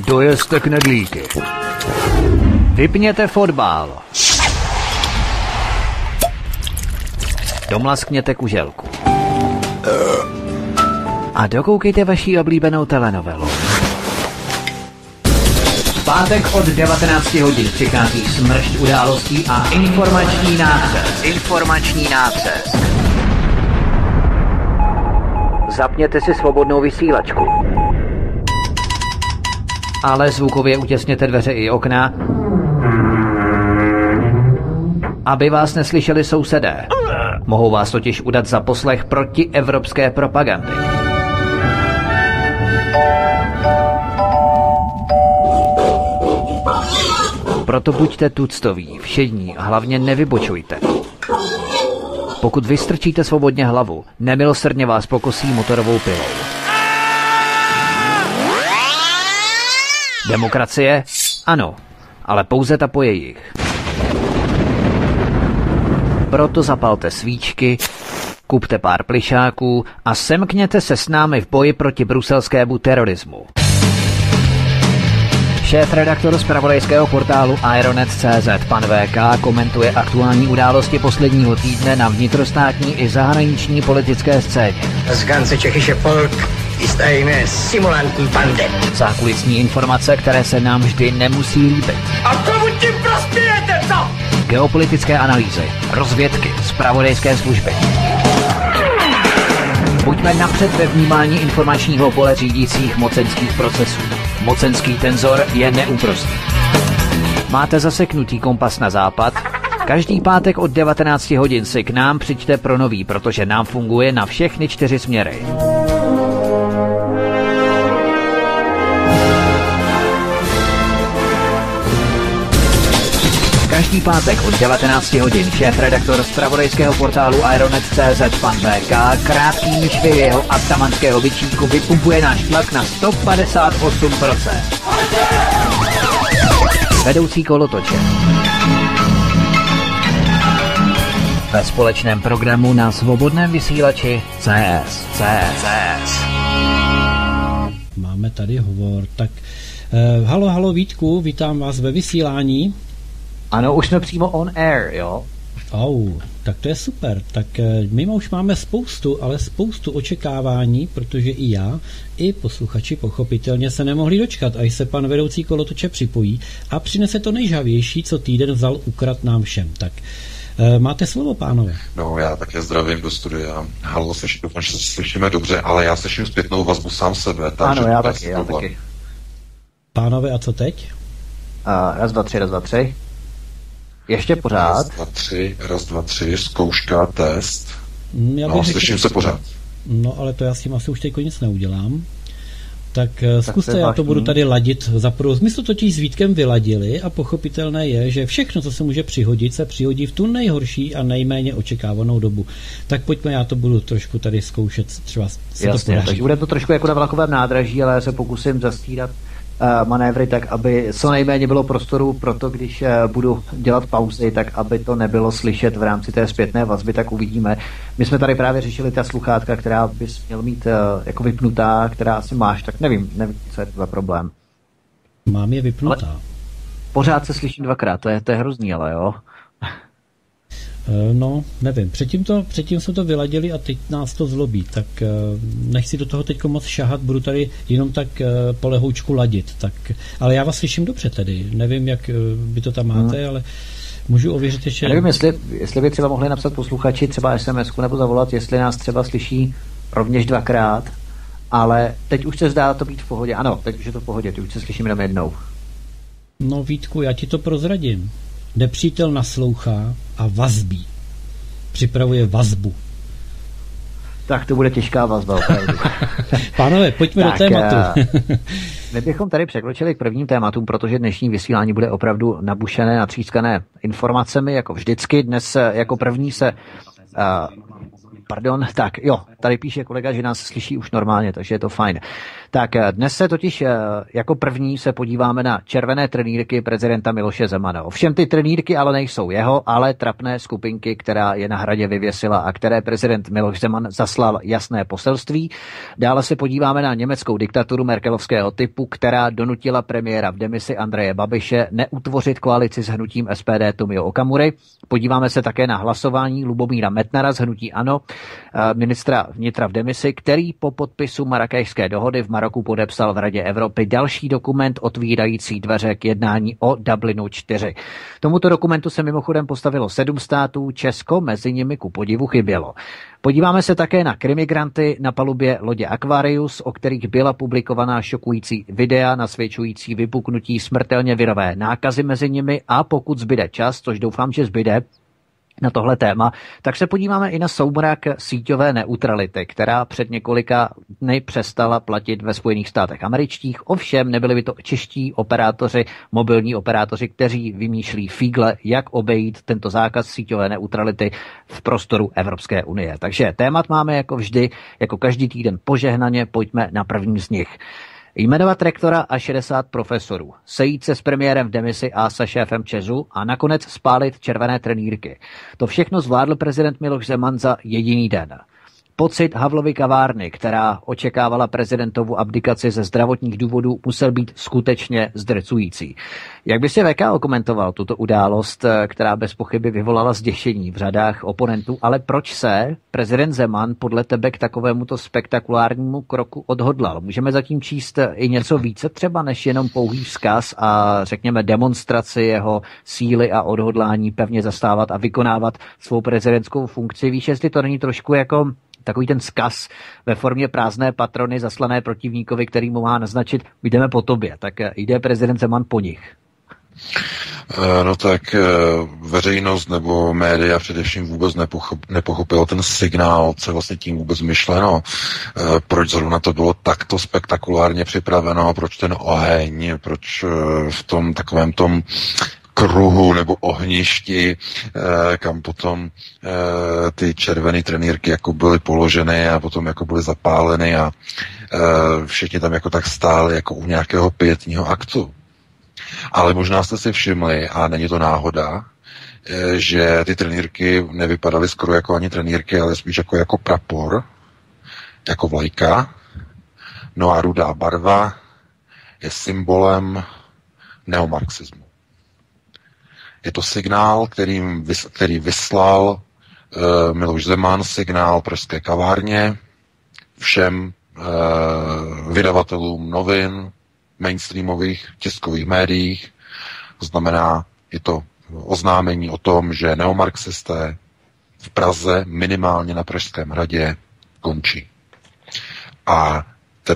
Dojezte knedlíky. Vypněte fotbal. Domlaskněte kuželku. A dokoukejte vaši oblíbenou telenovelu. V pátek od 19 hodin přichází smršť událostí a informační nácest. Zapněte si svobodnou vysílačku. Ale zvukově utěsněte dveře i okna, aby vás neslyšeli sousedé. Mohou vás totiž udat za poslech protievropské propagandy. Proto buďte tuctoví, všední a hlavně nevybočujte. Pokud vystrčíte svobodně hlavu, nemilosrdně vás pokosí motorovou pilou. Demokracie? Ano, ale pouze ta po jejich. Proto zapalte svíčky, kupte pár plišáků a semkněte se s námi v boji proti bruselskému terorismu. Šéf-redaktor zpravodajského portálu Ironet.cz pan VK komentuje aktuální události posledního týdne na vnitrostátní i zahraniční politické scéně. Das ganze tschechische Volk ist eine simulantní bande. Zákulisní informace, které se nám vždy nemusí líbit. A komu tím prospějete, co? Geopolitické analýzy, rozvědky, zpravodajské služby. Buďme napřed ve vnímání informačního pole řídících mocenských procesů. Mocenský tenzor je neúprostný. Máte zaseknutý kompas na západ? Každý pátek od 19 hodin si k nám přijďte pro nový, protože nám funguje na všechny 4 směry. Každý pátek od 19 hodin šéf-redaktor zpravodajského portálu Ironet.cz pan VK krátkými švy jeho atamanského bičíku vypumpuje náš tlak na 158%. Vedoucí kolotoče. Ve společném programu na svobodném vysílači CS. Máme tady hovor. Tak halo Vítku, vítám vás ve vysílání. Ano, už jsme přímo on air, jo? Tak to je super. Tak my už máme spoustu očekávání, protože i já, i posluchači pochopitelně se nemohli dočkat, až se pan vedoucí kolotoče připojí a přinese to nejžavější, co týden vzal ukrat nám všem. Tak máte slovo, pánové. No, já také zdravím do studia. Halo, doufám, že se slyšíme dobře, ale já slyším zpětnou vazbu sám sebe. Takže ano, já taky. Pánové, a co teď? Raz, dva, tři. Ještě pořád. Raz, dva, tři, zkouška, test. Slyším se pořád. No, ale to já s tím asi už teď nic neudělám. Tak zkuste, já to budu tady ladit za průz. My jsme to totiž s Vítkem vyladili a pochopitelné je, že všechno, co se může přihodit, se přihodí v tu nejhorší a nejméně očekávanou dobu. Tak pojďme, já to budu trošku tady zkoušet, třeba se to podaří. Takže bude to trošku jako na vlakovém nádraží, ale já se pokusím zastírat manévry tak, aby co nejméně bylo prostoru pro to, když budu dělat pauzy, tak aby to nebylo slyšet v rámci té zpětné vazby, tak uvidíme. My jsme tady právě řešili ta sluchátka, která bys měl mít jako vypnutá, která asi máš, tak nevím, co je to za problém. Mám je vypnutá. Ale pořád se slyším dvakrát, to je hrozný, ale jo. No, nevím. Předtím jsme to vyladili a teď nás to zlobí, tak nechci do toho teď moc šahat, budu tady jenom tak polehoučku ladit. Tak, ale já vás slyším dobře tedy. Nevím, jak vy to tam máte, ale můžu ověřit ještě. Nevím, jestli by třeba mohli napsat posluchači třeba SMS-ku nebo zavolat, jestli nás třeba slyší rovněž dvakrát, ale teď už se zdá to být v pohodě. Ano, teď už je to v pohodě, teď už se slyším jenom jednou. No Vítku, já ti to prozradím. Nepřítel naslouchá a vazbí. Připravuje vazbu. Tak to bude těžká vazba, opravdu. Pánové, pojďme do tématu. My bychom tady překročili k prvním tématům, protože dnešní vysílání bude opravdu nabušené, natřískané informacemi, jako vždycky. Dnes jako první se... tady píše kolega, že nás slyší už normálně, takže je to fajn. Tak dnes se totiž jako první se podíváme na červené trenýrky prezidenta Miloše Zemana. Ovšem ty trenýrky ale nejsou jeho, ale trapné skupinky, která je na Hradě vyvěsila a které prezident Miloš Zeman zaslal jasné poselství. Dále se podíváme na německou diktaturu merkelovského typu, která donutila premiéra v demisi Andreje Babiše neutvořit koalici s hnutím SPD Tomio Okamury. Podíváme se také na hlasování Lubomíra Metnara z hnutí ANO, ministra vnitra v demisi, který po podpisu Marrákešské dohody v Maroku podepsal v Radě Evropy další dokument otvírající dveře k jednání o Dublinu 4. Tomuto dokumentu se mimochodem postavilo 7 států, Česko mezi nimi ku podivu chybělo. Podíváme se také na krimigranty na palubě lodě Aquarius, o kterých byla publikovaná šokující videa nasvědčující vypuknutí smrtelně virové nákazy mezi nimi a pokud zbyde čas, což doufám, že zbyde, na tohle téma, tak se podíváme i na soumrak síťové neutrality, která před několika dny přestala platit ve Spojených státech amerických. Ovšem nebyli by to čeští operátoři, mobilní operátoři, kteří vymýšlí fígle, jak obejít tento zákaz síťové neutrality v prostoru Evropské unie. Takže témat máme jako vždy, jako každý týden požehnaně, pojďme na první z nich. Jmenovat rektora a 60 profesorů, sejít se s premiérem v demisi a se šéfem ČEZu a nakonec spálit červené trenýrky. To všechno zvládl prezident Miloš Zeman za jediný den. Pocit Havlovy kavárny, která očekávala prezidentovu abdikaci ze zdravotních důvodů, musel být skutečně zdrcující. Jak by si VK okomentoval tuto událost, která bez pochyby vyvolala zděšení v řadách oponentů, ale proč se prezident Zeman podle tebe k takovémuto spektakulárnímu kroku odhodlal? Můžeme zatím číst i něco více třeba než jenom pouhý vzkaz a řekněme demonstraci jeho síly a odhodlání pevně zastávat a vykonávat svou prezidentskou funkci? Víš, jestli to není trošku jako takový ten vzkaz ve formě prázdné patrony zaslané protivníkovi, který mu má naznačit, jdeme po tobě, tak jde prezident Zeman po nich. No tak veřejnost nebo média především vůbec nepochopilo ten signál, co je vlastně tím vůbec myšleno, proč zrovna to bylo takto spektakulárně připraveno, proč ten oheň, proč v tom takovém tom kruhu nebo ohništi, kam potom ty červené trenýrky jako byly položeny a potom jako byly zapáleny a všichni tam jako tak stáli jako u nějakého pietního aktu. Ale možná jste si všimli, a není to náhoda, že ty trenýrky nevypadaly skoro jako ani trenýrky, ale spíš jako prapor, jako vlajka. No a rudá barva je symbolem neomarxismu. Je to signál, který vyslal Miloš Zeman, signál pražské kavárně, všem vydavatelům novin, mainstreamových tiskových médiích. To znamená, je to oznámení o tom, že neomarxisté v Praze, minimálně na Pražském hradě, končí. A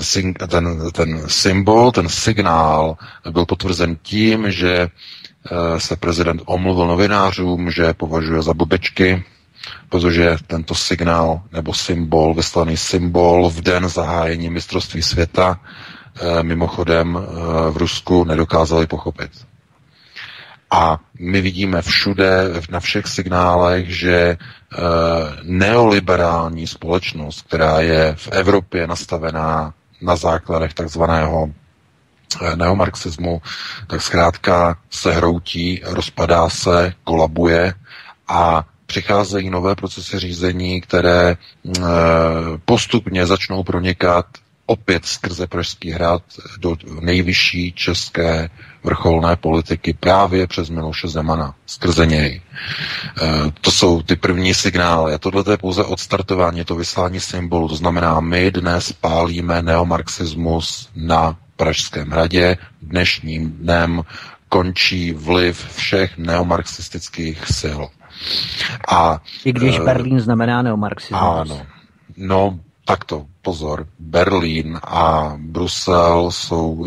ten symbol, ten signál byl potvrzen tím, že se prezident omluvil novinářům, že považuje za blbečky, protože tento signál nebo symbol, vyslaný symbol v den zahájení mistrovství světa mimochodem v Rusku nedokázali pochopit. A my vidíme všude, na všech signálech, že neoliberální společnost, která je v Evropě nastavená na základech takzvaného neomarxismu, tak zkrátka se hroutí, rozpadá se, kolabuje a přicházejí nové procesy řízení, které postupně začnou pronikat opět skrze Pražský hrad do nejvyšší české vrcholné politiky právě přes Miloše Zemana, skrze něj. To jsou ty první signály. A tohle je pouze odstartování, to vyslání symbolu. To znamená, my dnes pálíme neomarxismus na Pražském hradě. Dnešním dnem končí vliv všech neomarxistických sil. A, i když Berlín znamená neomarxismus. Ano. No, takto, pozor. Berlín a Brusel jsou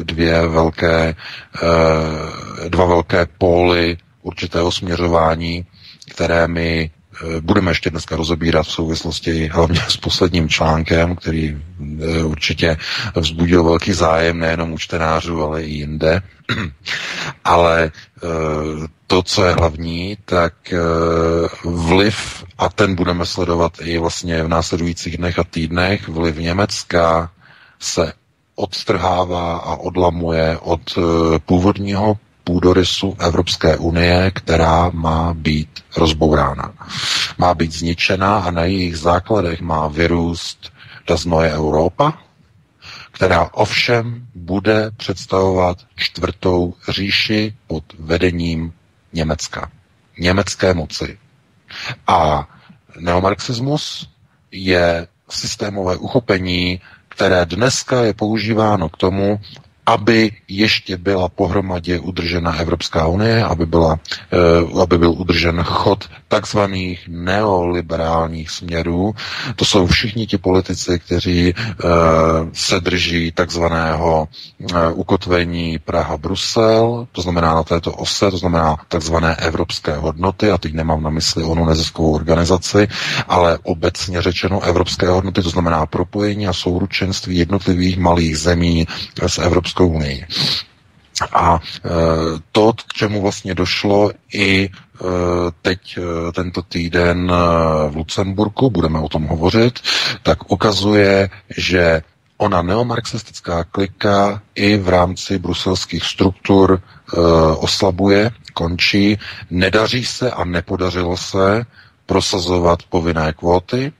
dva velké póly určitého směřování, které my budeme ještě dneska rozebírat v souvislosti hlavně s posledním článkem, který určitě vzbudil velký zájem nejenom u čtenářů, ale i jinde. Ale to, co je hlavní, tak vliv, a ten budeme sledovat i vlastně v následujících dnech a týdnech, vliv Německa se odstrhává a odlamuje od původního půdorysu Evropské unie, která má být rozbourána. Má být zničena a na jejich základech má vyrůst das Neue Europa, která ovšem bude představovat čtvrtou říši pod vedením Německa. Německé moci. A neomarxismus je systémové uchopení, které dneska je používáno k tomu, aby ještě byla pohromadě udržena Evropská unie, aby byl udržen chod takzvaných neoliberálních směrů. To jsou všichni ti politici, kteří se drží takzvaného ukotvení Praha-Brusel, to znamená na této ose, to znamená takzvané evropské hodnoty, a teď nemám na mysli onu neziskovou organizaci, ale obecně řečeno evropské hodnoty, to znamená propojení a souručenství jednotlivých malých zemí s Evropskou unii. A to, k čemu vlastně došlo i teď tento týden v Lucemburku, budeme o tom hovořit, tak ukazuje, že ona neomarxistická klika i v rámci bruselských struktur oslabuje, končí, nedaří se a nepodařilo se prosazovat povinné kvóty,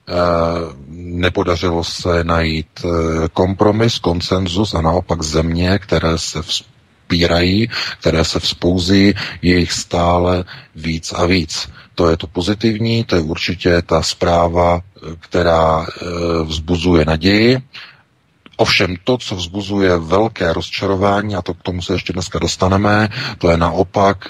nepodařilo se najít kompromis, konsenzus a naopak země, které se vzpírají, které se vzpouzí, je jich stále víc a víc. To je to pozitivní, to je určitě ta zpráva, která vzbuzuje naději. Ovšem to, co vzbuzuje velké rozčarování, a to k tomu se ještě dneska dostaneme, to je naopak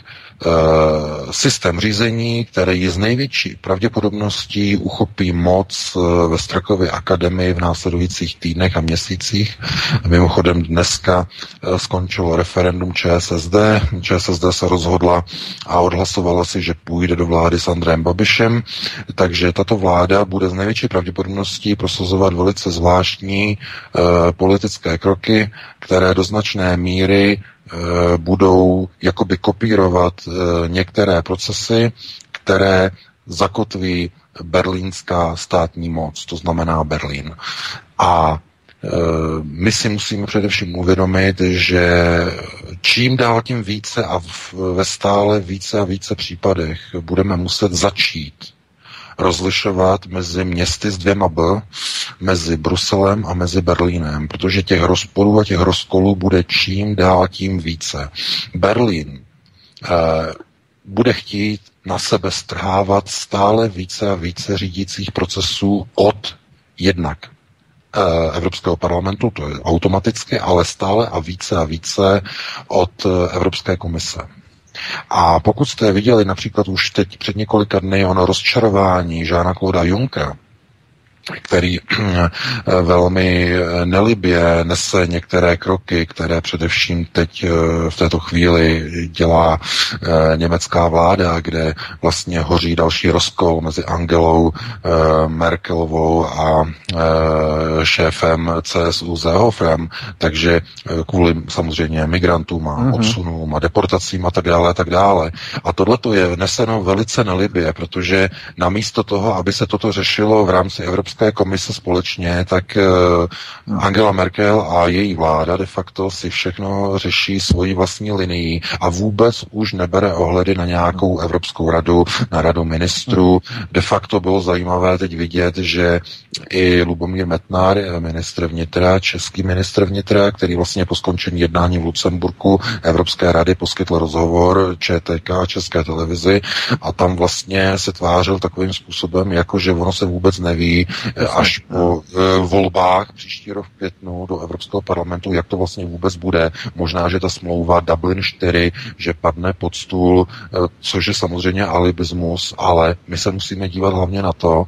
systém řízení, který z největší pravděpodobností uchopí moc ve Strakově akademii v následujících týdnech a měsících. Mimochodem dneska skončilo referendum ČSSD. ČSSD se rozhodla a odhlasovala si, že půjde do vlády s Andrejem Babišem, takže tato vláda bude z největší pravděpodobností prosazovat velice zvláštní politické kroky, které do značné míry budou jakoby kopírovat některé procesy, které zakotví berlínská státní moc, to znamená Berlín. A my si musíme především uvědomit, že čím dál tím více a ve stále více a více případech budeme muset začít rozlišovat mezi městy s 2 B, mezi Bruselem a mezi Berlínem, protože těch rozporů a těch rozkolů bude čím dál tím více. Berlín bude chtít na sebe strhávat stále více a více řídících procesů od jednak Evropského parlamentu, to je automaticky, ale stále a více od Evropské komise. A pokud jste viděli například už teď před několika dny ono rozčarování Jeana-Clauda Junckera, který velmi nelibě nese některé kroky, které především teď v této chvíli dělá německá vláda, kde vlastně hoří další rozkol mezi Angelou Merkelovou a šéfem CSU Seehofrem, takže kvůli samozřejmě migrantům a odsunům a deportacím a tak dále. A tohleto je neseno velice nelibě, protože namísto toho, aby se toto řešilo v rámci Evropské komise společně, tak Angela Merkel a její vláda de facto si všechno řeší svojí vlastní linii a vůbec už nebere ohledy na nějakou Evropskou radu, na radu ministrů. De facto bylo zajímavé teď vidět, že i Lubomír Metnar, ministr vnitra, český ministr vnitra, který vlastně po skončení jednání v Lucemburku Evropské rady poskytl rozhovor ČTK, České televizi, a tam vlastně se tvářil takovým způsobem, jako že ono se vůbec neví, až po volbách příští rok v květnu do Evropského parlamentu, jak to vlastně vůbec bude. Možná, že ta smlouva Dublin 4, že padne pod stůl, což je samozřejmě alibismus, ale my se musíme dívat hlavně na to,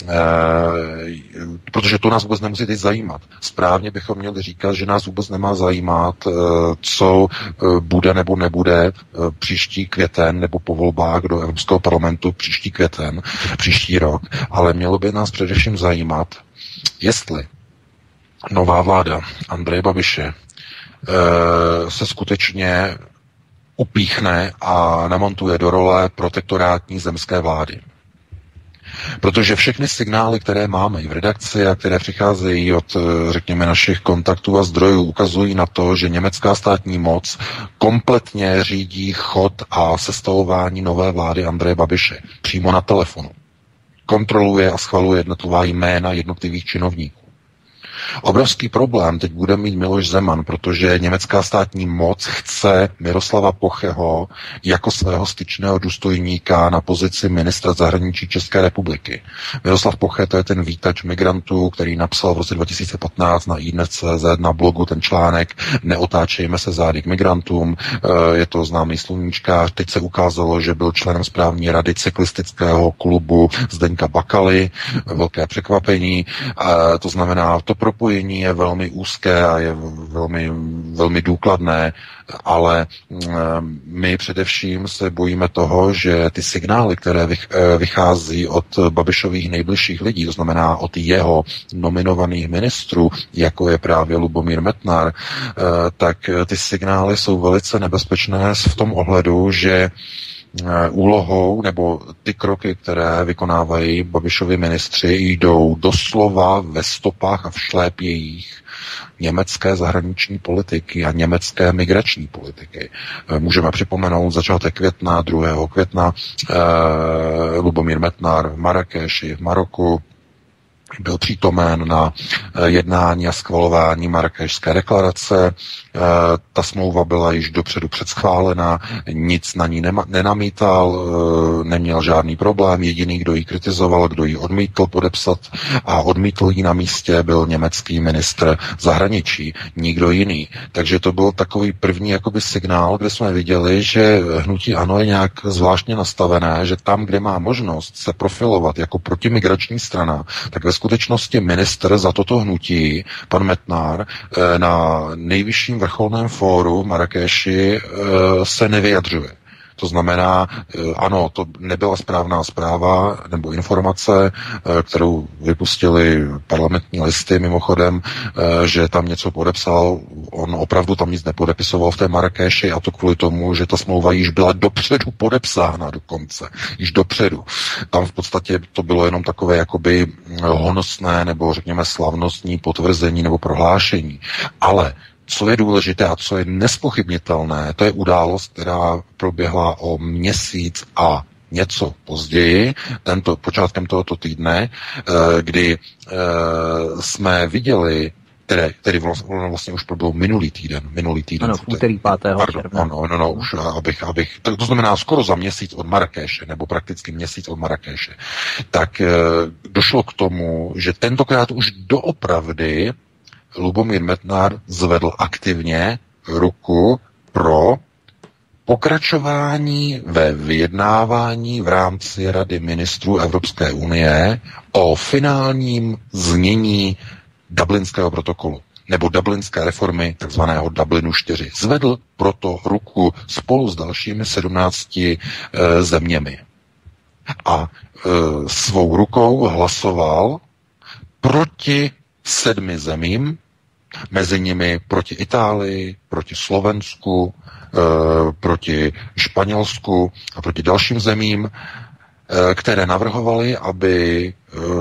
protože to nás vůbec nemusí teď zajímat. Správně bychom měli říkat, že nás vůbec nemá zajímat, co bude nebo nebude příští květen nebo po volbách do Evropského parlamentu příští květen, příští rok, ale mělo by nás především zajímat, jestli nová vláda Andreje Babiše se skutečně upíchne a namontuje do role protektorátní zemské vlády. Protože všechny signály, které máme i v redakci a které přicházejí od, řekněme, našich kontaktů a zdrojů, ukazují na to, že německá státní moc kompletně řídí chod a sestavování nové vlády Andreje Babiše přímo na telefonu. Kontroluje a schvaluje jednotlivá jména jednotlivých činovníků. Obrovský problém teď bude mít Miloš Zeman, protože německá státní moc chce Miroslava Pocheho jako svého styčného důstojníka na pozici ministra zahraničí České republiky. Miroslav Poche, to je ten vítač migrantů, který napsal v roce 2015 na iDnes.cz na blogu ten článek Neotáčejme se zády k migrantům. Je to známý sluníčkář. Teď se ukázalo, že byl členem správní rady cyklistického klubu Zdeňka Bakaly. Velké překvapení. To znamená, to propojení je velmi úzké a je velmi, velmi důkladné, ale my především se bojíme toho, že ty signály, které vychází od Babišových nejbližších lidí, to znamená od jeho nominovaných ministrů, jako je právě Lubomír Metnar, tak ty signály jsou velice nebezpečné v tom ohledu, že úlohou nebo ty kroky, které vykonávají Babišovi ministři, jdou doslova ve stopách a v šlépějích německé zahraniční politiky a německé migrační politiky. Můžeme připomenout začátek května, 2. května, Lubomír Metnar v Marrakeši, v Maroku, byl přítomen na jednání a schvalování Marrakešské deklarace. Ta smlouva byla již dopředu předschválena, nic na ní nenamítal, neměl žádný problém. Jediný, kdo ji kritizoval, kdo ji odmítl podepsat a odmítl ji na místě, byl německý ministr zahraničí, nikdo jiný. Takže to byl takový první jakoby signál, kde jsme viděli, že hnutí ANO je nějak zvláštně nastavené, že tam, kde má možnost se profilovat jako protimigrační strana, tak ve skutečnosti ministr za toto hnutí, pan Metnar, na nejvyšším vrcholném fóru Marrakeši se nevyjadřuje. To znamená, ano, to nebyla správná zpráva nebo informace, kterou vypustili parlamentní listy mimochodem, že tam něco podepsal. On opravdu tam nic nepodepisoval v té Marrakeši a to kvůli tomu, že ta smlouva již byla dopředu podepsána dokonce. Již dopředu. Tam v podstatě to bylo jenom takové jakoby honosné nebo řekněme slavnostní potvrzení nebo prohlášení. Ale co je důležité a co je nespochybnitelné, to je událost, která proběhla o měsíc a něco později, počátkem tohoto týdne, kdy jsme viděli, tedy vlastně už proběhl minulý týden. Ano, v úterý 5. června. Ano, už abych to znamená skoro za měsíc od Marrakeše, nebo prakticky měsíc od Marrakeše, tak došlo k tomu, že tentokrát už doopravdy Lubomír Metnar zvedl aktivně ruku pro pokračování ve vyjednávání v rámci Rady ministrů Evropské unie o finálním znění Dublinského protokolu nebo Dublinské reformy, takzvaného Dublinu 4. Zvedl proto ruku spolu s dalšími 17 zeměmi. A svou rukou hlasoval proti 7 zemím, mezi nimi proti Itálii, proti Slovensku, proti Španělsku a proti dalším zemím, které navrhovaly, aby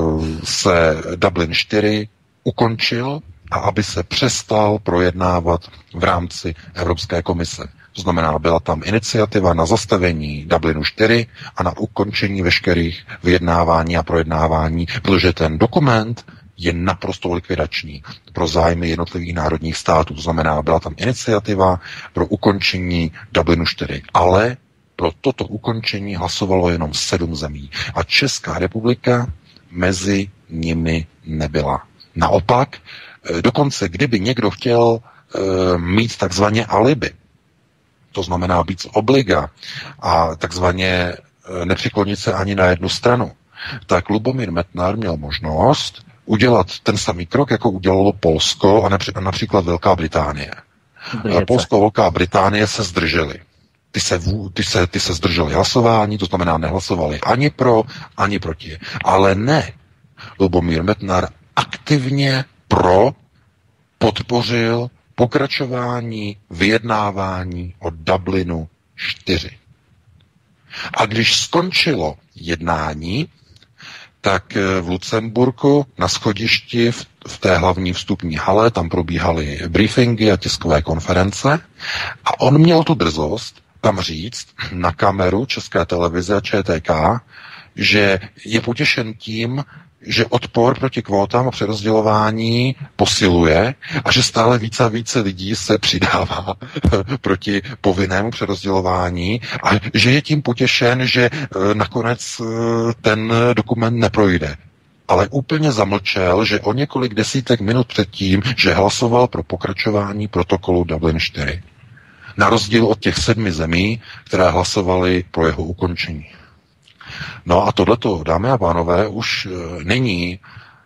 se Dublin 4 ukončil a aby se přestal projednávat v rámci Evropské komise. To znamená, byla tam iniciativa na zastavení Dublinu 4 a na ukončení veškerých vyjednávání a projednávání, protože ten dokument je naprosto likvidační pro zájmy jednotlivých národních států. To znamená, byla tam iniciativa pro ukončení Dublinu 4, ale pro toto ukončení hlasovalo jenom 7 zemí. A Česká republika mezi nimi nebyla. Naopak, dokonce kdyby někdo chtěl mít takzvaně alibi, to znamená být z obliga a takzvaně nepřiklonit se ani na jednu stranu, tak Lubomír Metnar měl možnost udělat ten samý krok, jako udělalo Polsko a například Velká Británie. Polsko a Velká Británie se zdrželi. Ty se zdrželi hlasování, to znamená nehlasovali ani pro, ani proti. Ale ne. Lubomír Metnar aktivně podpořil pokračování vyjednávání o Dublinu 4. A když skončilo jednání, tak v Lucemburku na schodišti v té hlavní vstupní hale, tam probíhaly briefingy a tiskové konference a on měl tu drzost tam říct na kameru České televize a ČTK, že je potěšen tím, že odpor proti kvótám a přerozdělování posiluje a že stále více a více lidí se přidává proti povinnému přerozdělování a že je tím potěšen, že nakonec ten dokument neprojde. Ale úplně zamlčel, že o několik desítek minut předtím, že hlasoval pro pokračování protokolu Dublin 4. Na rozdíl od těch 7 zemí, které hlasovaly pro jeho ukončení. No a tohleto, dámy a pánové, už není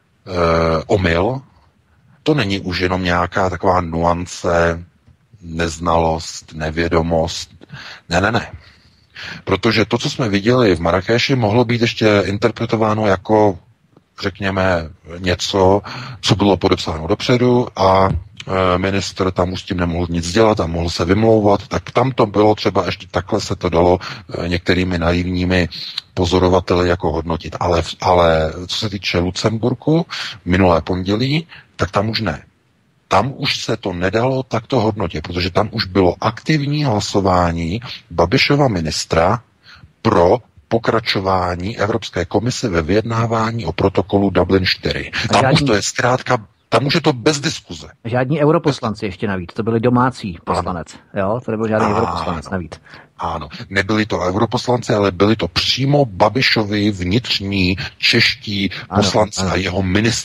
omyl, to není už jenom nějaká taková nuance, neznalost, nevědomost. Ne. Protože to, co jsme viděli v Marrakeši, mohlo být ještě interpretováno jako, řekněme, něco, co bylo podepsáno dopředu a ministr tam už s tím nemohl nic dělat a mohl se vymlouvat, tak tam to bylo třeba ještě takhle se to dalo některými naivními pozorovateli jako hodnotit. Ale co se týče Lucemburku, minulé pondělí, tak tam už ne. Tam už se to nedalo takto hodnotit, protože tam už bylo aktivní hlasování Babišova ministra pro pokračování Evropské komise ve vyjednávání o protokolu Dublin 4. Tam už to je zkrátka, tam už je to bez diskuze. Žádní europoslanci ještě navíc, to byli domácí poslanec, jo? To nebyl žádný europoslanec navíc. Ano, nebyli to europoslanci, ale byli to přímo Babišovi vnitřní čeští poslanci a jeho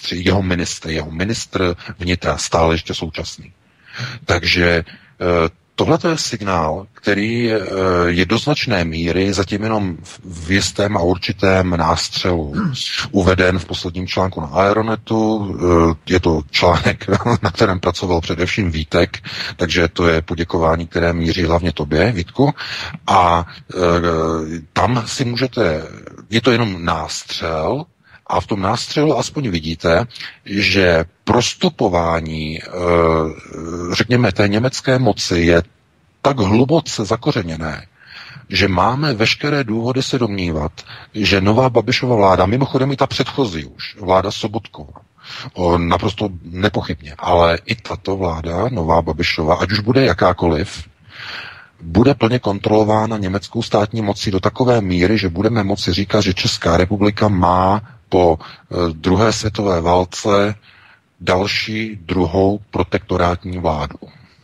ministr vnitra, stále ještě současný. Takže tohle je signál, který je do značné míry zatím jenom v jistém a určitém nástřelu uveden v posledním článku na Aeronetu. Je to článek, na kterém pracoval především Vítek, takže to je poděkování, které míří hlavně tobě, Vítku. A tam si můžete, je to jenom nástřel, a v tom nástřelu aspoň vidíte, že prostupování, řekněme, té německé moci je tak hluboce zakořeněné, že máme veškeré důvody se domnívat, že nová Babišova vláda, mimochodem i ta předchozí už, vláda Sobotkova, naprosto nepochybně, ale i tato vláda, nová Babišova, ať už bude jakákoliv, bude plně kontrolována německou státní mocí do takové míry, že budeme moci říkat, že Česká republika má po druhé světové válce další druhou protektorátní vládu.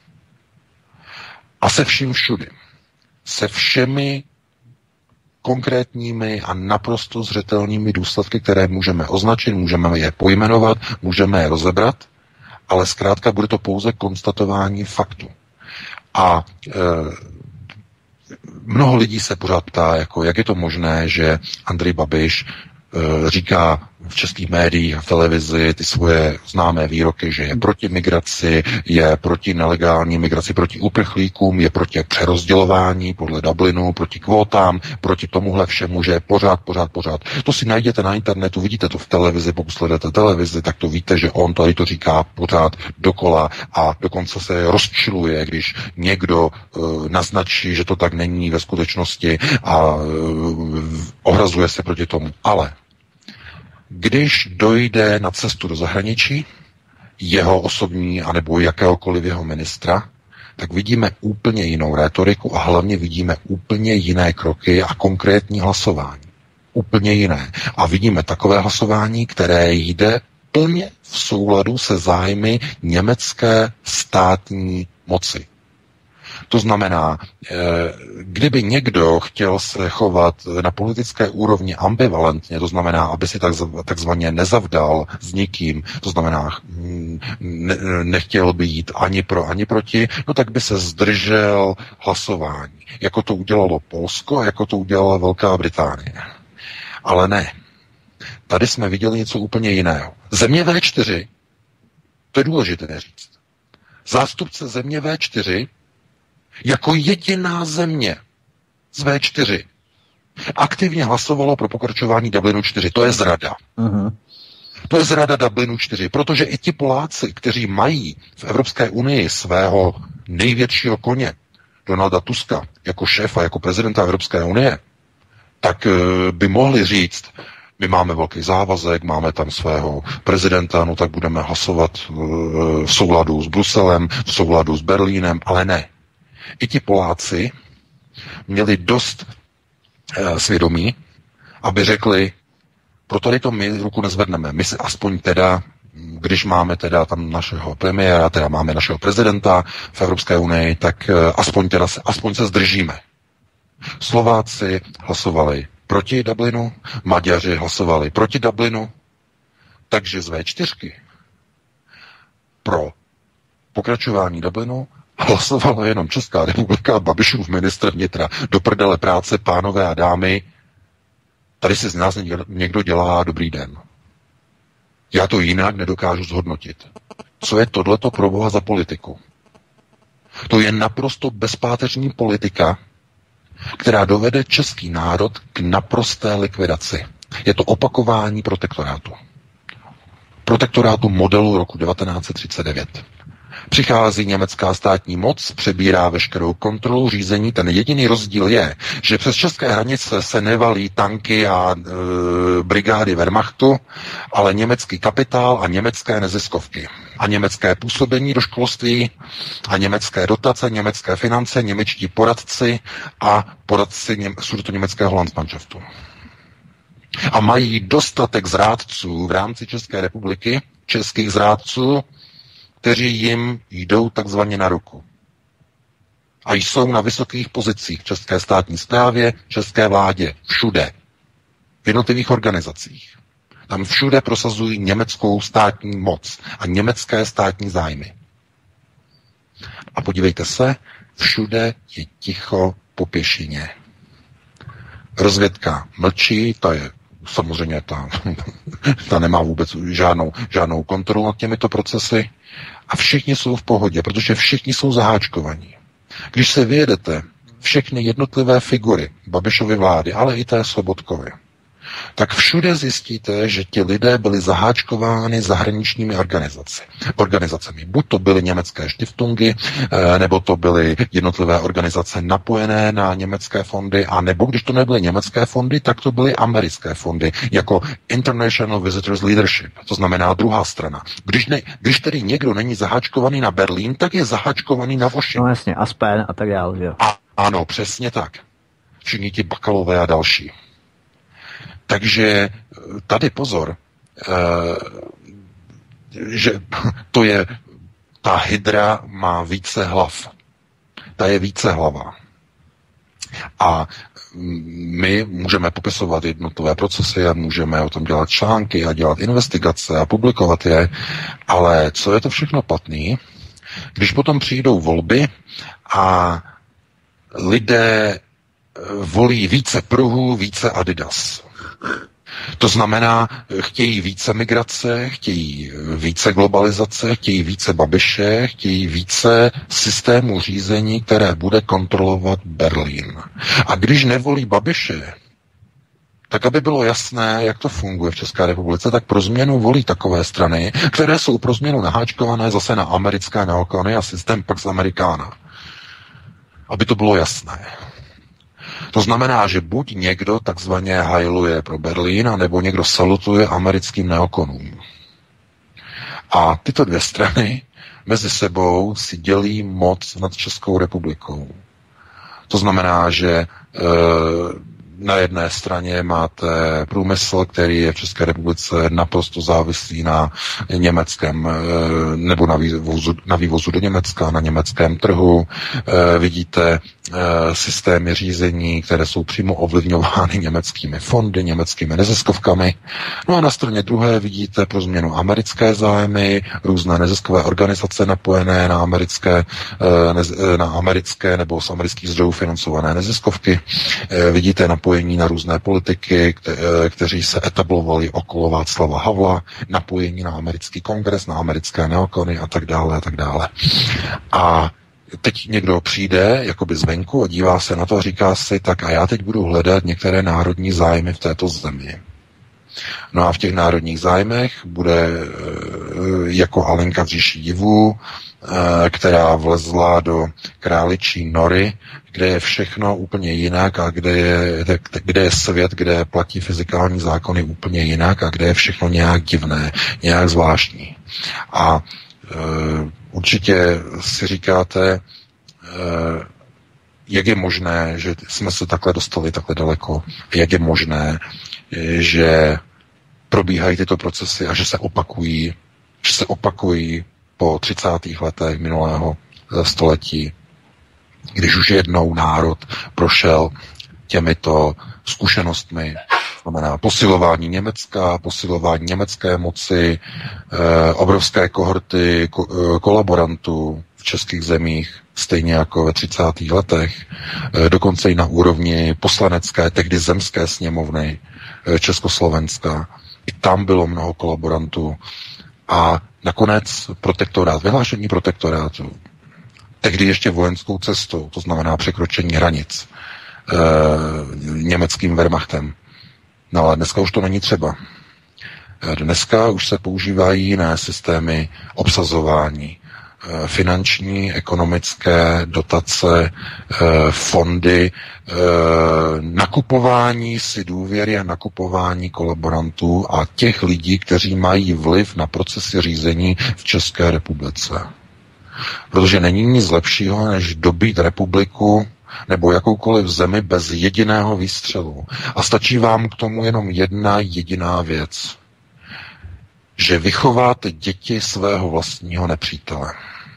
A se vším všudy. Se všemi konkrétními a naprosto zřetelnými důsledky, které můžeme označit, můžeme je pojmenovat, můžeme je rozebrat, ale zkrátka bude to pouze konstatování faktu. A mnoho lidí se pořád ptá, jako, jak je to možné, že Andrej Babiš říká v českých médiích a v televizi ty svoje známé výroky, že je proti migraci, je proti nelegální migraci, proti uprchlíkům, je proti přerozdělování podle Dublinu, proti kvótám, proti tomuhle všemu, že je pořád. To si najděte na internetu, vidíte to v televizi, pokud sledujete televizi, tak to víte, že on tady to říká pořád dokola a dokonce se rozčiluje, když někdo naznačí, že to tak není ve skutečnosti a ohrazuje se proti tomu. Ale když dojde na cestu do zahraničí, jeho osobní anebo jakéhokoliv jeho ministra, tak vidíme úplně jinou rétoriku a hlavně vidíme úplně jiné kroky a konkrétní hlasování. Úplně jiné. A vidíme takové hlasování, které jde plně v souladu se zájmy německé státní moci. To znamená, kdyby někdo chtěl se chovat na politické úrovni ambivalentně, to znamená, aby si takzvaně nezavdal s nikým, to znamená, nechtěl by jít ani pro, ani proti, no tak by se zdržel hlasování, jako to udělalo Polsko a jako to udělala Velká Británie. Ale ne. Tady jsme viděli něco úplně jiného. Země V4, to je důležité říct, zástupce země V4 jako jediná země z V4 aktivně hlasovalo pro pokračování Dublinu 4. To je zrada. Uh-huh. To je zrada Dublinu 4, protože i ti Poláci, kteří mají v Evropské unii svého největšího koně, Donalda Tuska, jako šéfa, jako prezidenta Evropské unie, tak by mohli říct, My máme velký závazek, máme tam svého prezidenta, no tak budeme hlasovat v souladu s Bruselem, v souladu s Berlínem, ale ne. I ti Poláci měli dost svědomí, aby řekli, pro tady to my ruku nezvedneme. My si aspoň teda, když máme teda tam našeho premiéra, teda máme našeho prezidenta v Evropské unii, tak aspoň se zdržíme. Slováci hlasovali proti Dublinu, Maďaři hlasovali proti Dublinu, takže z V4 pro pokračování Dublinu hlasovala jenom Česká republika, Babišův ministr vnitra. Do prdele práce, pánové a dámy, tady si z nás někdo dělá dobrý den. Já to jinak nedokážu zhodnotit. Co je tohleto pro boha za politiku? To je naprosto bezpáteřní politika, která dovede český národ k naprosté likvidaci. Je to opakování protektorátu. Protektorátu modelu roku 1939. Přichází německá státní moc, přebírá veškerou kontrolu řízení. Ten jediný rozdíl je, že přes české hranice se nevalí tanky a brigády Wehrmachtu, ale německý kapitál a německé neziskovky. A německé působení do školství a německé dotace, německé finance, němečtí poradci a poradci sudetoněmeckého Landsmannschaftu. A mají dostatek zrádců v rámci České republiky, českých zrádců, kteří jim jdou takzvaně na ruku. A jsou na vysokých pozicích v české státní správě, české vládě, všude. V jednotlivých organizacích. Tam všude prosazují německou státní moc a německé státní zájmy. A podívejte se, všude je ticho po pěšině. Rozvědka mlčí, ta je samozřejmě ta nemá vůbec žádnou kontrolu nad těmito procesy a všichni jsou v pohodě, protože všichni jsou zaháčkovaní. Když se vyjedete všechny jednotlivé figury Babišovy vlády, ale i té Sobotkovy, tak všude zjistíte, že ti lidé byli zaháčkováni zahraničními organizacemi. Buď to byly německé štiftungy, nebo to byly jednotlivé organizace napojené na německé fondy, a nebo když to nebyly německé fondy, tak to byly americké fondy, jako International Visitors Leadership, to znamená druhá strana. Když tedy někdo není zaháčkovaný na Berlín, tak je zaháčkovaný na Washington. No jasně, Aspen a tak dále, že jo. Ano, přesně tak. Všichni ti Bakalové a další. Takže tady pozor, že to je, ta hydra má více hlav. Ta je více hlava. A my můžeme popisovat jednotlivé procesy a můžeme o tom dělat články a dělat investigace a publikovat je, ale co je to všechno platný, když potom přijdou volby a lidé volí více pruhů, více Adidas. To znamená, chtějí více migrace, chtějí více globalizace, chtějí více Babiše, chtějí více systému řízení, které bude kontrolovat Berlín. A když nevolí Babiše, tak aby bylo jasné, jak to funguje v České republice, tak pro změnu volí takové strany, které jsou pro změnu naháčkované zase na americké neokony a systém Pax Americana. Aby to bylo jasné. To znamená, že buď někdo takzvaně hajluje pro Berlín, anebo někdo salutuje americkým neokonům. A tyto dvě strany mezi sebou si dělí moc nad Českou republikou. To znamená, že na jedné straně máte průmysl, který je v České republice naprosto závislý na německém nebo na vývozu do Německa, na německém trhu. Vidíte systémy řízení, které jsou přímo ovlivňovány německými fondy, německými neziskovkami. No a na straně druhé vidíte pro změnu americké zájmy, různé neziskové organizace napojené na americké nebo z amerických zdrojů financované neziskovky. Vidíte napojení na různé politiky, kteří se etablovali okolo Václava Havla, napojení na americký kongres, na americké neokony a tak dále a tak dále. A teď někdo přijde jakoby zvenku a dívá se na to a říká si, tak a já teď budu hledat některé národní zájmy v této zemi. No a v těch národních zájmech bude jako Alenka v říši divů, která vlezla do králičí nory, kde je všechno úplně jinak a kde je svět, kde platí fyzikální zákony úplně jinak a kde je všechno nějak divné, nějak zvláštní. A určitě si říkáte, jak je možné, že jsme se takhle dostali takhle daleko, jak je možné, že probíhají tyto procesy a že se opakují po 30. letech minulého století, když už jednou národ prošel těmito zkušenostmi, znamená posilování Německa, posilování německé moci, obrovské kohorty kolaborantů v českých zemích, stejně jako ve 30. letech, dokonce i na úrovni poslanecké, tehdy zemské sněmovny Československa. I tam bylo mnoho kolaborantů. A nakonec protektorát, vyhlášení protektorátu, tehdy ještě vojenskou cestou, to znamená překročení hranic německým Wehrmachtem. No ale dneska už to není třeba. Dneska už se používají jiné systémy obsazování, finanční, ekonomické dotace, fondy, nakupování si důvěry a nakupování kolaborantů a těch lidí, kteří mají vliv na procesy řízení v České republice. Protože není nic lepšího, než dobít republiku nebo jakoukoliv zemi bez jediného výstřelu. A stačí vám k tomu jenom jedna jediná věc. Že vychováte děti svého vlastního nepřítele.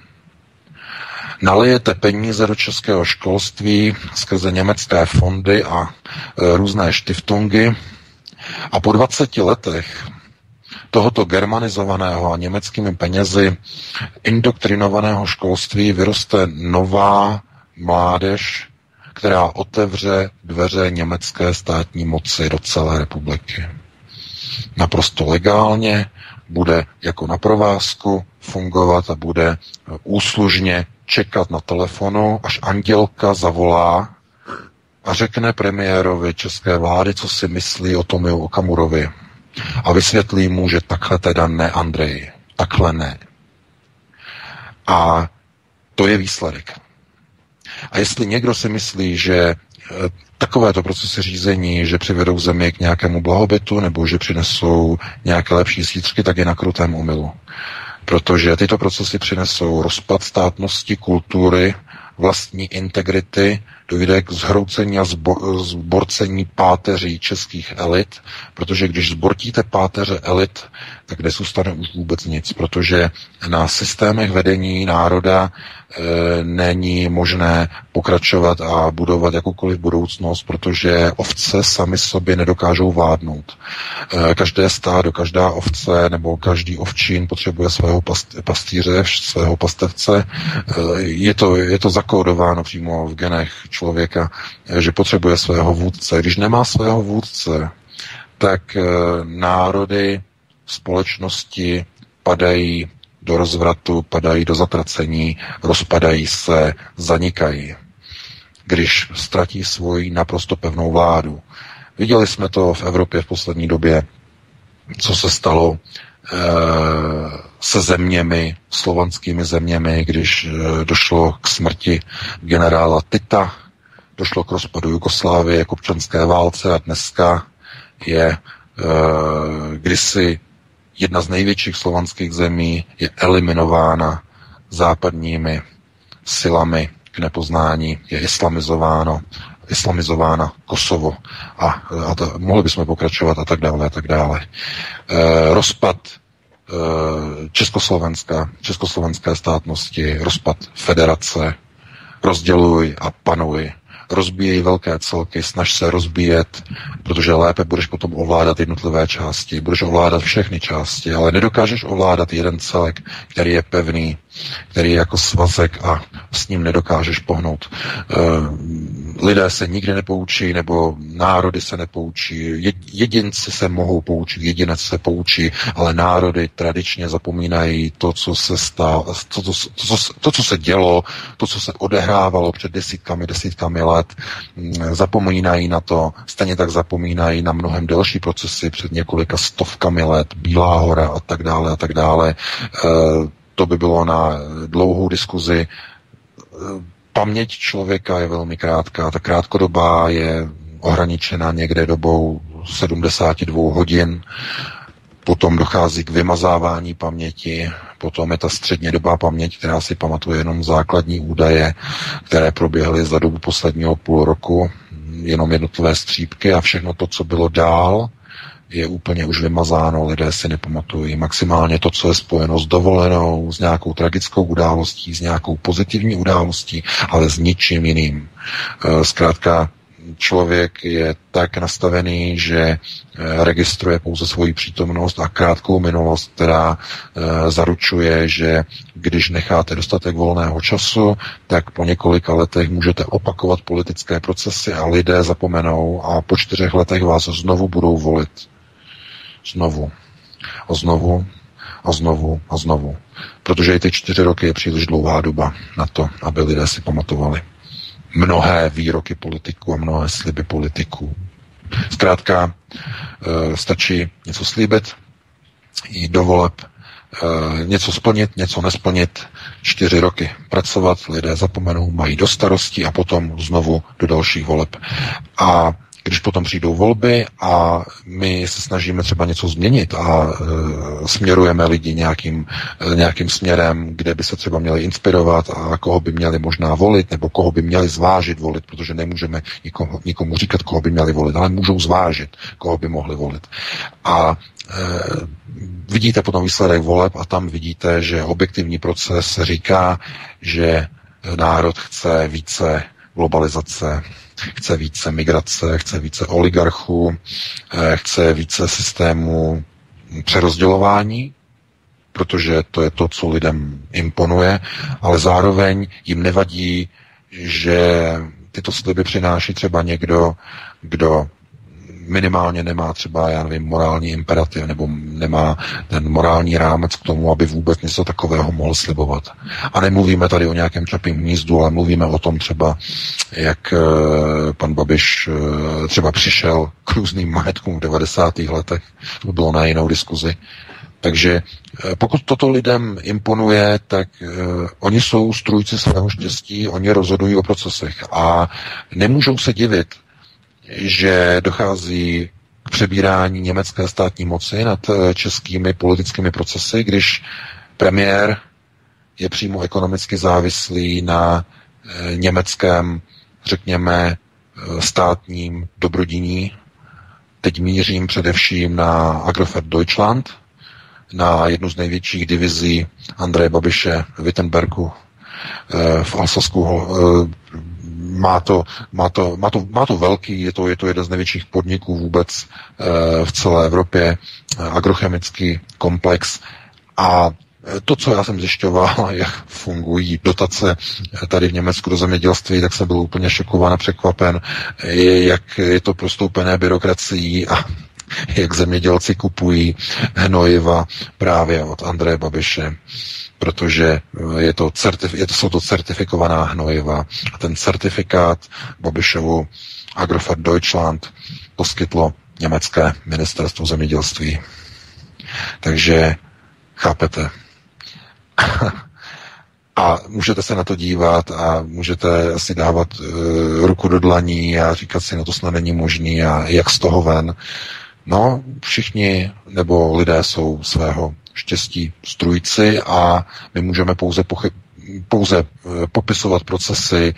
Nalijete peníze do českého školství skrze německé fondy a různé štiftungy a po 20 letech tohoto germanizovaného a německými penězi indoktrinovaného školství vyroste nová mládež, která otevře dveře německé státní moci do celé republiky. Naprosto legálně bude jako na provázku fungovat a bude úslužně čekat na telefonu, až andělka zavolá a řekne premiérovi české vlády, co si myslí o Tomiu Okamurovi. A vysvětlí mu, že takhle teda ne, Andrej, takhle ne. A to je výsledek. A jestli někdo si myslí, že takovéto procesy řízení, že přivedou zemi k nějakému blahobytu nebo že přinesou nějaké lepší zítřky, tak je na krutém omylu. Protože tyto procesy přinesou rozpad státnosti, kultury, vlastní integrity, dojde k zhroucení a zborcení páteří českých elit, protože když zbortíte páteře elit, tak nezůstane už vůbec nic, protože na systémech vedení národa není možné pokračovat a budovat jakoukoliv budoucnost, protože ovce sami sobě nedokážou vládnout. Každé stádo, každá ovce nebo každý ovčín potřebuje svého pastýře, svého pastevce. Je to zakódováno přímo v genech člověka, že potřebuje svého vůdce. Když nemá svého vůdce, tak národy, společnosti padají do rozvratu, padají do zatracení, rozpadají se, zanikají, když ztratí svoji naprosto pevnou vládu. Viděli jsme to v Evropě v poslední době, co se stalo se zeměmi, slovanskými zeměmi, když došlo k smrti generála Tita, došlo k rozpadu Jugoslávie, k občanské válce a dneska je kdysi jedna z největších slovanských zemí je eliminována západními silami k nepoznání, je islamizována Kosovo a mohli bychom pokračovat a tak dále, a tak dále. Rozpad československé státnosti, rozpad federace, rozděluj a panuj, rozbíjejí velké celky, snaž se rozbíjet, protože lépe budeš potom ovládat jednotlivé části, budeš ovládat všechny části, ale nedokážeš ovládat jeden celek, který je pevný, který je jako svazek a s ním nedokážeš pohnout. Lidé se nikdy nepoučí, nebo národy se nepoučí, jedinci se mohou poučit, jedinec se poučí, ale národy tradičně zapomínají to, co se stalo, to, co se dělo, to, co se odehrávalo před desítkami let, zapomínají na to, stejně tak zapomínají na mnohem delší procesy před několika stovkami let, Bílá hora a tak dále a tak dále. To by bylo na dlouhou diskuzi. Paměť člověka je velmi krátká. Ta krátkodobá je ohraničena někde dobou 72 hodin. Potom dochází k vymazávání paměti. Potom je ta střednědobá paměť, která si pamatuje jenom základní údaje, které proběhly za dobu posledního půl roku. Jenom jednotlivé střípky a všechno to, co bylo dál, je úplně už vymazáno, lidé si nepamatují. Maximálně to, co je spojeno s dovolenou, s nějakou tragickou událostí, s nějakou pozitivní událostí, ale s ničím jiným. Zkrátka, člověk je tak nastavený, že registruje pouze svoji přítomnost a krátkou minulost, která zaručuje, že když necháte dostatek volného času, tak po několika letech můžete opakovat politické procesy a lidé zapomenou a po 4 letech vás znovu budou volit. Znovu. A znovu. A znovu. A znovu. Protože i ty 4 roky je příliš dlouhá doba na to, aby lidé si pamatovali mnohé výroky politiků a mnohé sliby politiků. Zkrátka, stačí něco slíbit, jít do voleb, něco splnit, něco nesplnit, 4 roky pracovat, lidé zapomenou, mají do starostí a potom znovu do dalších voleb. A když potom přijdou volby a my se snažíme třeba něco změnit a směrujeme lidi nějakým směrem, kde by se třeba měli inspirovat a koho by měli možná volit, nebo koho by měli zvážit volit, protože nemůžeme nikomu říkat, koho by měli volit, ale můžou zvážit, koho by mohli volit. A vidíte potom výsledek voleb a tam vidíte, že objektivní proces říká, že národ chce více globalizace, chce více migrace, chce více oligarchů, chce více systému přerozdělování, protože to je to, co lidem imponuje, ale zároveň jim nevadí, že tyto sliby přináší třeba někdo, kdo minimálně nemá třeba, já nevím, morální imperativ, nebo nemá ten morální rámec k tomu, aby vůbec něco takového mohl slibovat. A nemluvíme tady o nějakém Čapím hnízdu, ale mluvíme o tom třeba, jak pan Babiš třeba přišel k různým majetkům v 90. letech. To bylo na jinou diskuzi. Takže pokud toto lidem imponuje, tak oni jsou strůjci svého štěstí, oni rozhodují o procesech a nemůžou se divit, že dochází k přebírání německé státní moci nad českými politickými procesy, když premiér je přímo ekonomicky závislý na německém, řekněme, státním dobrodiní. Teď mířím především na Agrofert Deutschland, na jednu z největších divizí Andreje Babiše v Wittenbergu v Alsasku. Má to velký, je to jeden z největších podniků vůbec v celé Evropě, agrochemický komplex. A to, co já jsem zjišťoval, jak fungují dotace tady v Německu do zemědělství, tak jsem byl úplně šokován a překvapen, jak je to prostoupené byrokracií a jak zemědělci kupují hnojiva právě od Andreje Babiše, protože jsou to certifikovaná hnojiva. A ten certifikát Babišovu Agrofert Deutschland poskytlo německé ministerstvo zemědělství. Takže chápete. A můžete se na to dívat a můžete si dávat ruku do dlaní a říkat si, no to snad není možný a jak z toho ven. No, všichni nebo lidé jsou svého štěstí strůjci a my můžeme pouze popisovat procesy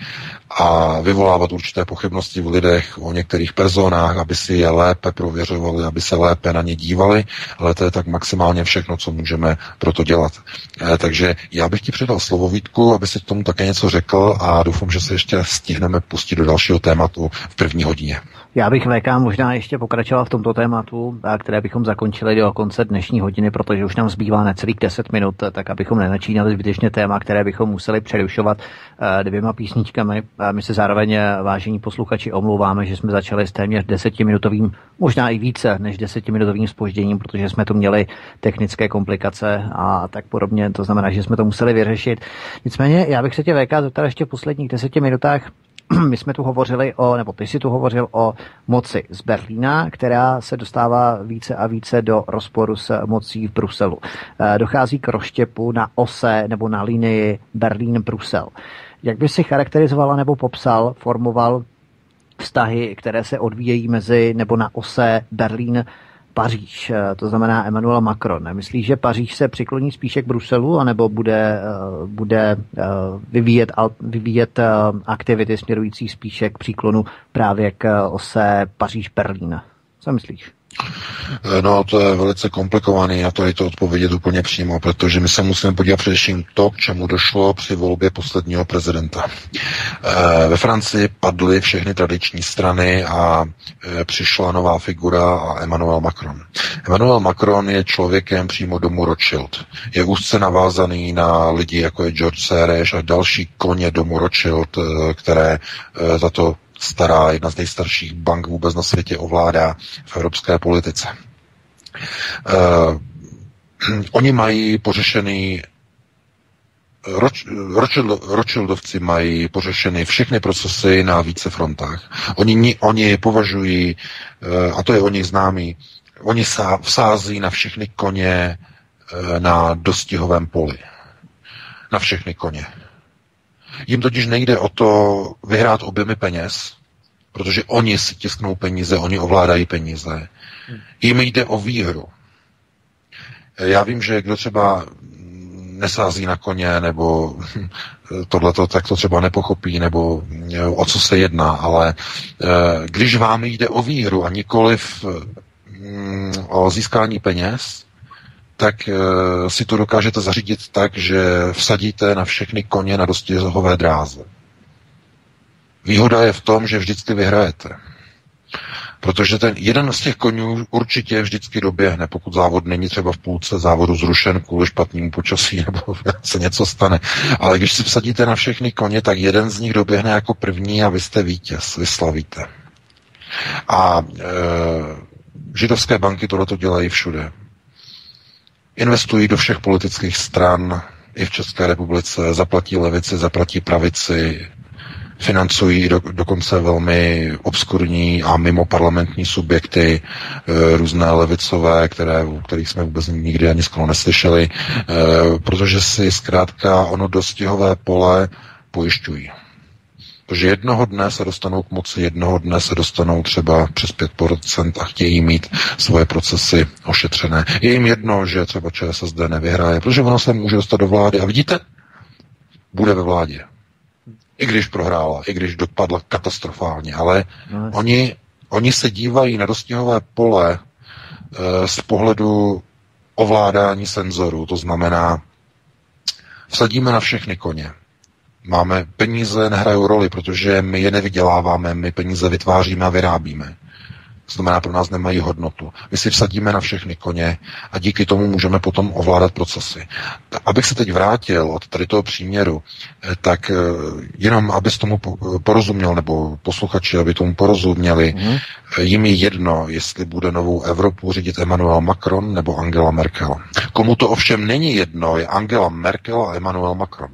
a vyvolávat určité pochybnosti v lidech o některých personách, aby si je lépe prověřovali, aby se lépe na ně dívali, ale to je tak maximálně všechno, co můžeme pro to dělat. Takže já bych ti předal slovo, Vítku, aby si k tomu také něco řekl a doufám, že se ještě stihneme pustit do dalšího tématu v první hodině. Já bych VK možná ještě pokračoval v tomto tématu, které bychom zakončili do konce dnešní hodiny, protože už nám zbývá necelých 10 minut, tak abychom nenačínali zbytečně téma, které bychom museli přerušovat 2 písničkami. My se zároveň, vážení posluchači, omlouváme, že jsme začali s téměř 10-minutovým, možná i více než 10-minutovým zpožděním, protože jsme tu měli technické komplikace a tak podobně, to znamená, že jsme to museli vyřešit. Nicméně, já bych se tě VK zeptal ještě v posledních 10 minutách. My jsme tu hovořili nebo ty jsi tu hovořil o moci z Berlína, která se dostává více a více do rozporu s mocí v Bruselu. Dochází k rozštěpu na ose nebo na linii Berlín-Brusel. Jak by si charakterizovala nebo popsal, formoval vztahy, které se odvíjejí mezi nebo na ose Berlín-Paříž, to znamená Emmanuel Macron? Nemyslíš, že Paříž se přikloní spíše k Bruselu, anebo bude vyvíjet aktivity směrující spíše k příklonu právě k ose Paříž-Berlín? Co myslíš? No, to je velice komplikovaný a to je to odpovědět úplně přímo, protože my se musíme podívat především to, k čemu došlo při volbě posledního prezidenta. Ve Francii padly všechny tradiční strany a přišla nová figura a Emmanuel Macron. Emmanuel Macron je člověkem přímo domu Rothschild. Je úzce navázaný na lidi, jako je George Soros a další koně domu Rothschild, které za to stará, jedna z nejstarších bank vůbec na světě ovládá v evropské politice. Oni mají pořešený, Rothschildovci mají pořešeny všechny procesy na více frontách. Oni považují, a to je o nich známý, oni vsází na všechny koně na dostihovém poli. Na všechny koně. Jim totiž nejde o to vyhrát objemy peněz, protože oni si tisknou peníze, oni ovládají peníze. Jim jde o výhru. Já vím, že kdo třeba nesází na koně, nebo tohleto, tak to třeba nepochopí, nebo o co se jedná, ale když vám jde o výhru a nikoliv o získání peněz, tak si to dokážete zařídit tak, že vsadíte na všechny koně na dostihové dráze. Výhoda je v tom, že vždycky vyhrajete. Protože ten jeden z těch konňů určitě vždycky doběhne, pokud závod není třeba v půlce závodu zrušen kvůli špatnému počasí nebo se něco stane. Ale když si vsadíte na všechny koně, tak jeden z nich doběhne jako první a vy jste vítěz, vy slavíte. A židovské banky tohleto dělají všude. Investují do všech politických stran i v České republice, zaplatí levici, zaplatí pravici, financují dokonce velmi obskurní a mimo parlamentní subjekty, různé levicové, o kterých jsme vůbec nikdy ani skoro neslyšeli, protože si zkrátka ono dostihové pole pojišťují. Protože jednoho dne se dostanou k moci, jednoho dne se dostanou třeba přes 5% a chtějí mít svoje procesy ošetřené. Je jim jedno, že třeba ČSSD nevyhraje, protože ono se může dostat do vlády. A vidíte, bude ve vládě. I když prohrála, i když dopadla katastrofálně, ale oni se dívají na dostihové pole z pohledu ovládání senzorů, to znamená, vsadíme na všechny koně. Máme peníze, nehrají roli, protože my je nevyděláváme, my peníze vytváříme a vyrábíme. To znamená, pro nás nemají hodnotu. My si vsadíme na všechny koně a díky tomu můžeme potom ovládat procesy. Abych se teď vrátil od tady toho příměru, tak jenom abys tomu porozuměl, nebo posluchači, aby tomu porozuměli, jim je jedno, jestli bude novou Evropu řídit Emmanuel Macron nebo Angela Merkel. Komu to ovšem není jedno, je Angela Merkel a Emmanuel Macron.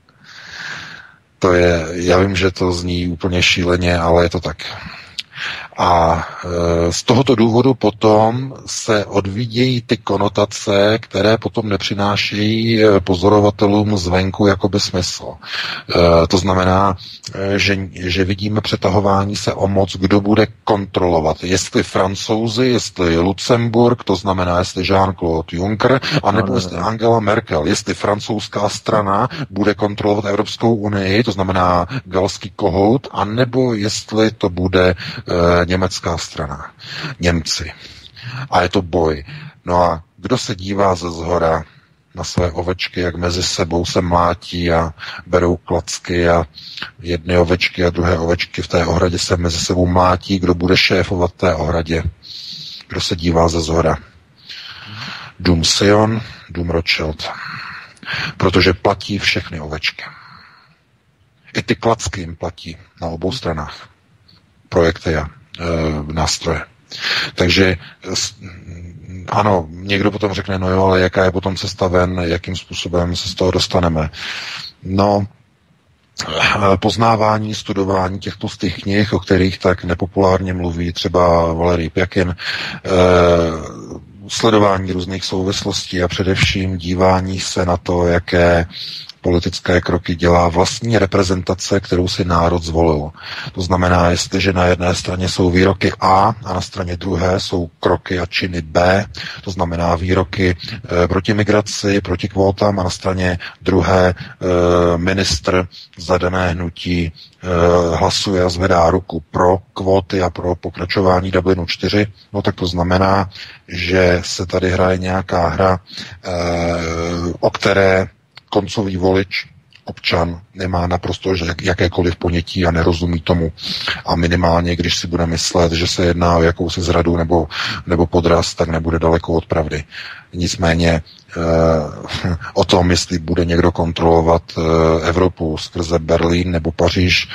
To je, já vím, že to zní úplně šíleně, ale je to tak. A z tohoto důvodu potom se odvíjejí ty konotace, které potom nepřinášejí pozorovatelům zvenku jakoby smysl. To znamená, že vidíme přetahování se o moc, kdo bude kontrolovat. Jestli Francouzi, jestli Lucemburg, to znamená, jestli Jean-Claude Juncker, anebo jestli Angela Merkel, jestli francouzská strana bude kontrolovat Evropskou unii, to znamená galský kohout, anebo jestli to bude německá strana, Němci. A je to boj. No a kdo se dívá ze zhora na své ovečky, jak mezi sebou se mlátí a berou klacky a jedny ovečky a druhé ovečky v té ohradě se mezi sebou mlátí, kdo bude šéfovat té ohradě, kdo se dívá ze zhora. Dům Sion, dům Rothschild. Protože platí všechny ovečky. I ty klacky jim platí na obou stranách. Projekty a nástroje. Takže ano, někdo potom řekne, no jo, ale jaká je potom cesta ven, jakým způsobem se z toho dostaneme. No, poznávání, studování těchto z těch knih, o kterých tak nepopulárně mluví třeba Valerij Pjakin, sledování různých souvislostí a především dívání se na to, jaké politické kroky dělá vlastní reprezentace, kterou si národ zvolil. To znamená, jestliže na jedné straně jsou výroky A a na straně druhé jsou kroky a činy B, to znamená výroky proti migraci, proti kvótám a na straně druhé ministr za dané hnutí hlasuje a zvedá ruku pro kvóty a pro pokračování Dublinu 4, no tak to znamená, že se tady hraje nějaká hra, o které koncový volič, občan, nemá naprosto jakékoliv ponětí a nerozumí tomu. A minimálně, když si bude myslet, že se jedná o jakousi zradu nebo podraz, tak nebude daleko od pravdy. Nicméně o tom, jestli bude někdo kontrolovat Evropu skrze Berlín nebo Paříž,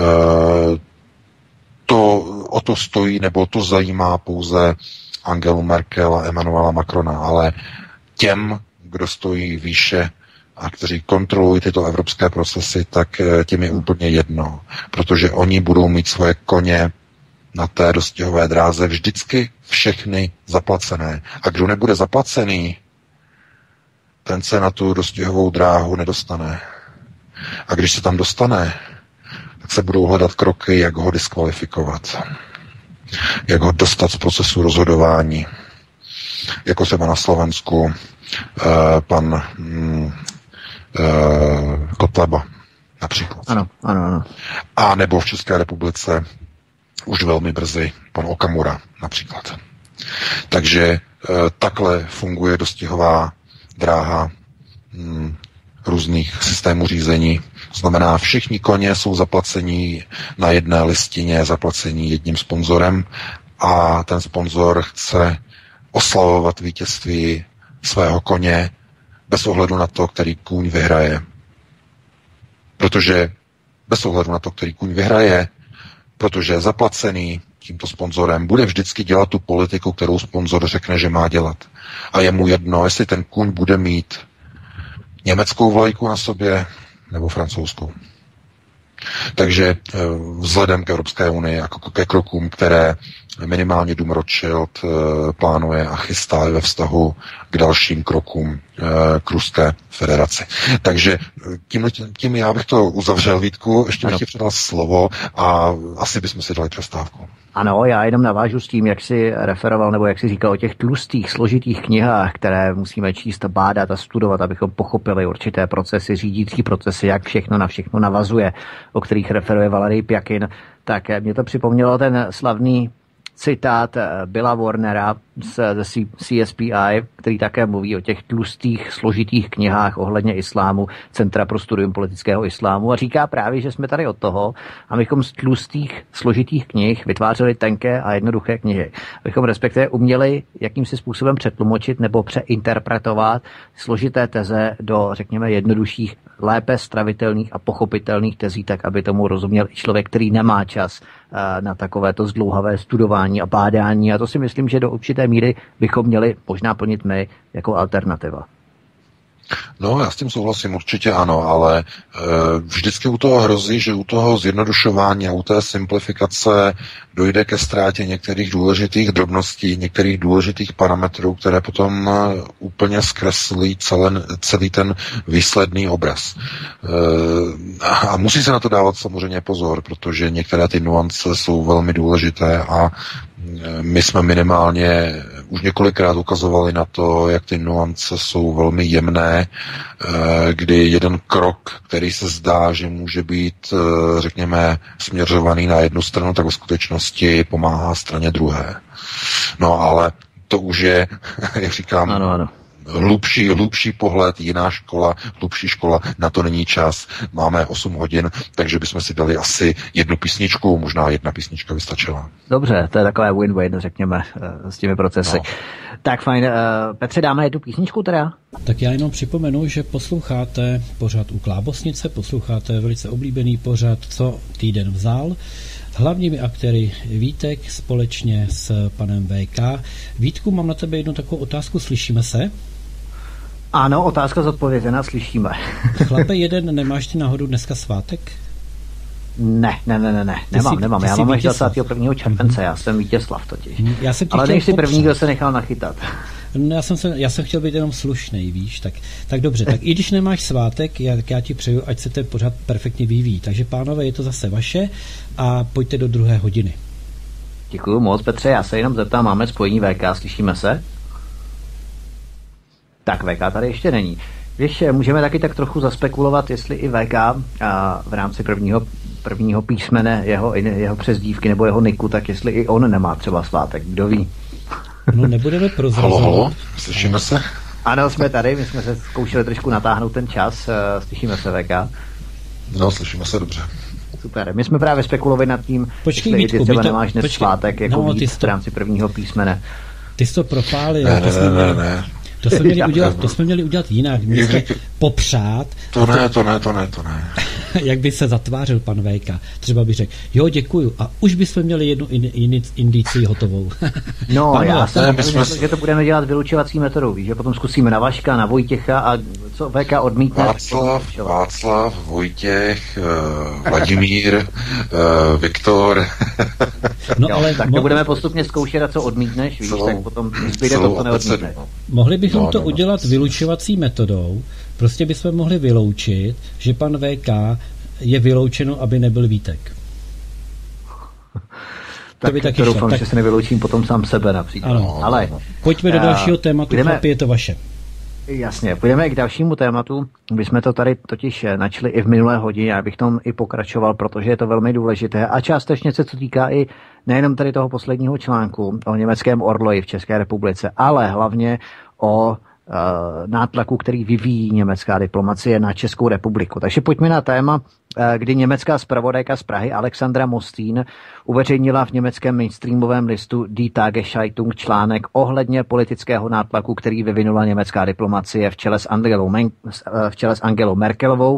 o to stojí, nebo to zajímá pouze Angelu Merkel a Emmanuela Macrona, ale těm, kdo stojí výše a kteří kontrolují tyto evropské procesy, tak těm je úplně jedno, protože oni budou mít svoje koně na té dostihové dráze vždycky všechny zaplacené. A kdo nebude zaplacený, ten se na tu dostihovou dráhu nedostane. A když se tam dostane, tak se budou hledat kroky, jak ho diskvalifikovat. Jak ho dostat z procesu rozhodování. Jako třeba na Slovensku pan Kotleba například. Ano. A nebo v České republice už velmi brzy pan Okamura například. Takže takhle funguje dostihová dráha různých systémů řízení. To znamená, všichni koně jsou zaplacení na jedné listině, zaplacení jedním sponzorem a ten sponzor chce oslavovat vítězství svého koně bez ohledu na to, který kůň vyhraje. Protože bez ohledu na to, který kůň vyhraje, protože zaplacený tímto sponzorem bude vždycky dělat tu politiku, kterou sponzor řekne, že má dělat. A je mu jedno, jestli ten kůň bude mít německou vlajku na sobě nebo francouzskou. Takže vzhledem k Evropské unii a ke krokům, které minimálně dům Rothschild plánuje a chystá ve k dalším krokům k Ruské federaci. Takže tím já bych to uzavřel, Vítku, ještě bych ti předal slovo a asi bychom si dali přestávku. Ano, já jenom navážu s tím, jak jsi referoval, nebo jak jsi říkal o těch tlustých, složitých knihách, které musíme číst, bádat a studovat, abychom pochopili určité procesy, řídící procesy, jak všechno na všechno navazuje, o kterých referuje Valerij Pjakin. Tak mě to připomnělo ten slavný citát Billa Warnera ze CSPI, který také mluví o těch tlustých, složitých knihách ohledně islámu, Centra pro studium politického islámu, a říká právě, že jsme tady od toho, abychom z tlustých, složitých knih vytvářeli tenké a jednoduché knihy. Abychom respektive uměli jakýmsi způsobem přetlumočit nebo přeinterpretovat složité teze do, řekněme, jednodušších, lépe stravitelných a pochopitelných tezí, tak aby tomu rozuměl i člověk, který nemá čas na takovéto zdlouhavé studování a bádání. A to si myslím, že do určité míry bychom měli možná plnit my jako alternativa. No, já s tím souhlasím, určitě ano, ale vždycky u toho hrozí, že u toho zjednodušování a u té simplifikace dojde ke ztrátě některých důležitých drobností, některých důležitých parametrů, které potom úplně zkreslí celý ten výsledný obraz. A musí se na to dávat samozřejmě pozor, protože některé ty nuance jsou velmi důležité a my jsme minimálně už několikrát ukazovali na to, jak ty nuance jsou velmi jemné, kdy jeden krok, který se zdá, že může být, řekněme, směřovaný na jednu stranu, tak v skutečnosti pomáhá straně druhé. No ale to už je, jak říkám, ano. Hlubší pohled, jiná škola, hlubší škola, na to není čas. Máme 8 hodin, takže bychom si dali asi jednu písničku, možná jedna písnička by stačila. Dobře, to je takové win-win, řekněme, s těmi procesy. No. Tak fajn. Petře, dáme jednu písničku teda? Tak já jenom připomenu, že posloucháte pořad u Klábosnice, posloucháte velice oblíbený pořad Co týden vzal. Hlavními aktéry Vítek společně s panem VK. Vítku, mám na tebe jednu takovou otázku, slyšíme se? Ano, otázka zodpovězená, slyšíme. Chlape jeden, nemáš ty náhodou dneska svátek? Ne, nemám. Já mám až 21. července, já jsem Vítězslav totiž. Ale nejsi první, kdo se nechal nachytat. No, já jsem chtěl být jenom slušnej, víš, tak dobře, tak i když nemáš svátek, já ti přeju, ať se ten pořad perfektně vyvíjí. Takže pánové, je to zase vaše a pojďte do 2. hodiny. Děkuju moc, Petře, já se jenom zeptám, máme spojení VK, slyšíme se? Tak VK tady ještě není. Víš, můžeme taky tak trochu zaspekulovat, jestli i VK v rámci prvního písmene jeho přezdívky nebo jeho niku, tak jestli i on nemá třeba svátek, kdo ví. No nebudeme prozrazovat. Halo, slyšíme se? Ano, jsme tady, my jsme se zkoušeli trošku natáhnout ten čas, slyšíme se VK. No, slyšíme se dobře. Super, my jsme právě spekulovali nad tím, počkej, jestli ty třeba nemáš dnes svátek, jako víc v rámci prvního písmene. Ty jsi to propálil. Ne. To jsme měli udělat jinak. My jsme popřát. To ne. Jak by se zatvářil pan VK? Třeba by řekl, jo, děkuju. A už bychom měli jednu indici hotovou. No, já jsem myslel, že to budeme dělat vylučovací metodou. Víš, že potom zkusíme na Vaška, na Vojtěcha a co VK odmítne. Václav, Vojtěch, Vladimír, Viktor. No, ale tak to budeme postupně zkoušet a co odmítneš, víš, tak potom zbyde to, co neodmítneš. Mohli bychom to udělat vylučovací metodou. Prostě bychom mohli vyloučit, že pan VK je vyloučeno, aby nebyl Vítek. Tak to doufám, že se nevyloučím potom sám sebe například. Ano. Ale pojďme do dalšího tématu, chlapi, je to vaše. Jasně, půjdeme k dalšímu tématu. My jsme to tady totiž načli i v minulé hodině, já bych tom i pokračoval, protože je to velmi důležité a částečně se to týká i nejenom tady toho posledního článku o německém orloji v České republice, ale hlavně o nátlaku, který vyvíjí německá diplomacie na Českou republiku. Takže pojďme na téma, kdy německá zpravodajka z Prahy Alexandra Mostín uveřejnila v německém mainstreamovém listu Die Tageszeitung článek ohledně politického nátlaku, který vyvinula německá diplomacie v čele s Angelou Merkelovou.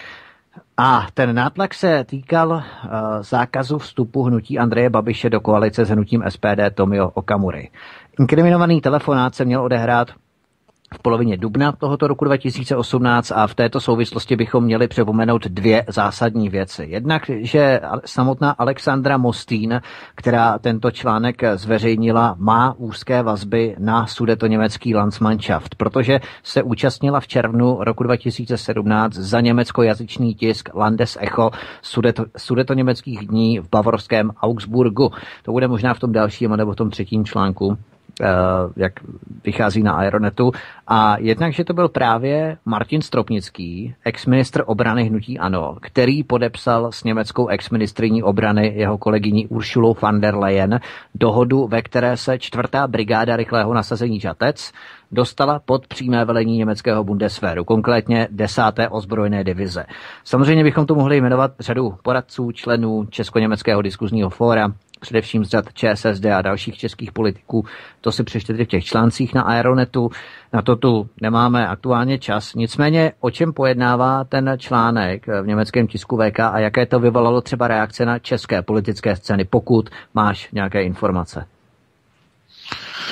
A ten nátlak se týkal zákazu vstupu hnutí Andreje Babiše do koalice s hnutím SPD Tomio Okamury. Inkriminovaný telefonát se měl odehrát v polovině dubna tohoto roku 2018 a v této souvislosti bychom měli připomenout 2 zásadní věci. Jednak, že samotná Alexandra Mostín, která tento článek zveřejnila, má úzké vazby na sudetoněmecký Landsmannschaft, protože se účastnila v červnu roku 2017 za německojazyčný tisk Landesecho sudetoněmeckých dní v bavorském Augsburgu. To bude možná v tom dalším nebo v tom 3. článku, jak vychází na Aeronetu. A jednak, že to byl právě Martin Stropnický, exministr obrany hnutí ANO, který podepsal s německou exministryní obrany jeho kolegyní Uršulou von der Leyen dohodu, ve které se 4. brigáda rychlého nasazení Žatec dostala pod přímé velení německého Bundeswehru, konkrétně 10. ozbrojené divize. Samozřejmě bychom tu mohli jmenovat řadu poradců, členů Česko-německého diskuzního fóra, především z řad ČSSD a dalších českých politiků. To si přečtěte v těch článcích na Aeronetu. Na to tu nemáme aktuálně čas. Nicméně, o čem pojednává ten článek v německém tisku VK a jaké to vyvolalo třeba reakce na české politické scény, pokud máš nějaké informace?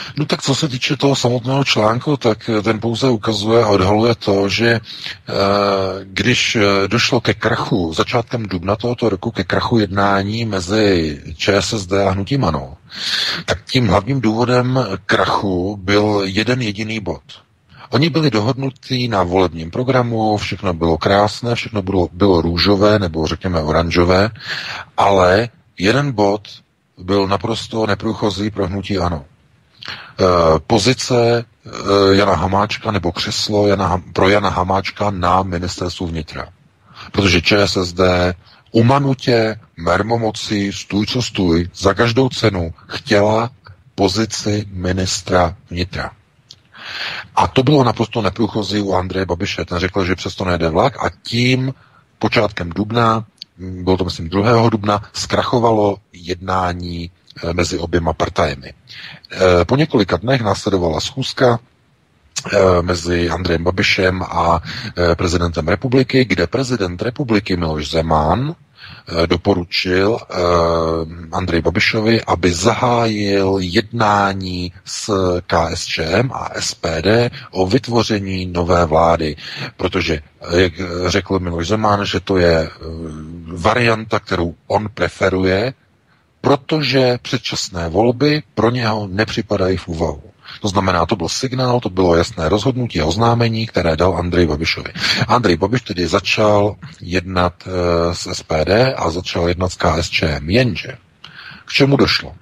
No tak co se týče toho samotného článku, tak ten pouze ukazuje a odhaluje to, že když došlo ke krachu začátkem dubna tohoto roku, ke krachu jednání mezi ČSSD a hnutím ANO, tak tím hlavním důvodem krachu byl jeden jediný bod. Oni byli dohodnutí na volebním programu, všechno bylo krásné, všechno bylo růžové nebo řekněme oranžové, ale jeden bod byl naprosto neprůchozí pro hnutí ANO. Pozice Jana Hamáčka nebo křeslo pro Jana Hamáčka na ministerstvu vnitra. Protože ČSSD umanutě, mermomocí, stůj co stůj, za každou cenu chtěla pozici ministra vnitra. A to bylo naprosto neprůchozí u Andreje Babiše. Ten řekl, že přesto nejde vlak a tím počátkem dubna, bylo to myslím 2. dubna, zkrachovalo jednání mezi oběma partajemi. Po několika dnech následovala schůzka mezi Andrejem Babišem a prezidentem republiky, kde prezident republiky Miloš Zeman doporučil Andreji Babišovi, aby zahájil jednání s KSČM a SPD o vytvoření nové vlády, protože, jak řekl Miloš Zeman, že to je varianta, kterou on preferuje, protože předčasné volby pro něho nepřipadají v úvahu. To znamená, to byl signál, to bylo jasné rozhodnutí a oznámení, které dal Andrej Babišovi. Andrej Babiš tedy začal jednat s SPD a začal jednat s KSČM. Jenže k čemu došlo?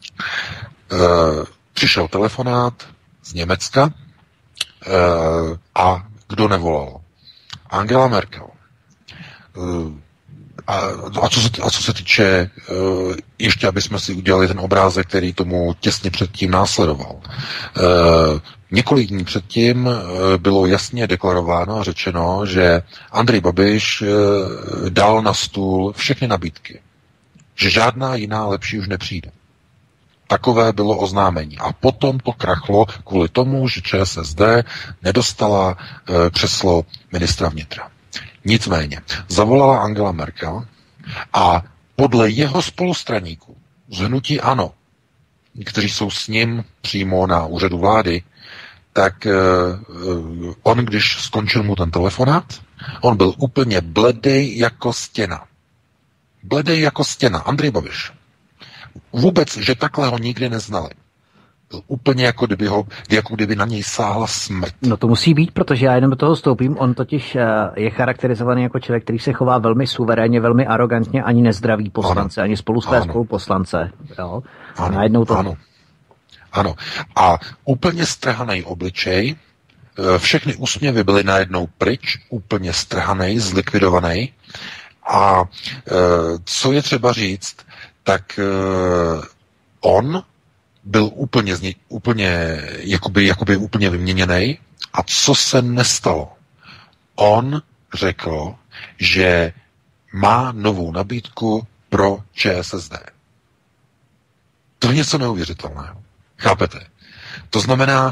Přišel telefonát z Německa a kdo nevolal? Angela Merkel. A co se týče, ještě aby jsme si udělali ten obrázek, který tomu těsně předtím následoval. Několik dní předtím bylo jasně deklarováno a řečeno, že Andrej Babiš dal na stůl všechny nabídky. Že žádná jiná lepší už nepřijde. Takové bylo oznámení. A potom to krachlo kvůli tomu, že ČSSD nedostala křeslo ministra vnitra. Nicméně, zavolala Angela Merkel a podle jeho spolustraníků z hnutí ANO, kteří jsou s ním přímo na úřadu vlády, tak on, když skončil mu ten telefonát, on byl úplně bledej jako stěna. Bledej jako stěna. Andrej Babiš. Vůbec, že takhle ho nikdy neznali. Byl úplně jako kdyby na něj sáhla smrt. No to musí být, protože já jenom do toho stoupím. On totiž je charakterizovaný jako člověk, který se chová velmi suverénně, velmi arrogantně, ani nezdraví poslance, ani spolu své spoluposlance. Jo? Ano. Najednou to... Ano. A úplně strhaný obličej, všechny úsměvy byly najednou pryč, úplně strhaný, zlikvidovaný. A co je třeba říct, tak on byl úplně vyměněný. A co se nestalo? On řekl, že má novou nabídku pro ČSSD. To je něco neuvěřitelného. Chápete? To znamená,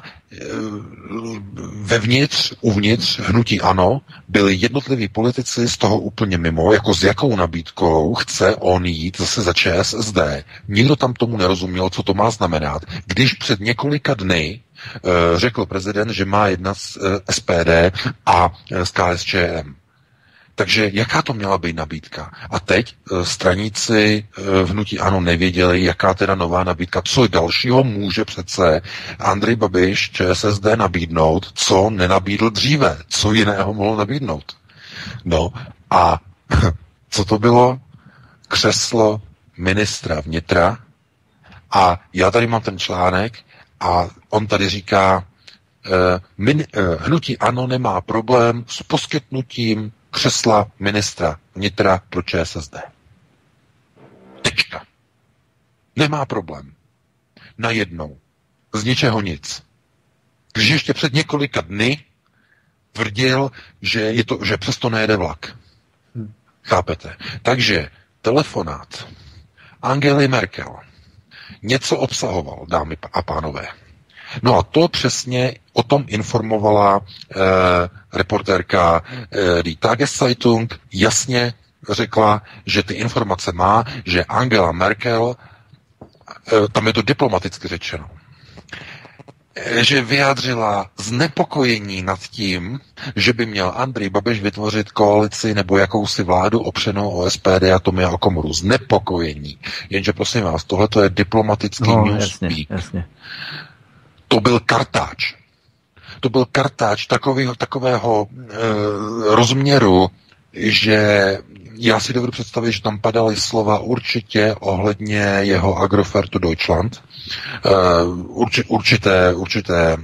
uvnitř hnutí ANO byli jednotliví politici z toho úplně mimo, jako s jakou nabídkou chce on jít zase za ČSSD. Nikdo tam tomu nerozuměl, co to má znamenat. Když před několika dny řekl prezident, že má jednat s SPD a s KSČM. Takže jaká to měla být nabídka? A teď straníci v hnutí ANO nevěděli, jaká teda nová nabídka, co dalšího může přece Andrej Babiš ČSSD nabídnout, co nenabídl dříve, co jiného mohl nabídnout. No a co to bylo? Křeslo ministra vnitra. A já tady mám ten článek a on tady říká, hnutí ANO nemá problém s poskytnutím křesla ministra vnitra pro ČSSD. Tečka. Nemá problém. Najednou. Z ničeho nic. Když ještě před několika dny tvrdil, že přesto nejede vlak. Chápete? Takže telefonát Angely Merkel něco obsahoval, dámy a pánové. No a to přesně o tom informovala reportérka Die Tageszeitung, jasně řekla, že ty informace má, že Angela Merkel, tam je to diplomaticky řečeno, že vyjádřila znepokojení nad tím, že by měl Andrej Babiš vytvořit koalici nebo jakousi vládu opřenou o SPD a Tomia Okamuru. Znepokojení. Jenže prosím vás, tohle je diplomatický newspeak. Jasně. To byl kartáč. To byl kartáč takového rozměru, že já si dovedu představit, že tam padaly slova určitě ohledně jeho Agrofertu Deutschland, určité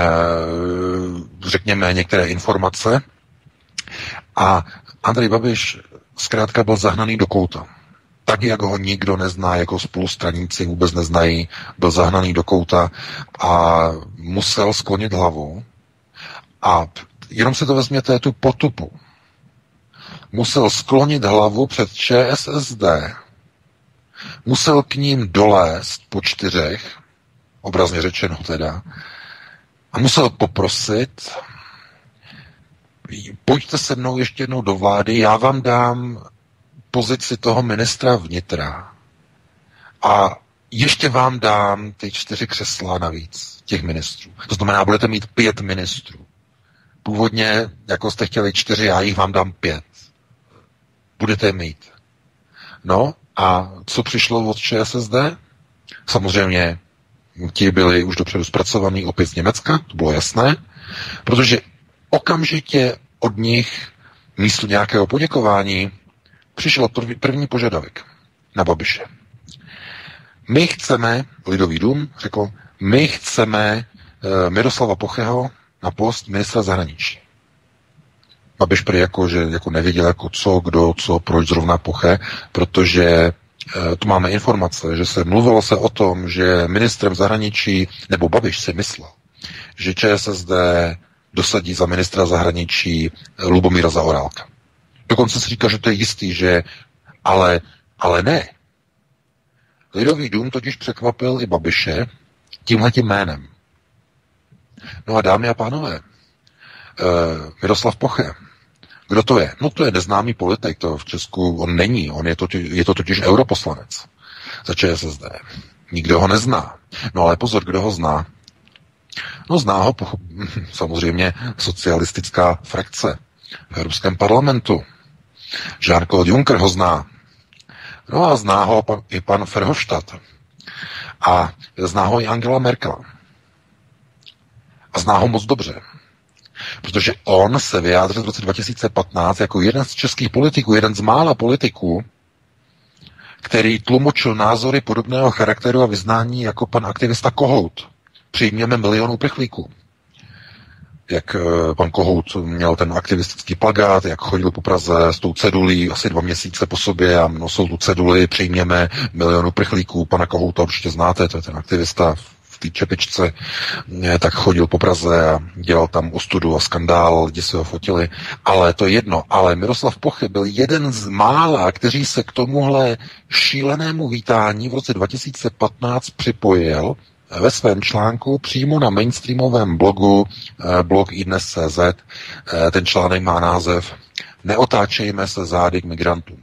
řekněme některé informace a Andrej Babiš zkrátka byl zahnaný do kouta. Tak, jak ho nikdo nezná, jako spolustraníci vůbec neznají, byl zahnaný do kouta a musel sklonit hlavu a jenom si to vezměte, tu potupu. Musel sklonit hlavu před ČSSD, musel k ním dolézt po 4, obrazně řečeno teda, a musel poprosit, pojďte se mnou ještě jednou do vlády, já vám dám pozici toho ministra vnitra a ještě vám dám ty 4 křesla navíc, těch ministrů. To znamená, budete mít 5 ministrů. Původně, jako jste chtěli 4, já jich vám dám 5. Budete mít. No a co přišlo od ČSSD? Samozřejmě ti byli už dopředu zpracovaní opět z Německa, to bylo jasné, protože okamžitě od nich místo nějakého poděkování přišel první požadavek na Babiše. My chceme, Lidový dům řekl, my chceme Miroslava Pocheho na post ministra zahraničí. Babiš prý jako nevěděl, jako co, kdo, co, proč zrovna Poche, protože tu máme informace, že mluvilo se o tom, že ministrem zahraničí, nebo Babiš si myslel, že ČSSD dosadí za ministra zahraničí Lubomíra Zaorálka. Dokonce se říká, že to je jistý, že ale ne. Lidový dům totiž překvapil i Babiše tímhletím jménem. No a dámy a pánové, Miroslav Poche, kdo to je? No to je neznámý politik, to v Česku on není, je to totiž europoslanec za ČSSD. Nikdo ho nezná. No ale pozor, kdo ho zná? No zná ho samozřejmě socialistická frakce v Evropském parlamentu. Jean-Claude Juncker ho zná. No a zná ho i pan Verhofstadt. A zná ho i Angela Merkel. A zná ho moc dobře. Protože on se vyjádřil v roce 2015 jako jeden z českých politiků, jeden z mála politiků, který tlumočil názory podobného charakteru a vyznání jako pan aktivista Kohout. Přijměme 1 000 000 uprchlíků. Jak pan Kohout měl ten aktivistický plakát, jak chodil po Praze s tou cedulí asi 2 měsíce po sobě a nosil tu ceduli, přijměme 1 000 000 uprchlíků. Pana Kohouta určitě znáte, to je ten aktivista v té čepičce, tak chodil po Praze a dělal tam ostudu a skandál, lidi se ho fotili, ale to je jedno. Ale Miroslav Poche byl jeden z mála, kteří se k tomuhle šílenému vítání v roce 2015 připojil ve svém článku přímo na mainstreamovém blogu blog iDnes.cz. Ten článek má název Neotáčejme se zády k migrantům.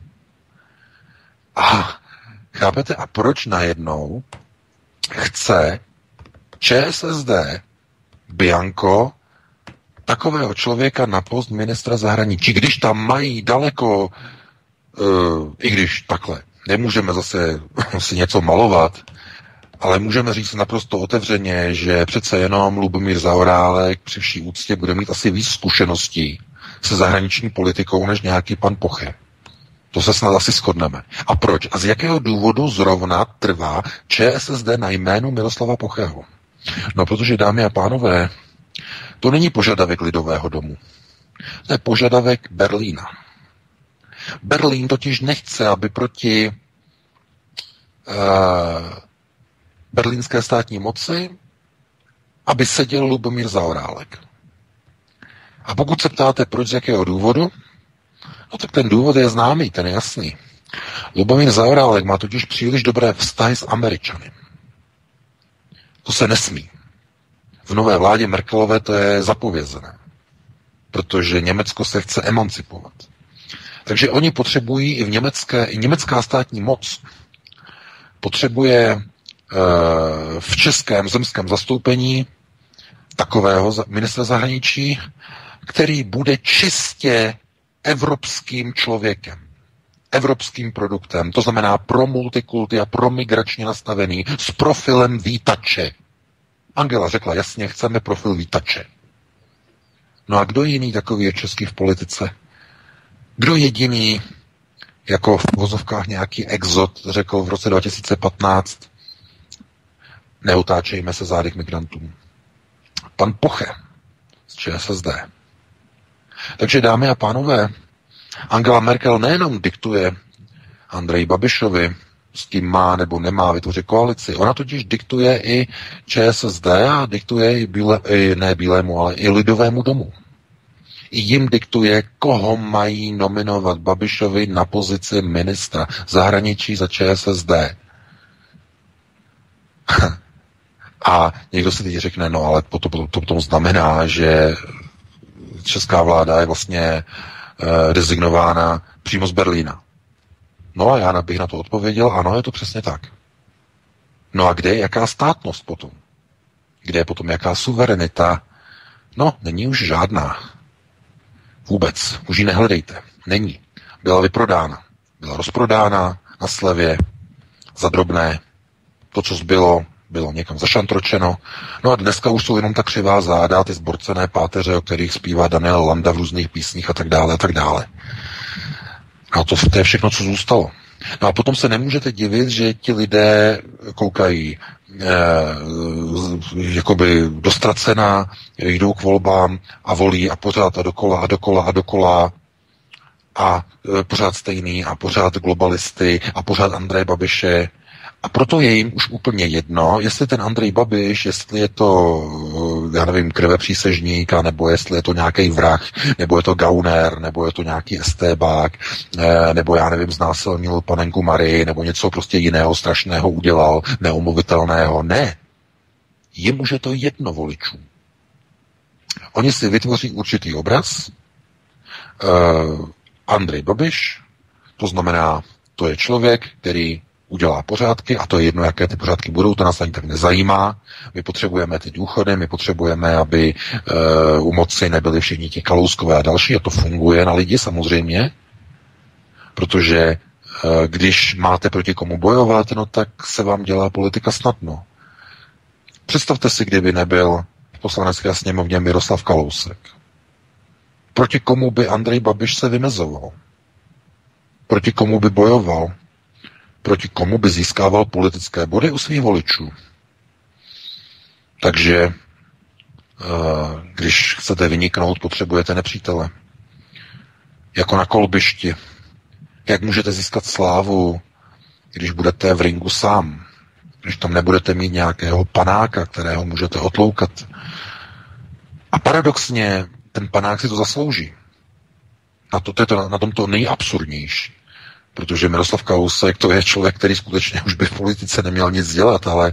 A chápete, a proč najednou chce ČSSD bianco takového člověka na post ministra zahraničí, když tam mají daleko, i když takhle, nemůžeme zase si něco malovat, ale můžeme říct naprosto otevřeně, že přece jenom Lubomír Zaorálek při vší úctě bude mít asi víc zkušeností se zahraniční politikou než nějaký pan Poche. To se snad asi shodneme. A proč? A z jakého důvodu zrovna trvá ČSSD na jménu Miroslava Pocheho? No, protože, dámy a pánové, to není požadavek Lidového domu. To je požadavek Berlína. Berlín totiž nechce, aby proti berlínské státní moci, aby seděl Lubomír Zaorálek. A pokud se ptáte, proč, z jakého důvodu, no tak ten důvod je známý, ten je jasný. Lubomír Zaorálek má totiž příliš dobré vztahy s Američany. To se nesmí. V nové vládě Merkelové to je zapovězené, protože Německo se chce emancipovat. Takže oni potřebují i německá státní moc potřebuje v českém zemském zastoupení takového ministra zahraničí, který bude čistě evropským člověkem, evropským produktem, to znamená pro multikulty a pro migračně nastavený, s profilem vítače. Angela řekla jasně, chceme profil vítače. No a kdo jiný takový je český v politice? Kdo jediný, jako v vozovkách nějaký exot, řekl v roce 2015, neutáčejme se zády k migrantům. Pan Poche z ČSSD. Takže, dámy a pánové, Angela Merkel nejenom diktuje Andreji Babišovi, s tím má nebo nemá vytvořit koalici. Ona totiž diktuje i ČSSD a diktuje i ne Bílému, ale i Lidovému domu. I jim diktuje, koho mají nominovat Babišovi na pozici ministra zahraničí za ČSSD. A někdo si teď řekne, no ale to potom znamená, že česká vláda je vlastně rezignována přímo z Berlína. No a já bych na to odpověděl, ano, je to přesně tak. No a kde je jaká státnost potom? Kde je potom jaká suverenita? No, není už žádná. Vůbec. Už ji nehledejte. Není. Byla vyprodána. Byla rozprodána na slevě za drobné. To, co zbylo, bylo někam zašantročeno. No a dneska už jsou jenom ta křivá záda, ty zborcené páteře, o kterých zpívá Daniel Landa v různých písních a tak dále, a tak dále. No to je všechno, co zůstalo. No a potom se nemůžete divit, že ti lidé koukají jakoby dostracena, jdou k volbám a volí a pořád a dokola a dokola a dokola a pořád stejný a pořád globalisty a pořád Andreje Babiše. A proto je jim už úplně jedno, jestli ten Andrej Babiš, jestli je to, já nevím, krvepřísežník, nebo jestli je to nějaký vrah, nebo je to gauner, nebo je to nějaký estébák, nebo já nevím, znásilnil panenku Marii, nebo něco prostě jiného strašného udělal, neomluvitelného. Ne. Jim už je to jedno voličům. Oni si vytvoří určitý obraz. Andrej Babiš, to znamená, to je člověk, který udělá pořádky, a to je jedno, jaké ty pořádky budou, to nás ani tak nezajímá. My potřebujeme ty důchody, my potřebujeme, aby u moci nebyli všichni ti Kalouskové a další, a to funguje na lidi samozřejmě, protože když máte proti komu bojovat, no tak se vám dělá politika snadno. Představte si, kdyby nebyl v Poslanecké sněmovně Miroslav Kalousek. Proti komu by Andrej Babiš se vymezoval? Proti komu by bojoval? Proti komu by získával politické body u svých voličů? Takže když chcete vyniknout, potřebujete nepřítele. Jako na kolbišti. Jak můžete získat slávu, když budete v ringu sám? Když tam nebudete mít nějakého panáka, kterého můžete otloukat. A paradoxně, ten panák si to zaslouží. Na tom to nejabsurdnější. Protože Miroslav Kalousek to je člověk, který skutečně už by v politice neměl nic dělat, ale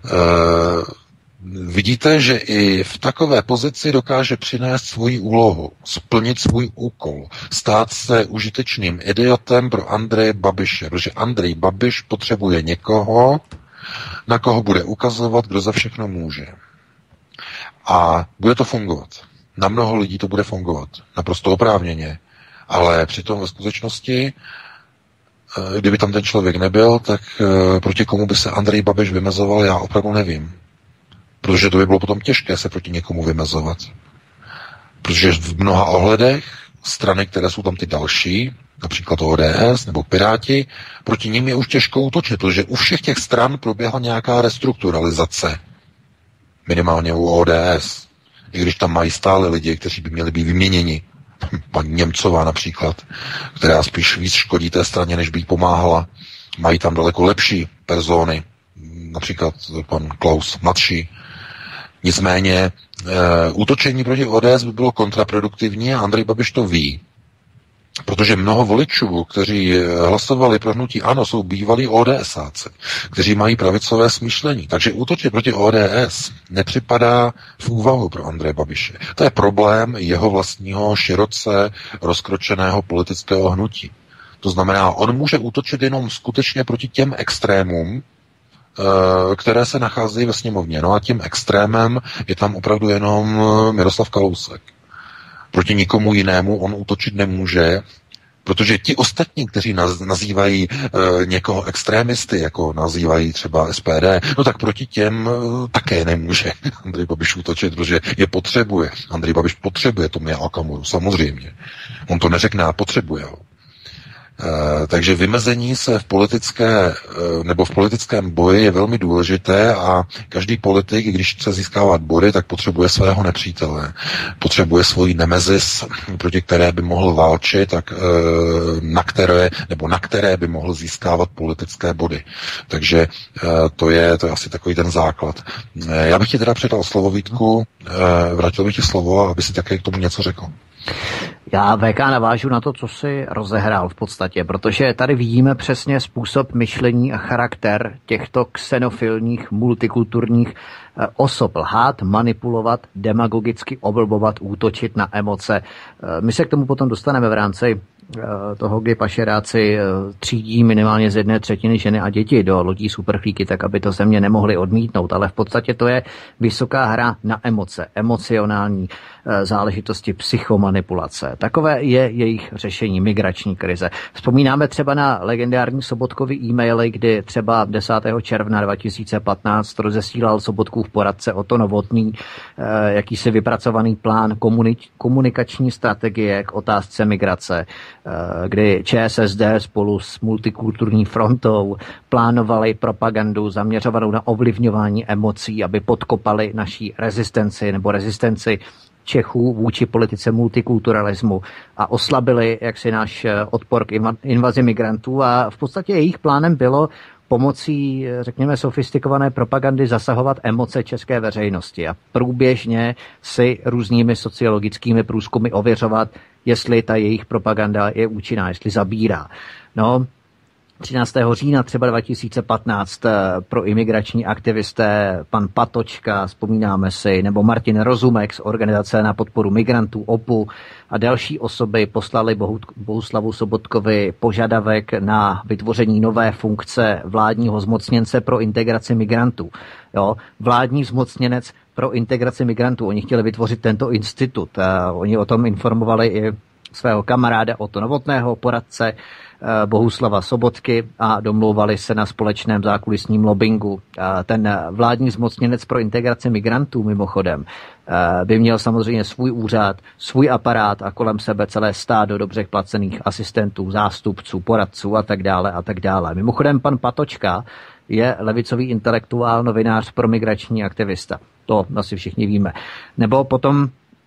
vidíte, že i v takové pozici dokáže přinést svoji úlohu, splnit svůj úkol, stát se užitečným idiotem pro Andreje Babiše, protože Andrej Babiš potřebuje někoho, na koho bude ukazovat, kdo za všechno může. A bude to fungovat. Na mnoho lidí to bude fungovat. Naprosto oprávněně. Ale přitom ve skutečnosti, kdyby tam ten člověk nebyl, tak proti komu by se Andrej Babiš vymezoval, já opravdu nevím. Protože to by bylo potom těžké se proti někomu vymezovat. Protože v mnoha ohledech strany, které jsou tam ty další, například ODS nebo Piráti, proti nim je už těžko útočit, protože u všech těch stran proběhla nějaká restrukturalizace. Minimálně u ODS. I když tam mají stále lidi, kteří by měli být vyměněni. Paní Němcová například, která spíš víc škodí té straně, než by jí pomáhala. Mají tam daleko lepší persony, například pan Klaus mladší. Nicméně útočení proti ODS by bylo kontraproduktivní a Andrej Babiš to ví. Protože mnoho voličů, kteří hlasovali pro hnutí ANO, jsou bývalí ODSáci, kteří mají pravicové smýšlení. Takže útočit proti ODS nepřipadá v úvahu pro Andreje Babiše. To je problém jeho vlastního široce rozkročeného politického hnutí. To znamená, on může útočit jenom skutečně proti těm extrémům, které se nacházejí ve sněmovně. No a tím extrémem je tam opravdu jenom Miroslav Kalousek. Proti nikomu jinému on útočit nemůže, protože ti ostatní, kteří nazývají někoho extrémisty, jako nazývají třeba SPD, no tak proti těm také nemůže Andrej Babiš útočit, protože je potřebuje. Andrej Babiš potřebuje Tomia Okamuru, samozřejmě. On to neřekne a potřebuje ho. Takže vymezení se v politickém boji je velmi důležité a každý politik, když chce získávat body, tak potřebuje svého nepřítele. Potřebuje svoji nemezis, proti které by mohl válčit, tak na které by mohl získávat politické body. Takže to je asi takový ten základ. Já bych ti teda předal slovo, Vítku, vrátil bych ti slovo, aby si také k tomu něco řekl. Já VK navážu na to, co si rozehrál v podstatě, protože tady vidíme přesně způsob myšlení a charakter těchto xenofilních, multikulturních osob. Lhát, manipulovat, demagogicky oblbovat, útočit na emoce. My se k tomu potom dostaneme v rámci toho, kdy pašeráci třídí minimálně z 1/3 ženy a děti do lodí superchlíky, tak aby to země nemohli odmítnout. Ale v podstatě to je vysoká hra na emoce, emocionální záležitosti, psychomanipulace. Takové je jejich řešení migrační krize. Vzpomínáme třeba na legendární Sobotkovy e-maily, kdy třeba 10. června 2015 rozesílal Sobotkův poradce Otto Novotný jakýsi vypracovaný plán komunikační strategie k otázce migrace, kdy ČSSD spolu s multikulturní frontou plánovali propagandu zaměřovanou na ovlivňování emocí, aby podkopali naší rezistenci Čechů vůči politice multikulturalismu a oslabili jaksi náš odpor k invazi migrantů a v podstatě jejich plánem bylo pomocí, řekněme, sofistikované propagandy zasahovat emoce české veřejnosti a průběžně si různými sociologickými průzkumy ověřovat, jestli ta jejich propaganda je účinná, jestli zabírá. No, 13. října třeba 2015 pro imigrační aktivisté pan Patočka, vzpomínáme si, nebo Martin Rozumek z Organizace na podporu migrantů OPU a další osoby poslali Bohuslavu Sobotkovi požadavek na vytvoření nové funkce vládního zmocněnce pro integraci migrantů. Jo, vládní zmocněnec pro integraci migrantů. Oni chtěli vytvořit tento institut. Oni o tom informovali i svého kamaráda Otto Novotného, poradce Bohuslava Sobotky a domlouvali se na společném zákulisním lobbingu. Ten vládní zmocněnec pro integraci migrantů mimochodem by měl samozřejmě svůj úřad, svůj aparát a kolem sebe celé stádo dobře placených asistentů, zástupců, poradců a tak dále a tak dále. Mimochodem pan Patočka je levicový intelektuál, novinář, promigrační aktivista. To asi všichni víme. Nebo potom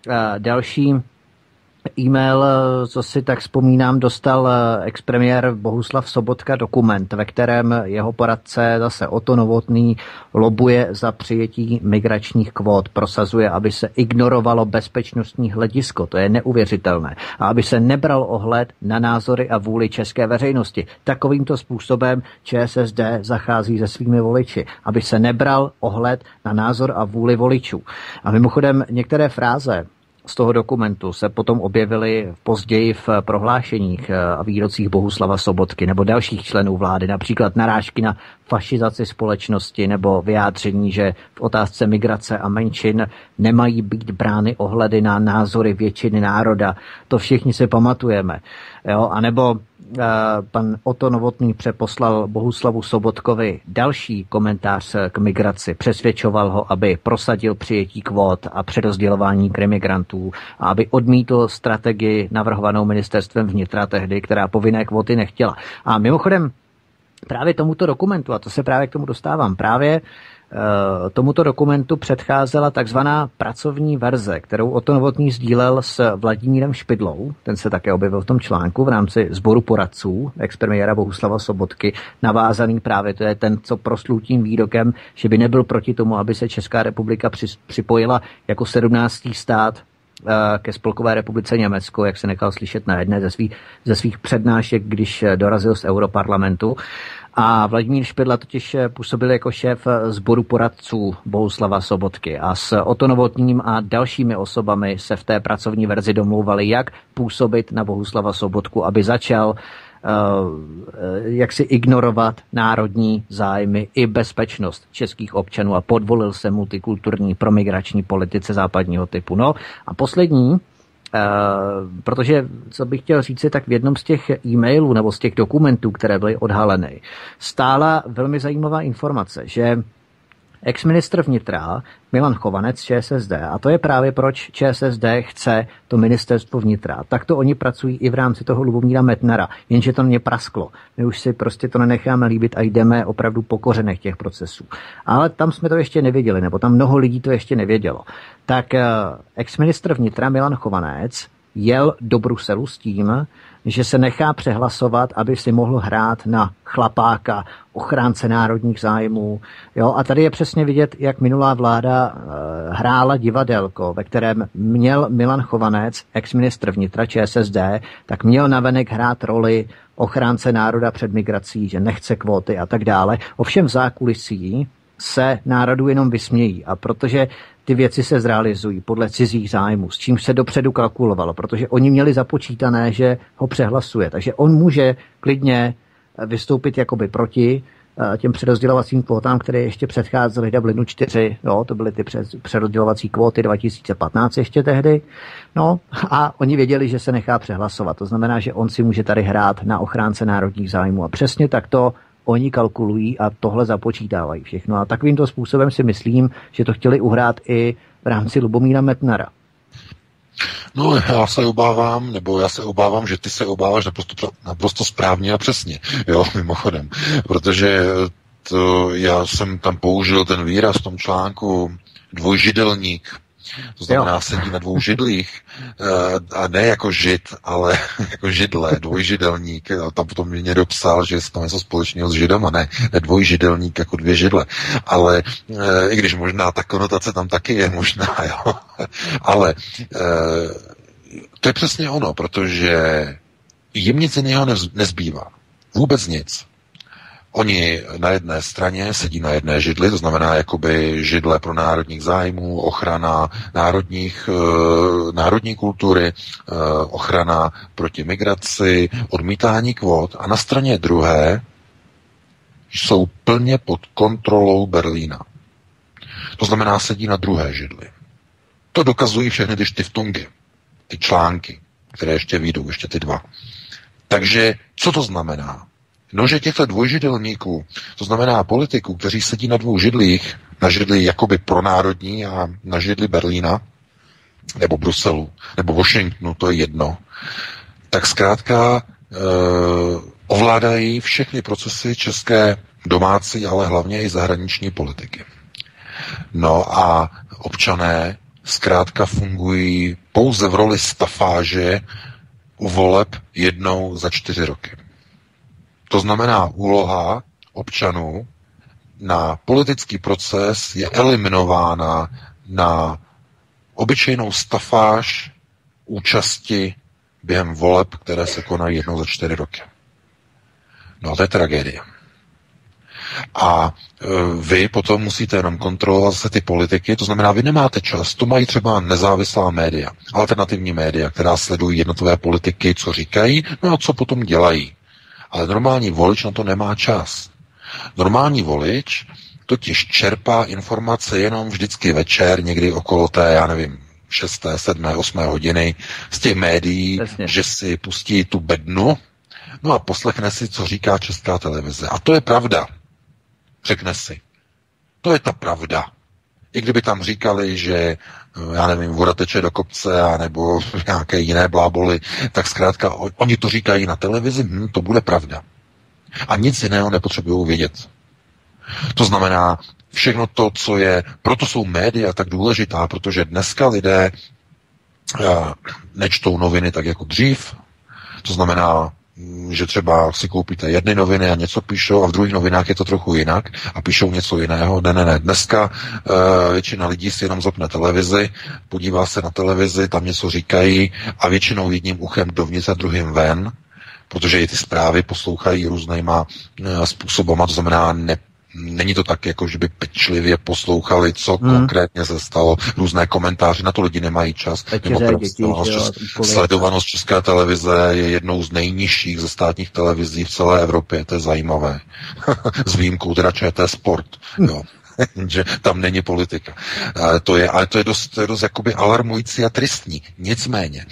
další e-mail, co si tak vzpomínám, dostal expremiér Bohuslav Sobotka dokument, ve kterém jeho poradce zase Otto Novotný lobuje za přijetí migračních kvót, prosazuje, aby se ignorovalo bezpečnostní hledisko, to je neuvěřitelné, a aby se nebral ohled na názory a vůli české veřejnosti. Takovýmto způsobem ČSSD zachází se svými voliči, aby se nebral ohled na názor a vůli voličů. A mimochodem některé fráze z toho dokumentu se potom objevily později v prohlášeních a výrocích Bohuslava Sobotky nebo dalších členů vlády, například narážky na fašizaci společnosti nebo vyjádření, že v otázce migrace a menšin nemají být brány ohledy na názory většiny národa. To všichni si pamatujeme. Jo? A nebo pan Otto Novotný přeposlal Bohuslavu Sobotkovi další komentář k migraci. Přesvědčoval ho, aby prosadil přijetí kvót a přerozdělování migrantů a aby odmítl strategii navrhovanou ministerstvem vnitra tehdy, která povinné kvóty nechtěla. A mimochodem právě tomuto dokumentu, a to se právě k tomu dostávám, právě tomuto dokumentu předcházela takzvaná pracovní verze, kterou Otto Novotný sdílel s Vladimírem Špidlou, ten se také objevil v tom článku v rámci sboru poradců expremiéra Bohuslava Sobotky, navázaný právě, to je ten, co proslul tím výrokem, že by nebyl proti tomu, aby se Česká republika připojila jako 17. stát ke Spolkové republice Německo, jak se nechal slyšet na jedné ze svých přednášek, když dorazil z Europarlamentu. A Vladimír Špidla totiž působil jako šéf sboru poradců Bohuslava Sobotky a s Otto Novotným a dalšími osobami se v té pracovní verzi domlouvali, jak působit na Bohuslava Sobotku, aby začal jak si ignorovat národní zájmy i bezpečnost českých občanů a podvolil se multikulturní promigrační politice západního typu. No a poslední, protože, co bych chtěl říct, tak v jednom z těch e-mailů nebo z těch dokumentů, které byly odhaleny, stála velmi zajímavá informace, že ex-ministr vnitra Milan Chovanec ČSSD, a to je právě proč ČSSD chce to ministerstvo vnitra, tak to oni pracují i v rámci toho Lubomíra Metnara, jenže to mě prasklo. My už si prostě to nenecháme líbit a jdeme opravdu po kořenech těch procesů. Ale tam jsme to ještě nevěděli, nebo tam mnoho lidí to ještě nevědělo. Tak ex-ministr vnitra Milan Chovanec jel do Bruselu s tím, že se nechá přehlasovat, aby si mohl hrát na chlapáka, ochránce národních zájmů. Jo? A tady je přesně vidět, jak minulá vláda hrála divadelko, ve kterém měl Milan Chovanec, ex-ministr vnitra ČSSD, tak měl navenek hrát roli ochránce národa před migrací, že nechce kvóty a tak dále. Ovšem v zákulisí se národu jenom vysmějí. A protože ty věci se zrealizují podle cizích zájmů, s čím se dopředu kalkulovalo, protože oni měli započítané, že ho přehlasuje. Takže on může klidně vystoupit jakoby proti těm přerozdělovacím kvótám, které ještě předcházely Dublinu 4, jo, to byly ty přerozdělovací kvóty 2015 ještě tehdy. No a oni věděli, že se nechá přehlasovat. To znamená, že on si může tady hrát na ochránce národních zájmů. A přesně takto oni kalkulují a tohle započítávají všechno. A takovýmto způsobem si myslím, že to chtěli uhrát i v rámci Lubomíra Metnara. No, já se obávám, že ty se obáváš naprosto správně a přesně, jo, mimochodem. Protože já jsem tam použil ten výraz v tom článku dvojžidelník. To znamená, sedí na dvou židlích, a ne jako žid, ale jako židle, dvojžidelník. A tam potom mě někdo psal, že je tam něco společného s židem, a ne dvojžidelník jako dvě židle. Ale i když možná ta konotace tam taky je možná, jo. Ale to je přesně ono, protože jim nic jiného nezbývá. Vůbec nic. Oni na jedné straně sedí na jedné židli, to znamená jakoby židle pro národních zájmů, ochrana národní kultury, ochrana proti migraci, odmítání kvót, a na straně druhé jsou plně pod kontrolou Berlína. To znamená, sedí na druhé židli. To dokazují všechny ty štiftungy, ty články, které ještě vyjdou, ještě ty dva. Takže co to znamená? No, že těchto dvojžidelníků, to znamená politiků, kteří sedí na dvou židlích, na židli jakoby pronárodní a na židli Berlína, nebo Bruselu, nebo Washingtonu, to je jedno, tak zkrátka ovládají všechny procesy české domácí, ale hlavně i zahraniční politiky. No a občané zkrátka fungují pouze v roli stafáže u voleb jednou za 4 roky. To znamená, úloha občanů na politický proces je eliminována na obyčejnou stafáž účasti během voleb, které se konají jednou za 4 roky. No a to je tragédie. A vy potom musíte jenom kontrolovat zase ty politiky, to znamená, vy nemáte čas, to mají třeba nezávislá média, alternativní média, která sledují jednotlivé politiky, co říkají, no a co potom dělají. Ale normální volič na to nemá čas. Normální volič totiž čerpá informace jenom vždycky večer, někdy okolo té, já nevím, 6., 7., 8. hodiny z těch médií, Přesně. Že si pustí tu bednu, no a poslechne si, co říká Česká televize. A to je pravda. Řekne si. To je ta pravda. I kdyby tam říkali, že, já nevím, voda teče do kopce, nebo nějaké jiné bláboli, tak zkrátka oni to říkají na televizi, to bude pravda. A nic jiného nepotřebují vědět. To znamená, všechno to, co je, proto jsou média tak důležitá, protože dneska lidé nečtou noviny tak jako dřív. To znamená, že třeba si koupíte jedny noviny a něco píšou a v druhých novinách je to trochu jinak a píšou něco jiného. Ne. Dneska většina lidí si jenom zapne televizi, podívá se na televizi, tam něco říkají a většinou jedním uchem dovnitř a druhým ven, protože i ty zprávy poslouchají různýma způsobama, to znamená Není to tak, jako že by pečlivě poslouchali, co konkrétně se stalo, různé komentáře, na to lidi nemají čas. Sledovanost České televize je jednou z nejnižších ze státních televizí v celé Evropě, to je zajímavé. S výjimkou teda ČT Sport, jo. Že tam není politika. Ale to je dost jakoby alarmující a tristní. Nicméně,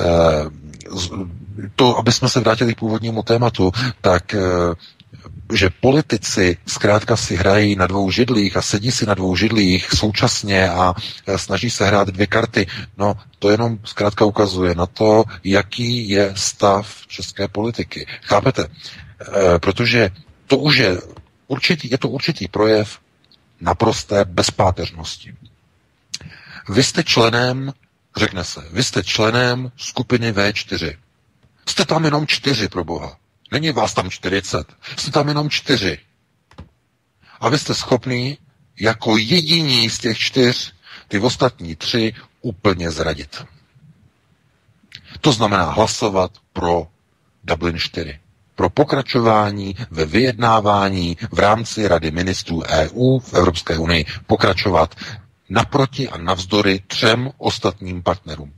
to, aby jsme se vrátili k původnímu tématu, tak že politici zkrátka si hrají na dvou židlích a sedí si na dvou židlích současně a snaží se hrát dvě karty, no to jenom zkrátka ukazuje na to, jaký je stav české politiky. Chápete? Protože to už je určitý projev naprosté bezpáteřnosti. Vy jste členem, řekne se, vy jste členem skupiny V4. Jste tam jenom 4, pro boha. Není vás tam 40. Jste tam jenom 4. A vy jste schopný jako jediní z těch 4 ty ostatní 3 úplně zradit. To znamená hlasovat pro Dublin 4. Pro pokračování ve vyjednávání v rámci Rady ministrů EU v Evropské unii. Pokračovat naproti a navzdory 3 ostatním partnerům.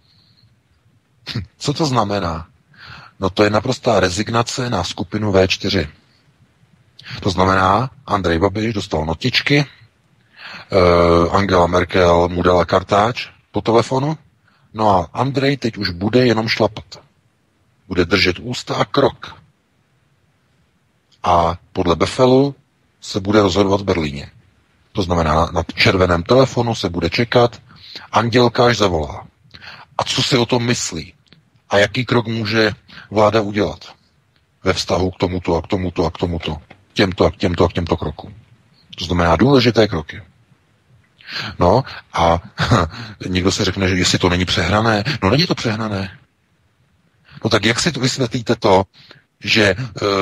Co to znamená? No to je naprostá rezignace na skupinu V4. To znamená, Andrej Babiš dostal notičky, Angela Merkel mu dala kartáč po telefonu, no a Andrej teď už bude jenom šlapat. Bude držet ústa a krok. A podle Befelu se bude rozhodovat v Berlíně. To znamená, na červeném telefonu se bude čekat, Andělka až zavolá. A co si o tom myslí? A jaký krok může vláda udělat ve vztahu k tomuto a k tomuto a k tomuto, k těmto krokům. To znamená důležité kroky. No a někdo se řekne, že jestli to není přehrané. No není to přehrané. No tak jak si to vysvětlíte to, že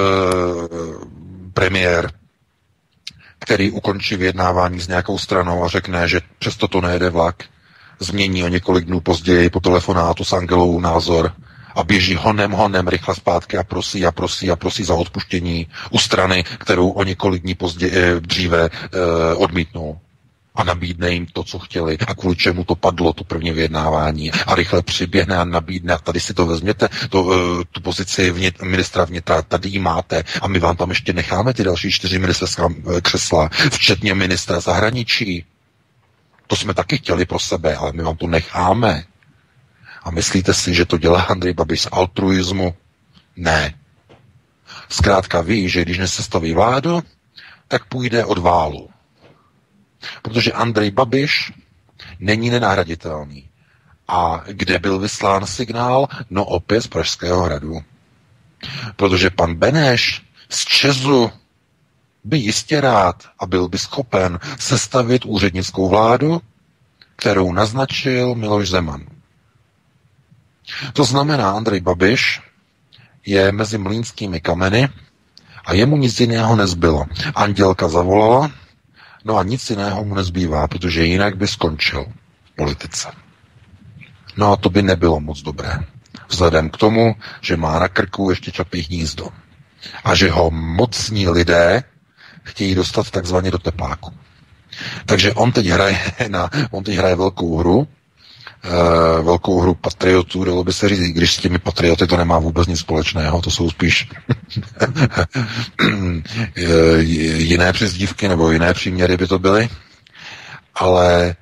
premiér, který ukončí vyjednávání s nějakou stranou a řekne, že přesto to nejede vlak, změní o několik dnů později po telefonátu s Angelou názor a běží honem rychle zpátky a prosí za odpuštění u strany, kterou o několik dní dříve odmítnou. A nabídne jim to, co chtěli a kvůli čemu to padlo, to první vyjednávání. A rychle přiběhne a nabídne a tady si to vezměte, tu pozici ministra vnitra, tady ji máte a my vám tam ještě necháme ty další 4 ministerská křesla, včetně ministra zahraničí. To jsme taky chtěli pro sebe, ale my vám to necháme. A myslíte si, že to dělá Andrej Babiš z altruismu? Ne. Zkrátka ví, že když nesestaví vládu, tak půjde od válu. Protože Andrej Babiš není nenahraditelný. A kde byl vyslán signál? No opět z Pražského hradu. Protože pan Beneš z ČEZu by jistě rád a byl by schopen sestavit úřednickou vládu, kterou naznačil Miloš Zeman. To znamená, Andrej Babiš je mezi mlýnskými kameny a jemu nic jiného nezbylo. Andělka zavolala, no a nic jiného mu nezbývá, protože jinak by skončil v politice. No a to by nebylo moc dobré. Vzhledem k tomu, že má na krku ještě Čapí hnízdo. A že ho mocní lidé chtějí dostat takzvaně do tepláku. Takže on teď hraje velkou hru patriotů, dalo by se říct, když s těmi patrioty to nemá vůbec nic společného, to jsou spíš jiné přezdívky nebo jiné příměry by to byly, ale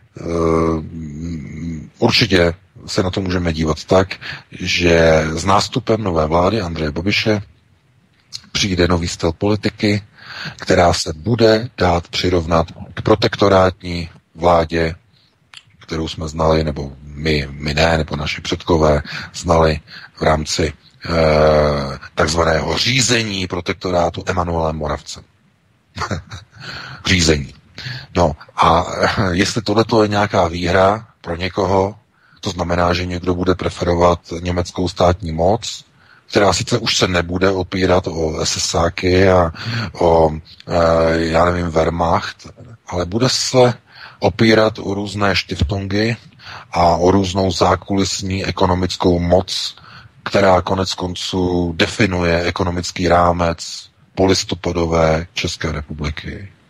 určitě se na to můžeme dívat tak, že s nástupem nové vlády Andreje Babiše přijde nový styl politiky, která se bude dát přirovnat k protektorátní vládě, kterou jsme znali, nebo my ne, nebo naši předkové znali v rámci takzvaného řízení protektorátu Emanuelem Moravcem. Řízení. No a jestli tohleto je nějaká výhra pro někoho, to znamená, že někdo bude preferovat německou státní moc, která sice už se nebude opírat o SSáky a o, já nevím, Wehrmacht, ale bude se opírat o různé štiftungy a o různou zákulisní ekonomickou moc, která konec konců definuje ekonomický rámec polistopadové České republiky.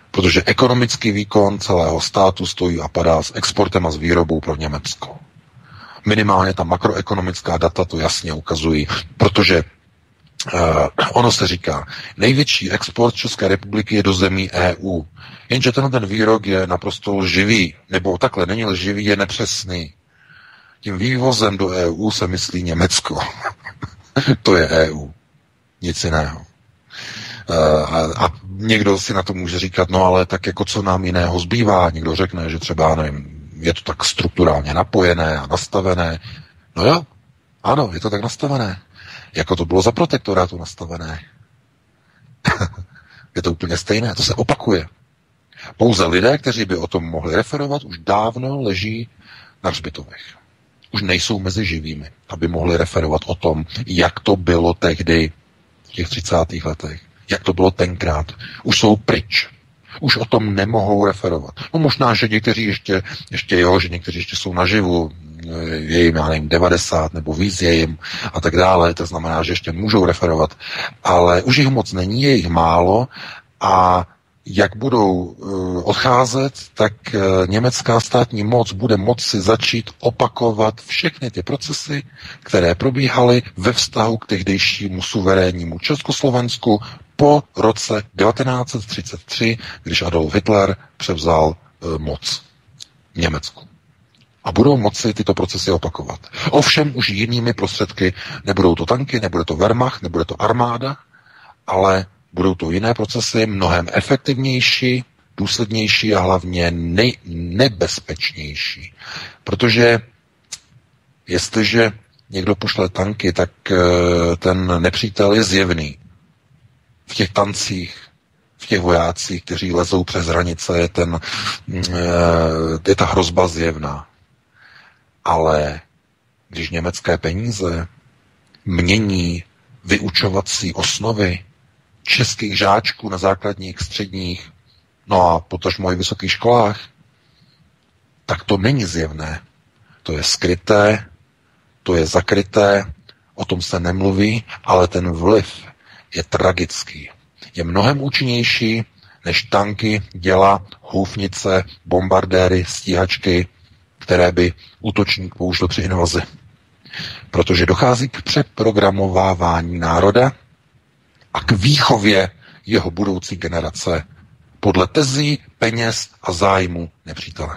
Protože ekonomický výkon celého státu stojí a padá s exportem a s výrobou pro Německo. Minimálně ta makroekonomická data to jasně ukazují, protože ono se říká, největší export České republiky je do zemí EU. Jenže ten výrok je naprosto lživý, nebo takhle, není lživý, je nepřesný. Tím vývozem do EU se myslí Německo. To je EU. Nic jiného. A někdo si na to může říkat, no ale tak jako co nám jiného zbývá. Někdo řekne, že třeba, nevím, je to tak strukturálně napojené a nastavené. No jo, ano, je to tak nastavené. Jako to bylo za protektorátu nastavené. Je to úplně stejné, to se opakuje. Pouze lidé, kteří by o tom mohli referovat, už dávno leží na hřbitovech. Už nejsou mezi živými, aby mohli referovat o tom, jak to bylo tehdy v těch 30. letech. Jak to bylo tenkrát. Už jsou pryč. Už o tom nemohou referovat. No možná, že někteří ještě jo, že někteří ještě jsou naživu, je jim, já nevím, 90 nebo víc je jim a tak dále, to znamená, že ještě můžou referovat, ale už jich moc není, je jich málo a jak budou odcházet, tak německá státní moc bude moci začít opakovat všechny ty procesy, které probíhaly ve vztahu k tehdejšímu suverénnímu Československu po roce 1933, když Adolf Hitler převzal moc v Německu. A budou moci tyto procesy opakovat. Ovšem už jinými prostředky, nebudou to tanky, nebude to Wehrmacht, nebude to armáda, ale budou to jiné procesy, mnohem efektivnější, důslednější a hlavně nebezpečnější. Protože jestliže někdo pošle tanky, tak ten nepřítel je zjevný. V těch tancích, v těch vojácích, kteří lezou přes hranice, je ta hrozba zjevná. Ale když německé peníze mění vyučovací osnovy českých žáčků na základních, středních, no a potažmo i vysokých školách, tak to není zjevné. To je skryté, to je zakryté, o tom se nemluví, ale ten vliv je tragický. Je mnohem účinnější než tanky, děla, houfnice, bombardéry, stíhačky, které by útočník použil při invazi. Protože dochází k přeprogramovávání národa a k výchově jeho budoucí generace podle tezí, peněz a zájmu nepřítele.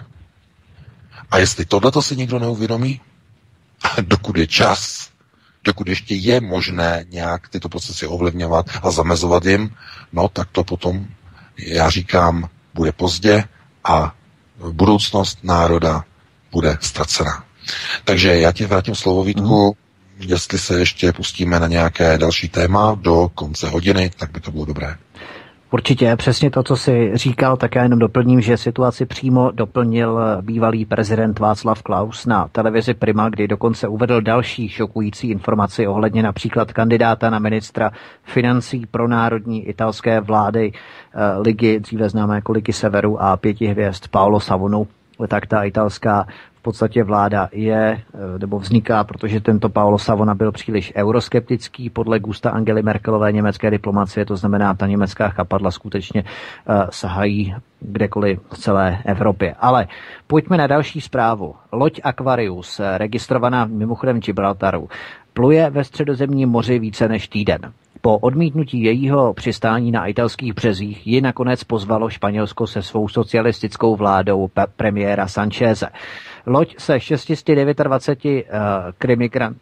A jestli tohleto si nikdo neuvědomí, dokud je čas, dokud ještě je možné nějak tyto procesy ovlivňovat a zamezovat jim, no tak to potom, já říkám, bude pozdě a budoucnost národa bude ztracená. Takže já ti vrátím slovo, Vítku, jestli se ještě pustíme na nějaké další téma do konce hodiny, tak by to bylo dobré. Určitě, přesně to, co jsi říkal, tak já jenom doplním, že situaci přímo doplnil bývalý prezident Václav Klaus na televizi Prima, kdy dokonce uvedl další šokující informaci ohledně například kandidáta na ministra financí pro národní italské vlády ligy, dříve známé jako Ligy Severu a 5 hvězd Paolo Savonu. Tak ta italská v podstatě vláda je, nebo vzniká, protože tento Paolo Savona byl příliš euroskeptický podle gusta Angely Merkelové německé diplomacie, to znamená, ta německá chapadla skutečně sahají kdekoliv v celé Evropě. Ale pojďme na další zprávu. Loď Aquarius, registrovaná mimochodem v Gibraltaru, pluje ve Středozemním moři více než týden. Po odmítnutí jejího přistání na italských březích ji nakonec pozvalo Španělsko se svou socialistickou vládou premiéra Sancheze. Loď se 629 krimigrant...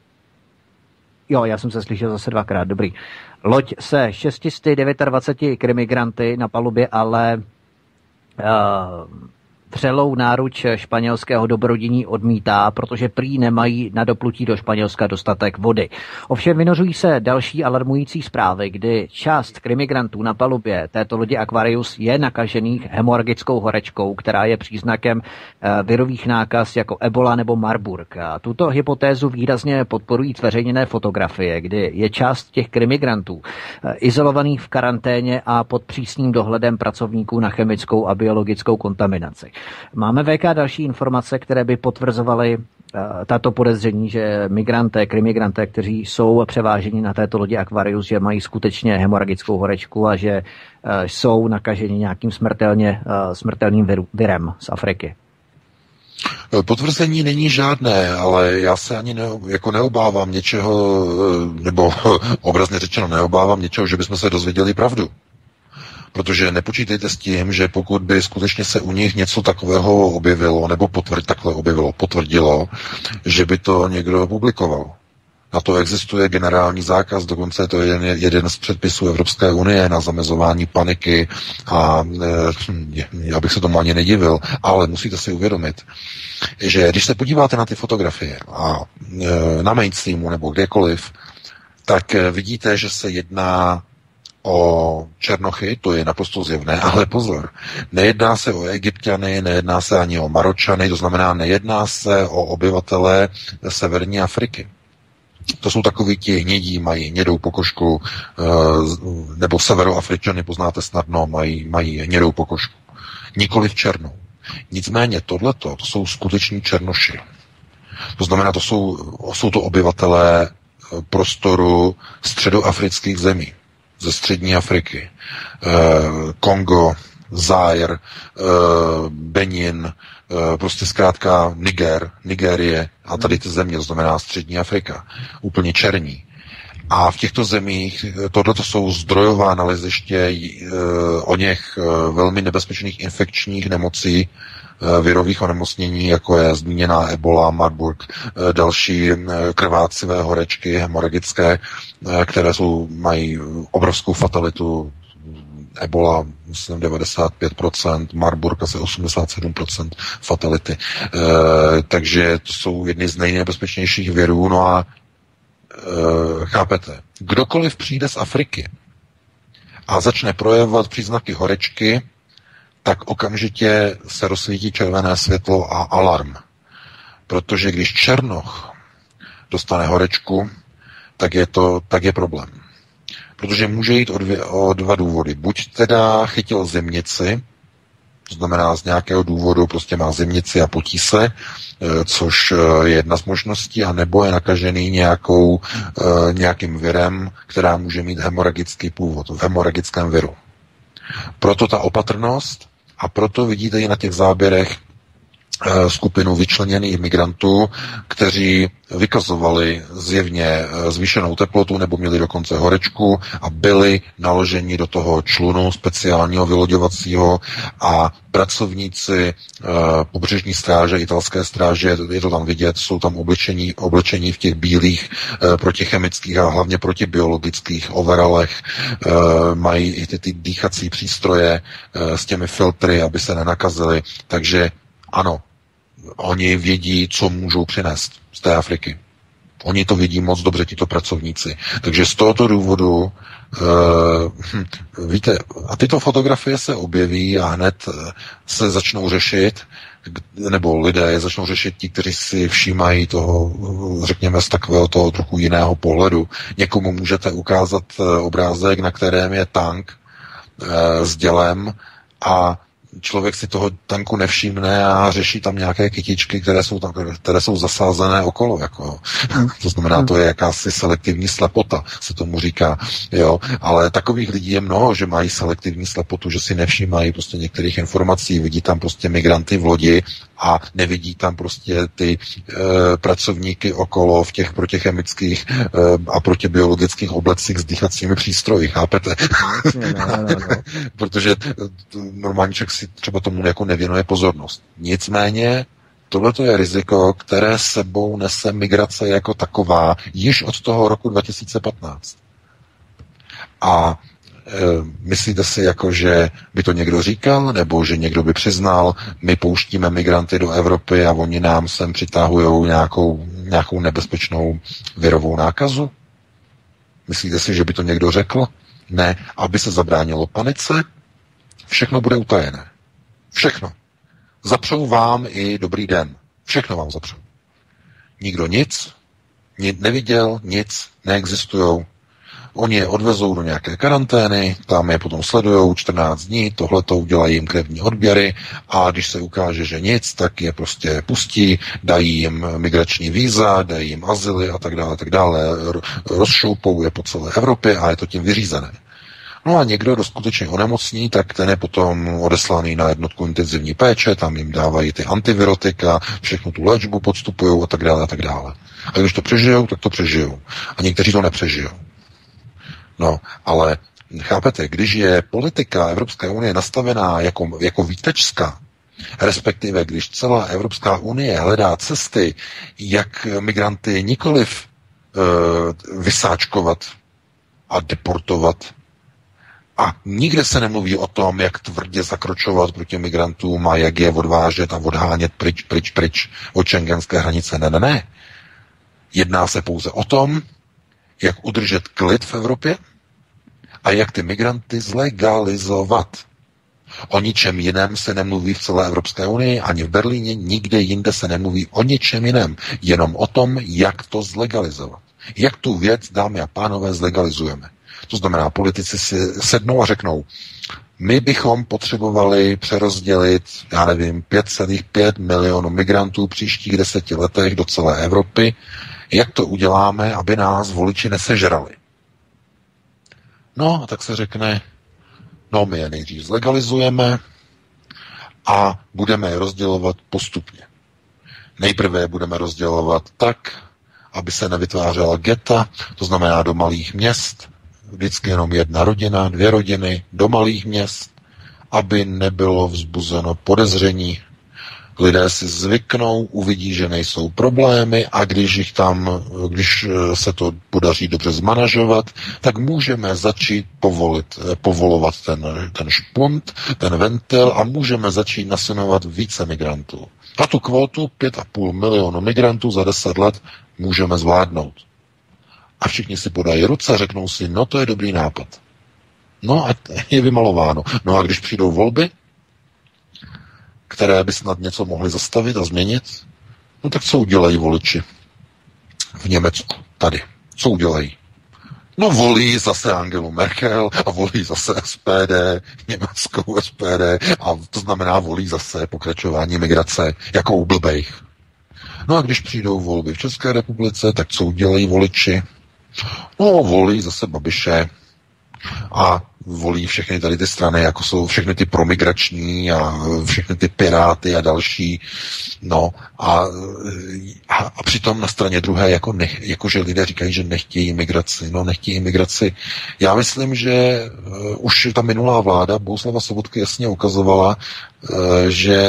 Jo, já jsem se slyšel zase dvakrát, dobrý. Loď se 629 krimigranty na palubě, ale vřelou náruč španělského dobrodiní odmítá, protože prý nemají na doplutí do Španělska dostatek vody. Ovšem vynořují se další alarmující zprávy, kdy část krimigrantů na palubě této lodi Aquarius je nakažených hemoragickou horečkou, která je příznakem virových nákaz jako Ebola nebo Marburg. A tuto hypotézu výrazně podporují zveřejněné fotografie, kdy je část těch krimigrantů izolovaných v karanténě a pod přísným dohledem pracovníků na chemickou a biologickou kontaminaci. Máme VK další informace, které by potvrzovaly tato podezření, že krymigranté, kteří jsou převáženi na této lodi Aquarius, že mají skutečně hemoragickou horečku a že jsou nakaženi nějakým smrtelným virem z Afriky. Potvrzení není žádné, ale já se ani neobávám něčeho, nebo obrazně řečeno neobávám něčeho, že bychom se dozvěděli pravdu. Protože nepočítejte s tím, že pokud by skutečně se u nich něco takového objevilo, nebo potvrdilo, že by to někdo publikoval. Na to existuje generální zákaz, dokonce je to jeden z předpisů Evropské unie na zamezování paniky a já bych se tomu ani nedivil, ale musíte si uvědomit, že když se podíváte na ty fotografie a na mainstreamu nebo kdekoliv, tak vidíte, že se jedná o Černochy, to je naprosto zjevné, ale pozor, nejedná se o Egypťany, nejedná se ani o Maročany, to znamená, nejedná se o obyvatele severní Afriky. To jsou takoví ti hnědí, mají hnědou pokožku, nebo Severoafričany, poznáte snadno, mají hnědou pokožku. Nikoliv černou. Nicméně tohleto, to jsou skuteční Černoši. To znamená, jsou to obyvatelé prostoru středoafrických zemí, ze střední Afriky. Kongo, Zaire, Benin, prostě zkrátka Nigérie a tady ty země, to znamená střední Afrika. Úplně černí. A v těchto zemích tohleto jsou zdrojová naleziště o něch velmi nebezpečných infekčních nemocí, virových onemocnění, jako je zmíněná ebola, Marburg, další krvácivé horečky, hemoragické, které mají obrovskou fatalitu. Ebola, myslím, 95%, Marburg asi 87% fatality. Takže to jsou jedny z nejnebezpečnějších virů. No a chápete, kdokoliv přijde z Afriky a začne projevovat příznaky horečky, tak okamžitě se rozsvítí červené světlo a alarm. Protože když Černoch dostane horečku, tak je problém. Protože může jít o dva důvody. Buď teda chytil zimnici, to znamená z nějakého důvodu prostě má zimnici a potí se, což je jedna z možností, anebo je nakažený nějakým virem, která může mít hemoragický původ, v hemoragickém viru. Proto ta opatrnost a proto vidíte i na těch záběrech skupinu vyčleněných migrantů, kteří vykazovali zjevně zvýšenou teplotu nebo měli dokonce horečku a byli naloženi do toho člunu speciálního vyloďovacího a pracovníci pobřežní stráže, italské stráže, je to tam vidět, jsou tam oblečení v těch bílých protichemických a hlavně protibiologických overalech, mají i ty dýchací přístroje s těmi filtry, aby se nenakazili, takže ano, oni vědí, co můžou přinést z té Afriky. Oni to vidí moc dobře, tito pracovníci. Takže z tohoto důvodu, víte, a tyto fotografie se objeví a hned se začnou řešit, nebo lidé je začnou řešit ti, kteří si všímají toho, řekněme, z takového toho trochu jiného pohledu. Někomu můžete ukázat obrázek, na kterém je tank s dělem a člověk si toho tanku nevšimne a řeší tam nějaké kytičky, které jsou zasázené okolo. Jako. To znamená, to je jakási selektivní slepota, se tomu říká. Jo? Ale takových lidí je mnoho, že mají selektivní slepotu, že si nevšímají prostě některých informací, vidí tam prostě migranty v lodi a nevidí tam prostě ty pracovníky okolo v těch protichemických a protibiologických oblecích s dýchacími přístroji, chápete? No. Protože normální člověk si třeba tomu jako nevěnuje pozornost. Nicméně tohleto je riziko, které sebou nese migrace jako taková již od toho roku 2015. A myslíte si, jako, že by to někdo říkal, nebo že někdo by přiznal, my pouštíme migranty do Evropy a oni nám sem přitahují nějakou nebezpečnou virovou nákazu? Myslíte si, že by to někdo řekl? Ne, aby se zabránilo panice, všechno bude utajené. Všechno. Zapřou vám i dobrý den. Všechno vám zapřou. Nikdo nic neviděl, nic, neexistujou. Oni je odvezou do nějaké karantény, tam je potom sledujou 14 dní, tohleto udělají jim krevní odběry a když se ukáže, že nic, tak je prostě pustí, dají jim migrační víza, dají jim azyly a tak dále, rozšoupou je po celé Evropě a je to tím vyřízené. No a někdo, kdo skutečně onemocní, tak ten je potom odeslaný na jednotku intenzivní péče, tam jim dávají ty antivirotika, všechnu tu léčbu podstupují a tak dále a tak dále. A když to přežijou, tak to přežijou. A někteří to nepřežijou. No, ale chápete, když je politika Evropské unie nastavená jako výtečská, respektive když celá Evropská unie hledá cesty, jak migranty nikoliv vysáčkovat a deportovat, a nikde se nemluví o tom, jak tvrdě zakročovat proti migrantům a jak je odvážet a odhánět pryč od šengenské hranice. Ne. Jedná se pouze o tom, jak udržet klid v Evropě a jak ty migranty zlegalizovat. O ničem jiném se nemluví v celé Evropské unii, ani v Berlíně, nikde jinde se nemluví o ničem jiném. Jenom o tom, jak to zlegalizovat. Jak tu věc, dámy a pánové, zlegalizujeme. To znamená, politici si sednou a řeknou, my bychom potřebovali přerozdělit, 5,5 milionu migrantů v příštích 10 letech do celé Evropy. Jak to uděláme, aby nás voliči nesežrali? No, a tak se řekne, no my je nejdřív zlegalizujeme a budeme je rozdělovat postupně. Nejprve je budeme rozdělovat tak, aby se nevytvářela geta, to znamená do malých měst, vždycky jenom 1 rodina, 2 rodiny do malých měst, aby nebylo vzbuzeno podezření. Lidé si zvyknou, uvidí, že nejsou problémy a když se to podaří dobře zmanažovat, tak můžeme začít povolovat ten špunt, ten ventil a můžeme začít nasunovat více migrantů. A tu kvótu 5,5 milionu migrantů za 10 let můžeme zvládnout. A všichni si podají ruce a řeknou si, no to je dobrý nápad. No a je vymalováno. No a když přijdou volby, které by snad něco mohly zastavit a změnit, no tak co udělají voliči v Německu, tady? Co udělají? No volí zase Angelu Merkel a volí zase SPD, německou SPD a to znamená volí zase pokračování migrace jako u blbejch. No a když přijdou volby v České republice, tak co udělají voliči? No, volí zase Babiše a volí všechny tady ty strany, jako jsou všechny ty promigrační a všechny ty Piráty a další. No a přitom na straně druhé, jakože lidé říkají, že nechtějí migraci. No, nechtějí migraci. Já myslím, že už ta minulá vláda Bohuslava Sobotky jasně ukazovala, že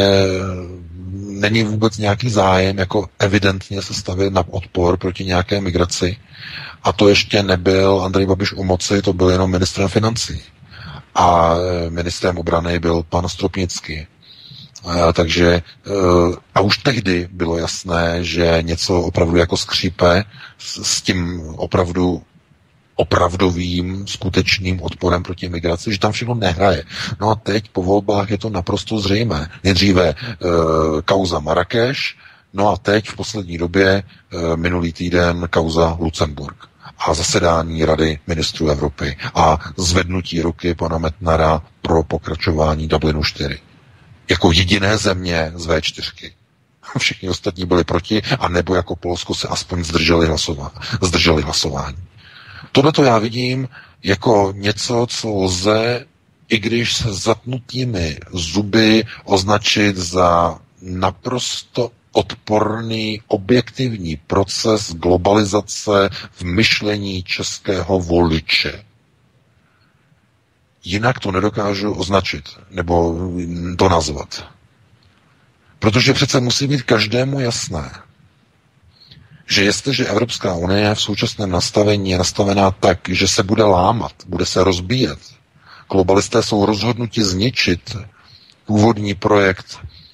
není vůbec nějaký zájem, jako evidentně se stavit na odpor proti nějaké migraci. A to ještě nebyl Andrej Babiš u moci, to byl jenom ministrem financí. A ministrem obrany byl pan Stropnický. Takže a už tehdy bylo jasné, že něco opravdu jako skřípe s tím opravdovým, skutečným odporem proti migraci, že tam všechno nehraje. No a teď po volbách je to naprosto zřejmé. Nejdříve kauza Marrakeš, no a teď v poslední době minulý týden kauza Lucemburk a zasedání Rady ministrů Evropy a zvednutí ruky pana Metnara pro pokračování Dublinu 4. Jako jediné země z V4. Všichni ostatní byli proti, a nebo jako Polsko se aspoň zdrželi hlasování. Tohleto já vidím jako něco, co lze, i když se zatnutými zuby, označit za naprosto odporný objektivní proces globalizace v myšlení českého voliče. Jinak to nedokážu označit, nebo to nazvat. Protože přece musí být každému jasné, že jestliže Evropská unie v současném nastavení je nastavená tak, že se bude lámat, bude se rozbíjet, globalisté jsou rozhodnuti zničit původní projekt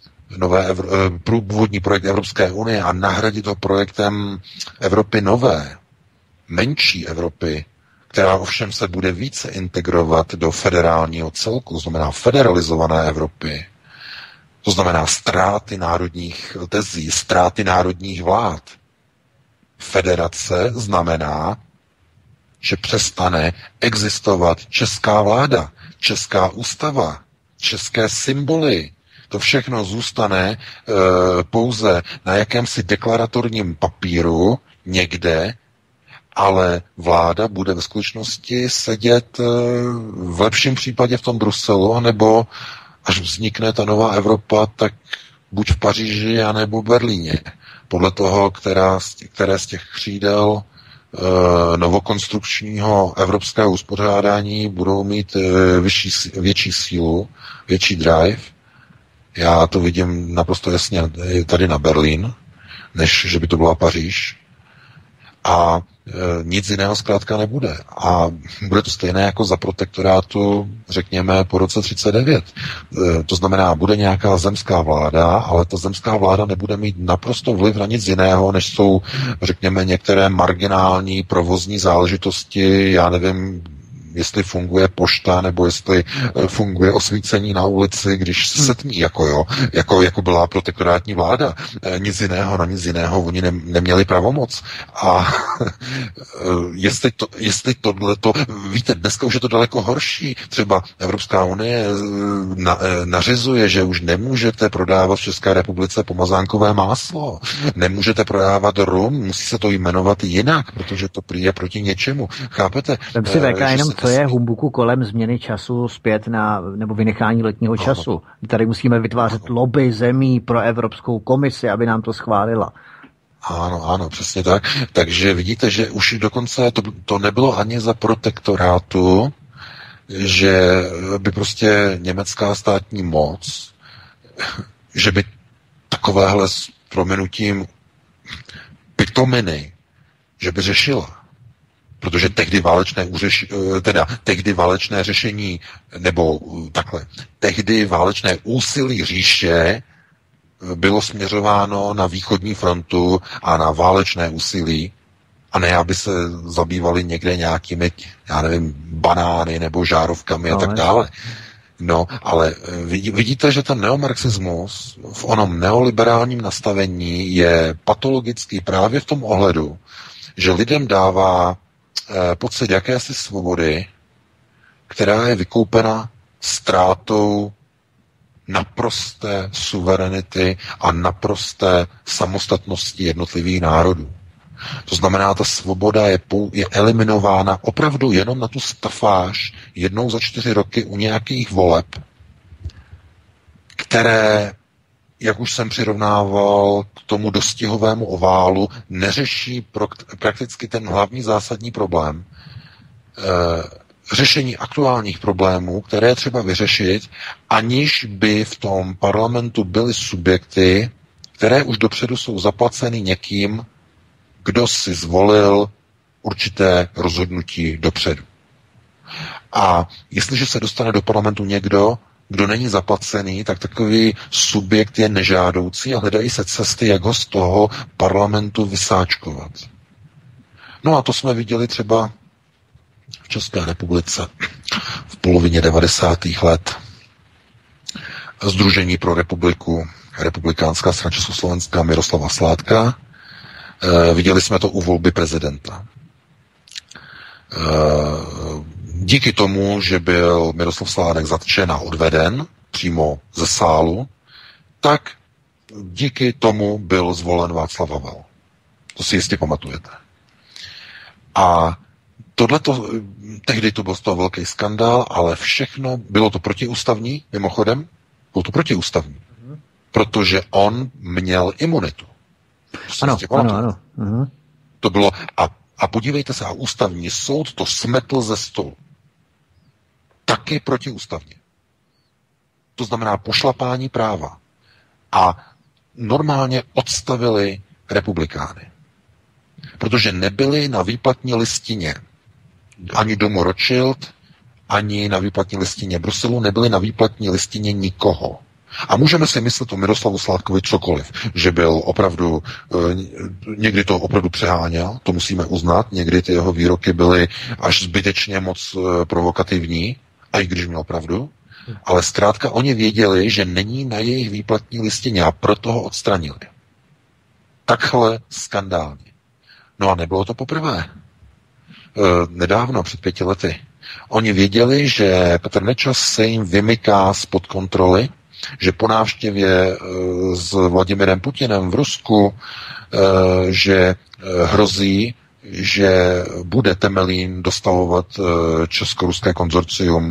Evropské unie a nahradit ho projektem Evropy nové, menší Evropy, která ovšem se bude více integrovat do federálního celku, to znamená federalizované Evropy, to znamená ztráty národních tezí, ztráty národních vlád. Federace znamená že přestane existovat česká vláda, česká ústava, české symboly. To všechno zůstane pouze na jakémsi deklaratorním papíru někde, ale vláda bude ve skutečnosti sedět v lepším případě v tom Bruselu, anebo až vznikne ta nová Evropa, tak buď v Paříži, anebo v Berlíně. Podle toho, které z těch křídel novokonstrukčního evropského uspořádání budou mít větší sílu, větší drive. Já to vidím naprosto jasně tady na Berlín, než že by to byla Paříž. A nic jiného zkrátka nebude. A bude to stejné jako za protektorátu, řekněme, po roce 39. To znamená, bude nějaká zemská vláda, ale ta zemská vláda nebude mít naprosto vliv na nic jiného, než jsou, řekněme, některé marginální provozní záležitosti, já nevím, jestli funguje pošta, nebo jestli funguje osvícení na ulici, když se tmí, jako byla protektorátní vláda. Na nic jiného oni neměli pravomoc. A jestli tohleto, víte, dneska už je to daleko horší. Třeba Evropská unie nařizuje, že už nemůžete prodávat v České republice pomazánkové máslo, nemůžete prodávat rum, musí se to jmenovat jinak, protože to je proti něčemu. Chápete? Vem si VK jenom, co je humbuku kolem změny času zpět nebo vynechání letního času. Tady musíme vytvářet lobby zemí pro Evropskou komisi, aby nám to schválila. Ano, přesně tak. Takže vidíte, že už dokonce to nebylo ani za protektorátu, že by prostě německá státní moc, že by takovéhle s prominutím pitominy, že by řešila. Protože tehdy válečné řešení, nebo takhle, tehdy válečné úsilí říše bylo směřováno na východní frontu a na válečné úsilí, a ne, aby se zabývali někde nějakými, já nevím, banány nebo žárovkami a tak dále. No, ale vidíte, že ten neomarxismus v onom neoliberálním nastavení je patologický právě v tom ohledu, že lidem dává pocit jakési svobody, která je vykoupena ztrátou naprosté suverenity a naprosté samostatnosti jednotlivých národů. To znamená, ta svoboda je eliminována opravdu jenom na tu stafáž jednou za 4 roky u nějakých voleb, které, jak už jsem přirovnával k tomu dostihovému oválu, neřeší prakticky ten hlavní zásadní problém, řešení aktuálních problémů, které je třeba vyřešit, aniž by v tom parlamentu byly subjekty, které už dopředu jsou zaplaceny někým, kdo si zvolil určité rozhodnutí dopředu. A jestliže se dostane do parlamentu někdo, kdo není zaplacený, tak takový subjekt je nežádoucí a hledají se cesty, jak ho z toho parlamentu vysáčkovat. No a to jsme viděli třeba v České republice v polovině 90. let. Sdružení pro republiku, republikánská strana Československá Miroslava Sládka. Viděli jsme to u volby prezidenta. Díky tomu, že byl Miroslav Sládek zatčen a odveden přímo ze sálu, tak díky tomu byl zvolen Václav Havel. To si jistě pamatujete. A tehdy to byl z toho velký skandál, ale všechno, bylo to protiústavní, mimochodem, bylo to protiústavní, protože on měl imunitu. Ano. Uh-huh. To bylo, a podívejte se, a ústavní soud to smetl ze stolu. Taky protiústavně. To znamená pošlapání práva. A normálně odstavili republikány. Protože nebyli na výplatní listině ani domu Rothschild, ani na výplatní listině Bruselu, nebyli na výplatní listině nikoho. A můžeme si myslet o Miroslavu Sládkovi cokoliv, že byl opravdu, někdy to opravdu přeháněl, to musíme uznat, někdy ty jeho výroky byly až zbytečně moc provokativní, a i když měl pravdu, ale zkrátka oni věděli, že není na jejich výplatní listině a proto ho odstranili. Takhle skandálně. No a nebylo to poprvé. nedávno, před 5 lety. Oni věděli, že Petr Nečas se jim vymyká spod kontroly, že po návštěvě s Vladimirem Putinem v Rusku, že hrozí, že bude Temelín dostavovat česko-ruské konzorcium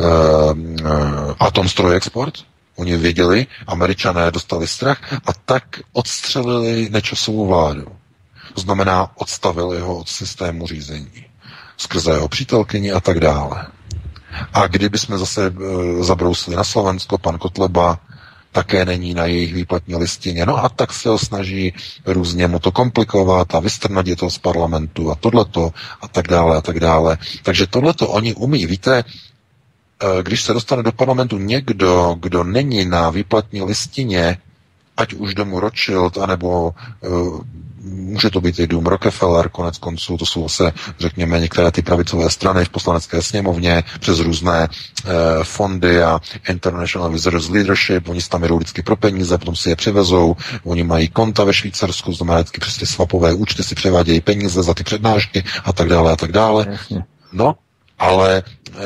Atomstrojexport. Oni věděli, Američané dostali strach a tak odstřelili Nečasovu vládu. To znamená, odstavili ho od systému řízení skrze jeho přítelkyni a tak dále. A kdyby jsme zase zabrousili na Slovensko, pan Kotleba také není na jejich výplatní listině. No a tak se ho snaží různě mu to komplikovat a vystrnadit to z parlamentu a tohleto a tak dále a tak dále. Takže tohleto oni umí. Víte, když se dostane do parlamentu někdo, kdo není na výplatní listině, ať už domu Rothschild, anebo může to být i dům Rockefeller, konec konců, to jsou zase, řekněme, některé ty pravicové strany v poslanecké sněmovně, přes různé fondy a International Visitors Leadership, oni si tam jdou vždycky pro peníze, potom si je přivezou, oni mají konta ve Švýcarsku, znamená vždycky přes ty swapové účty si převádějí peníze za ty přednášky a tak dále a tak dále. No, ale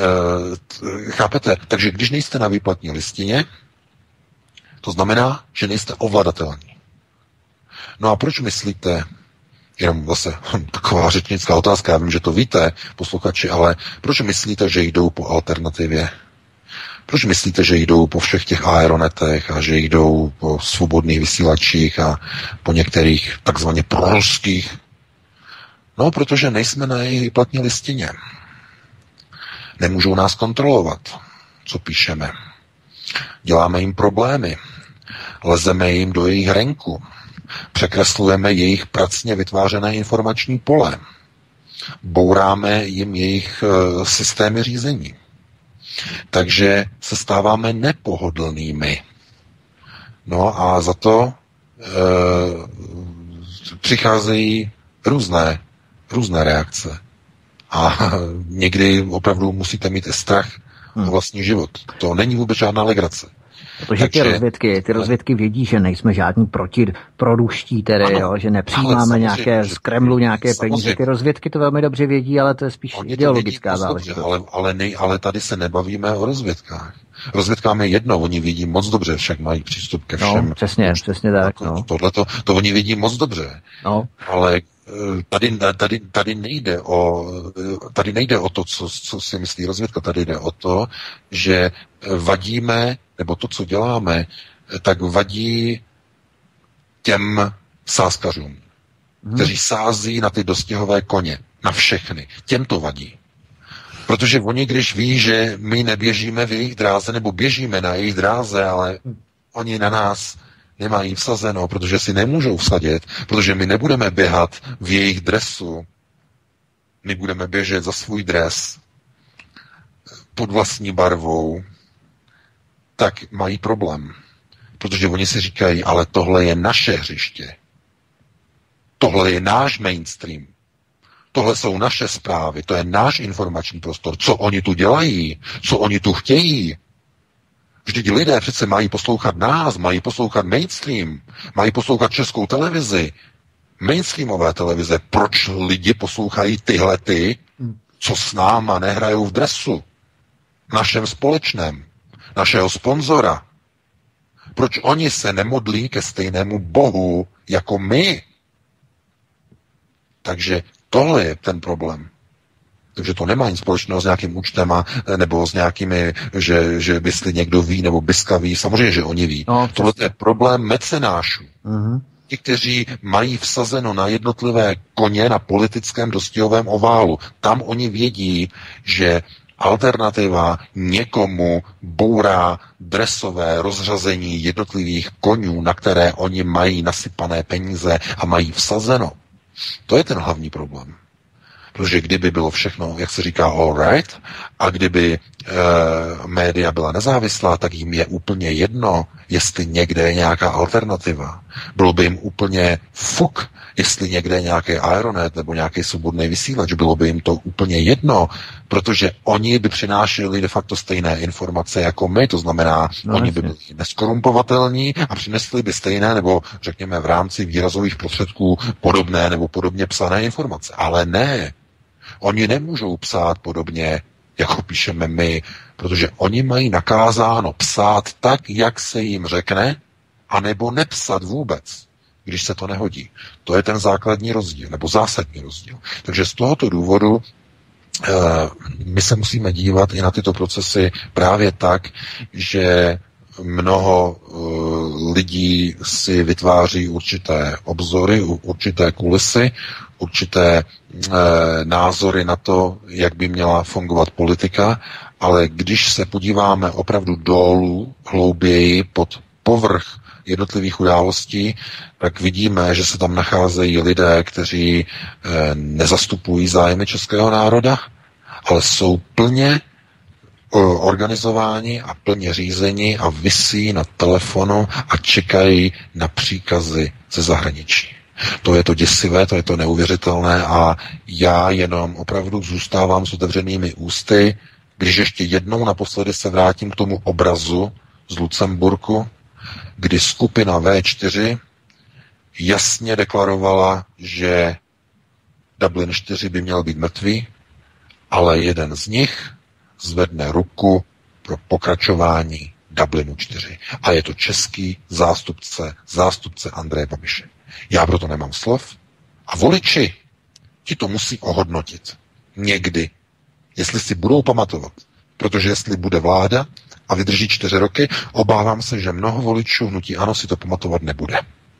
chápete, takže když nejste na výplatní listině, to znamená, že nejste ovladatelní. No a proč myslíte, jenom zase taková řečnická otázka, já vím, že to víte, posluchači, ale proč myslíte, že jdou po alternativě? Proč myslíte, že jdou po všech těch aeronetech a že jdou po svobodných vysílačích a po některých takzvaně proruských? No, protože nejsme na jejich výplatní listině. Nemůžou nás kontrolovat, co píšeme. Děláme jim problémy. Lezeme jim do jejich renku. Překreslujeme jejich pracně vytvářené informační pole. Bouráme jim jejich systémy řízení. Takže se stáváme nepohodlnými. No a za to přicházejí různé reakce. A někdy opravdu musíte mít i strach o vlastní život. To není vůbec žádná legrace. Protože ty rozvědky vědí, že nejsme žádní proruští, tedy, ano, jo, že nepřijímáme nějaké z Kremlu nějaké peníze. Ty rozvědky to velmi dobře vědí, ale to je spíš ideologická záležitost. Ale tady se nebavíme o rozvědkách. Rozvědkám je jedno, oni vidí moc dobře, však mají přístup ke všem. No, přesně tak. No. To oni vidí moc dobře. No. Ale tady nejde o to, co si myslí rozvědka, tady jde o to, že vadíme, nebo to, co děláme, tak vadí těm sázkařům, kteří sází na ty dostihové koně, na všechny. Těm to vadí. Protože oni, když ví, že my neběžíme v jejich dráze, nebo běžíme na jejich dráze, ale oni na nás nemají vsazeno, protože si nemůžou vsadit, protože my nebudeme běhat v jejich dresu. My budeme běžet za svůj dres pod vlastní barvou, tak mají problém. Protože oni si říkají, ale tohle je naše hřiště. Tohle je náš mainstream. Tohle jsou naše zprávy, to je náš informační prostor. Co oni tu dělají? Co oni tu chtějí? Vždyť lidé přece mají poslouchat nás, mají poslouchat mainstream, mají poslouchat Českou televizi, mainstreamové televize. Proč lidi poslouchají tyhle co s náma nehrajou v dresu? Našem společném, našeho sponzora. Proč oni se nemodlí ke stejnému Bohu jako my? Takže tohle je ten problém. Takže to nemá nic společného s nějakým účtem nebo s nějakými, že jestli někdo ví nebo Biska ví. Samozřejmě, že oni ví. No, tohle je problém mecenášů. Ti, kteří mají vsazeno na jednotlivé koně na politickém dostihovém oválu. Tam oni vědí, že alternativa někomu bourá dresové rozřazení jednotlivých konňů, na které oni mají nasypané peníze a mají vsazeno. To je ten hlavní problém. Protože kdyby bylo všechno, jak se říká, all right, a kdyby média byla nezávislá, tak jim je úplně jedno, jestli někde je nějaká alternativa. Bylo by jim úplně fuk, jestli někde je nějaký Aeronet nebo nějaký svobodný vysílač. Bylo by jim to úplně jedno, protože oni by přinášeli de facto stejné informace jako my, to znamená, oni by byli neskorumpovatelní a přinesli by stejné, nebo řekněme v rámci výrazových prostředků podobné nebo podobně psané informace. Ale ne. Oni nemůžou psát podobně, jako píšeme my, protože oni mají nakázáno psát tak, jak se jim řekne, anebo nepsat vůbec, když se to nehodí. To je ten základní rozdíl, nebo zásadní rozdíl. Takže z tohoto důvodu my se musíme dívat i na tyto procesy právě tak, že mnoho lidí si vytváří určité obzory, určité kulisy, určité názory na to, jak by měla fungovat politika, ale když se podíváme opravdu dolů, hlouběji pod povrch jednotlivých událostí, tak vidíme, že se tam nacházejí lidé, kteří nezastupují zájmy českého národa, ale jsou plně organizováni a plně řízeni a visí na telefonu a čekají na příkazy ze zahraničí. To je to děsivé, to je to neuvěřitelné a já jenom opravdu zůstávám s otevřenými ústy, když ještě jednou naposledy se vrátím k tomu obrazu z Lucemburku, kdy skupina V4 jasně deklarovala, že Dublin 4 by měl být mrtvý, ale jeden z nich zvedne ruku pro pokračování Dublinu 4. A je to český zástupce Andreje Babiše. Já proto nemám slov a voliči ti to musí ohodnotit. Někdy, jestli si budou pamatovat. Protože jestli bude vláda a vydrží 4 roky, obávám se, že mnoho voličů hnutí ANO si to pamatovat nebude.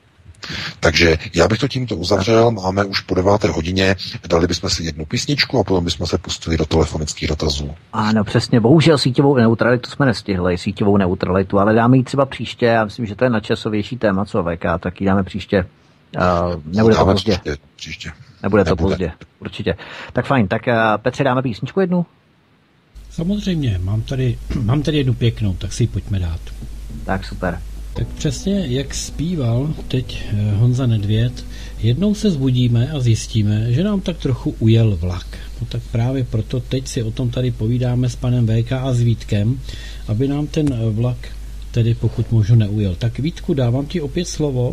Takže já bych to tímto uzavřel, máme už po 9. hodině, dali bychom si jednu písničku a potom bychom se pustili do telefonických dotazů. Ano, přesně, bohužel síťovou neutralitu jsme nestihli, síťovou neutralitu, ale dáme ji třeba příště, já myslím, že to je nadčasovější téma, co VK, tak ji dáme příště, nebude to pozdě. Příště. Nebude to pozdě, určitě. Tak fajn, tak Petře, dáme písničku jednu? Samozřejmě, mám tady jednu pěknou, tak si ji pojďme dát. Tak super. Tak přesně, jak zpíval teď Honza Nedvěd, jednou se zbudíme a zjistíme, že nám tak trochu ujel vlak. No tak právě proto teď si o tom tady povídáme s panem VK a s Vítkem, aby nám ten vlak tedy pokud možno neujel. Tak Vítku, dávám ti opět slovo.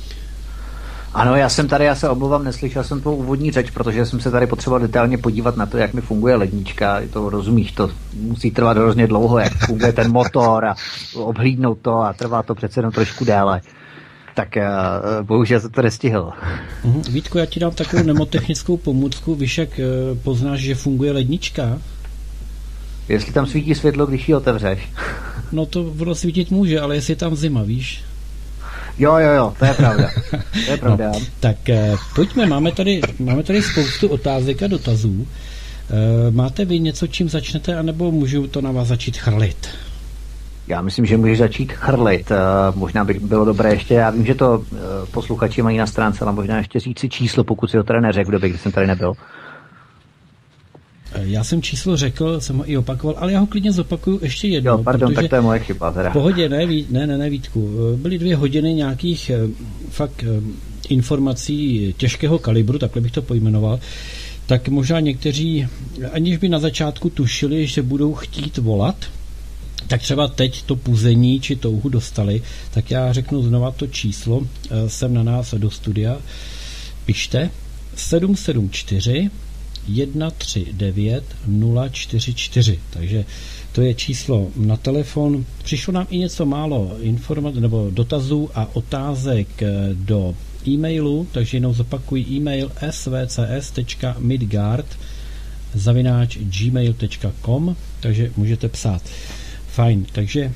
Ano, já se omlouvám, neslyšel jsem tvou úvodní řeč, protože jsem se tady potřeboval detailně podívat na to, jak mi funguje lednička, to rozumíš, to musí trvat hrozně dlouho, jak funguje ten motor a obhlídnout to a trvá to přece jenom trošku déle. Tak bohužel se to nestihl. Vítku, já ti dám takovou nemotechnickou pomůcku, víš, jak poznáš, že funguje lednička? Jestli tam svítí světlo, když ji otevřeš. No to ono svítit může, ale jestli je tam zima, víš? Jo, to je pravda. To je pravda. No, tak pojďme, máme tady spoustu otázek a dotazů. Máte vy něco, čím začnete, anebo můžu to na vás začít chrlit? Já myslím, že můžeš začít chrlit. Možná by bylo dobré ještě, já vím, že to posluchači mají na stránce, ale možná ještě říct si číslo, pokud si ho tady neřekl v době, kdy jsem tady nebyl. Já jsem číslo řekl, jsem ho i opakoval, ale já ho klidně zopakuju ještě jednou. Jo, pardon, tak to je moje chyba teda. V pohodě, ne, Vítku. Byly 2 hodiny nějakých fakt informací těžkého kalibru, takhle bych to pojmenoval. Tak možná někteří, aniž by na začátku tušili, že budou chtít volat, tak třeba teď to puzení či touhu dostali, tak já řeknu znova to číslo, sem na nás do studia. Pište 774 139 044. Takže to je číslo na telefon. Přišlo nám i něco málo informací nebo dotazů a otázek do e-mailu, takže jenom zopakuji e-mail svcs.midgard@gmail.com, takže můžete psát. Fajn,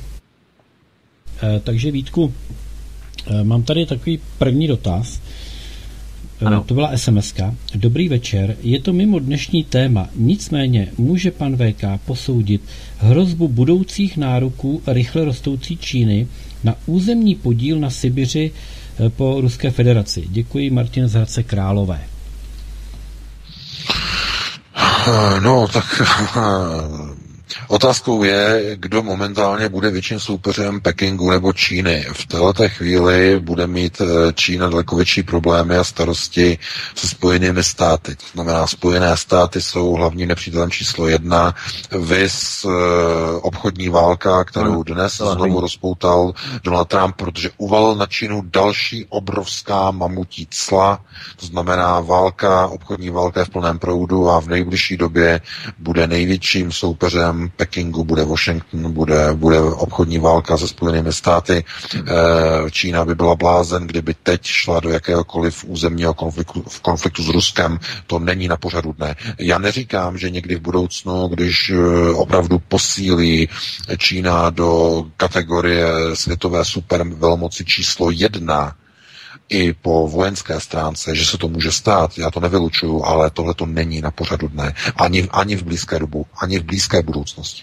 takže Vítku, mám tady takový první dotaz. Ano. To byla SMS-ka. Dobrý večer, je to mimo dnešní téma, nicméně může pan VK posoudit hrozbu budoucích nároků rychle rostoucí Číny na územní podíl na Sibiři po Ruské federaci. Děkuji, Martin z Hradce Králové. No, tak Otázkou je, kdo momentálně bude větším soupeřem Pekingu nebo Číny. V této chvíli bude mít Čína daleko větší problémy a starosti se Spojenými státy. To znamená, Spojené státy jsou hlavním nepřítelem číslo 1. Viz obchodní válka, kterou dnes znovu rozpoutal Donald Trump, protože uvalil na Čínu další obrovská mamutí cla. To znamená, obchodní válka je v plném proudu a v nejbližší době bude největším soupeřem Pekingu, bude Washington, bude obchodní válka se Spojenými státy. Čína by byla blázen, kdyby teď šla do jakéhokoliv územního konfliktu s Ruskem. To není na pořadu dne. Já neříkám, že někdy v budoucnu, když opravdu posílí Čína do kategorie světové supervelmoci číslo 1, i po vojenské stránce, že se to může stát, já to nevylučuju, ale tohle to není na pořadu dne. Ani v blízké dobu, ani v blízké budoucnosti.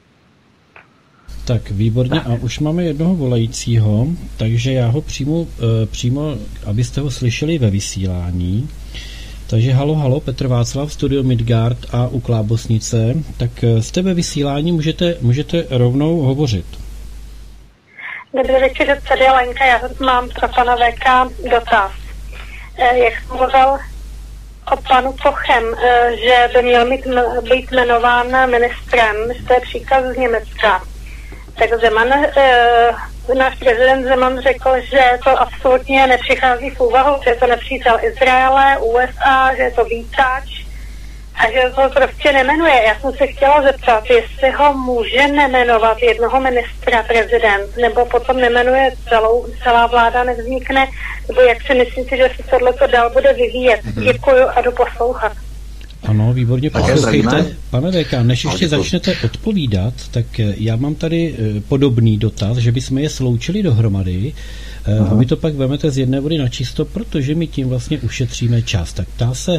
Tak, výborně. A už máme jednoho volajícího, takže já ho přímo, abyste ho slyšeli ve vysílání. Takže halo, Petr Václav, Studio Midgard a u Klábosnice. Tak jste ve vysílání, můžete rovnou hovořit. Dobrý večer, tady je Lenka, já mám pro pana VK dotaz. Jak jsem mluvil o panu Pochem, že by měl být jmenován ministrem, že to je příkaz z Německa. Tak náš prezident Zeman řekl, že to absolutně nepřichází v úvahu, že je to nepřítel Izraele, USA, že je to vítač a že to prostě nemenuje. Já jsem se chtěla zeptat, jestli ho může nemenovat jednoho ministra prezident, nebo potom nemenuje celá vláda nevznikne, nebo jak si myslíte, že se tohleto dál bude vyvíjet. Děkuju a jdu poslouchat. Ano, výborně, poslouchejte. Pane VK, než ještě začnete odpovídat, tak já mám tady podobný dotaz, že bychom je sloučili dohromady a vy to pak vemete z jedné vody na čisto, protože my tím vlastně ušetříme čas. Tak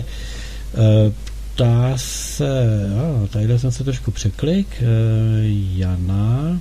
tadyhle jsem se trošku překlik, Jana,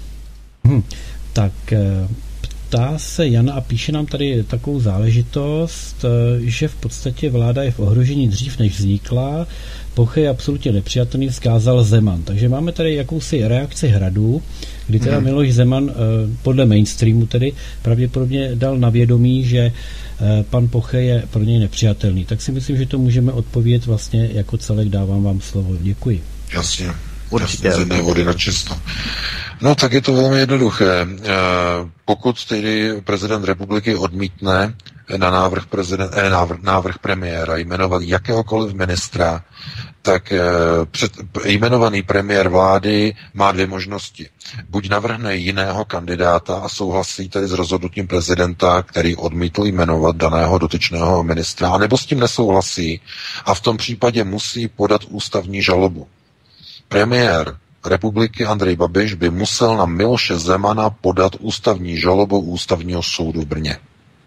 ptá se Jana a píše nám tady takovou záležitost, že v podstatě vláda je v ohrožení dřív, než vznikla, Poche je absolutně nepřijatelný, vzkázal Zeman. Takže máme tady jakousi reakci Hradu, kdy teda Miloš Zeman podle mainstreamu tedy pravděpodobně dal na vědomí, že pan Poche je pro něj nepřijatelný. Tak si myslím, že to můžeme odpovědět vlastně jako celek. Dávám vám slovo. Děkuji. Jasně. Určitě. Z jedné vody na čisto. No, tak je to velmi jednoduché. Pokud tedy prezident republiky odmítne na návrh premiéra jmenovat jakéhokoliv ministra, tak jmenovaný premiér vlády má dvě možnosti. Buď navrhne jiného kandidáta a souhlasí tedy s rozhodnutím prezidenta, který odmítl jmenovat daného dotyčného ministra, anebo s tím nesouhlasí a v tom případě musí podat ústavní žalobu. Premiér republiky Andrej Babiš by musel na Miloše Zemana podat ústavní žalobu ústavního soudu v Brně.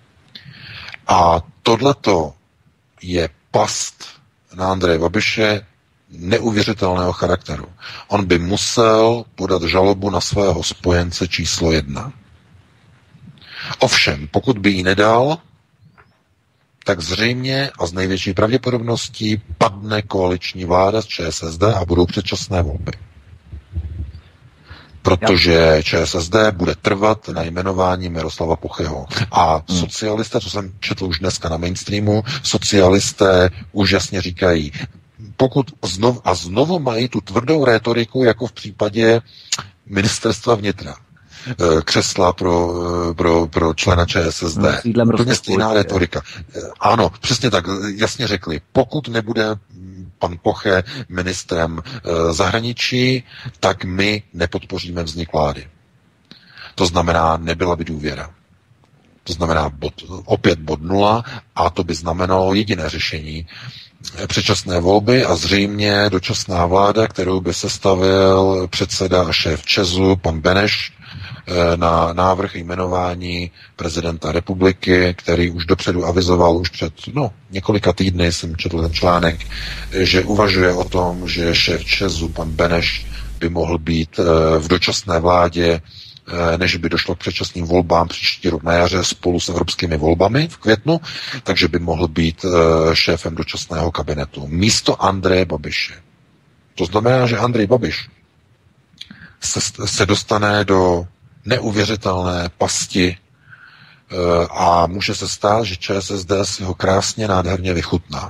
A tohleto je past na Andreje Babiše neuvěřitelného charakteru. On by musel podat žalobu na svého spojence číslo 1. Ovšem, pokud by ji nedal, tak zřejmě a s největší pravděpodobností padne koaliční vláda z ČSSD a budou předčasné volby. Protože ČSSD bude trvat na jmenování Miroslava Pocheho. A socialisté, co jsem četl už dneska na mainstreamu, socialisté už jasně říkají, pokud znovu mají tu tvrdou rétoriku, jako v případě ministerstva vnitra, křesla pro člena ČSSD. Úplně stejná retorika. Ano, přesně tak, jasně řekli. Pokud nebude pan Poche ministrem zahraničí, tak my nepodpoříme vznik vlády. To znamená, nebyla by důvěra. To znamená opět bod 0 a to by znamenalo jediné řešení. Předčasné volby a zřejmě dočasná vláda, kterou by sestavil předseda a šéf ČEZu, pan Beneš, na návrh jmenování prezidenta republiky, který už dopředu avizoval, už před několika týdny jsem četl ten článek, že uvažuje o tom, že šéf ČEZu, pan Beneš, by mohl být v dočasné vládě, než by došlo k předčasným volbám příští rok na jaře spolu s evropskými volbami v květnu, takže by mohl být šéfem dočasného kabinetu místo Andreje Babiše. To znamená, že Andrej Babiš se dostane do neuvěřitelné pasti a může se stát, že ČSSD si ho krásně, nádherně vychutná.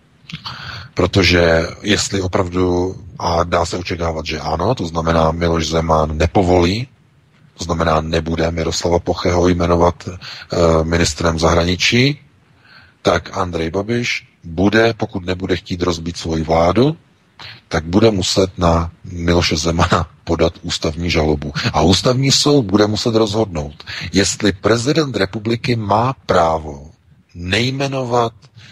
Protože jestli opravdu, a dá se očekávat, že ano, to znamená Miloš Zeman nepovolí, to znamená nebude Miroslava Pocheho jmenovat ministrem zahraničí, tak Andrej Babiš bude, pokud nebude chtít rozbít svoji vládu, tak bude muset na Miloše Zemana podat ústavní žalobu. A ústavní soud bude muset rozhodnout, jestli prezident republiky má právo nejmenovat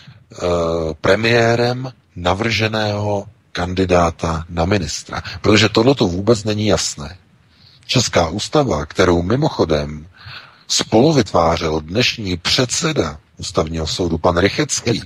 premiérem navrženého kandidáta na ministra. Protože tohleto vůbec není jasné. Česká ústava, kterou mimochodem spoluvytvářel dnešní předseda ústavního soudu, pan Rychecký,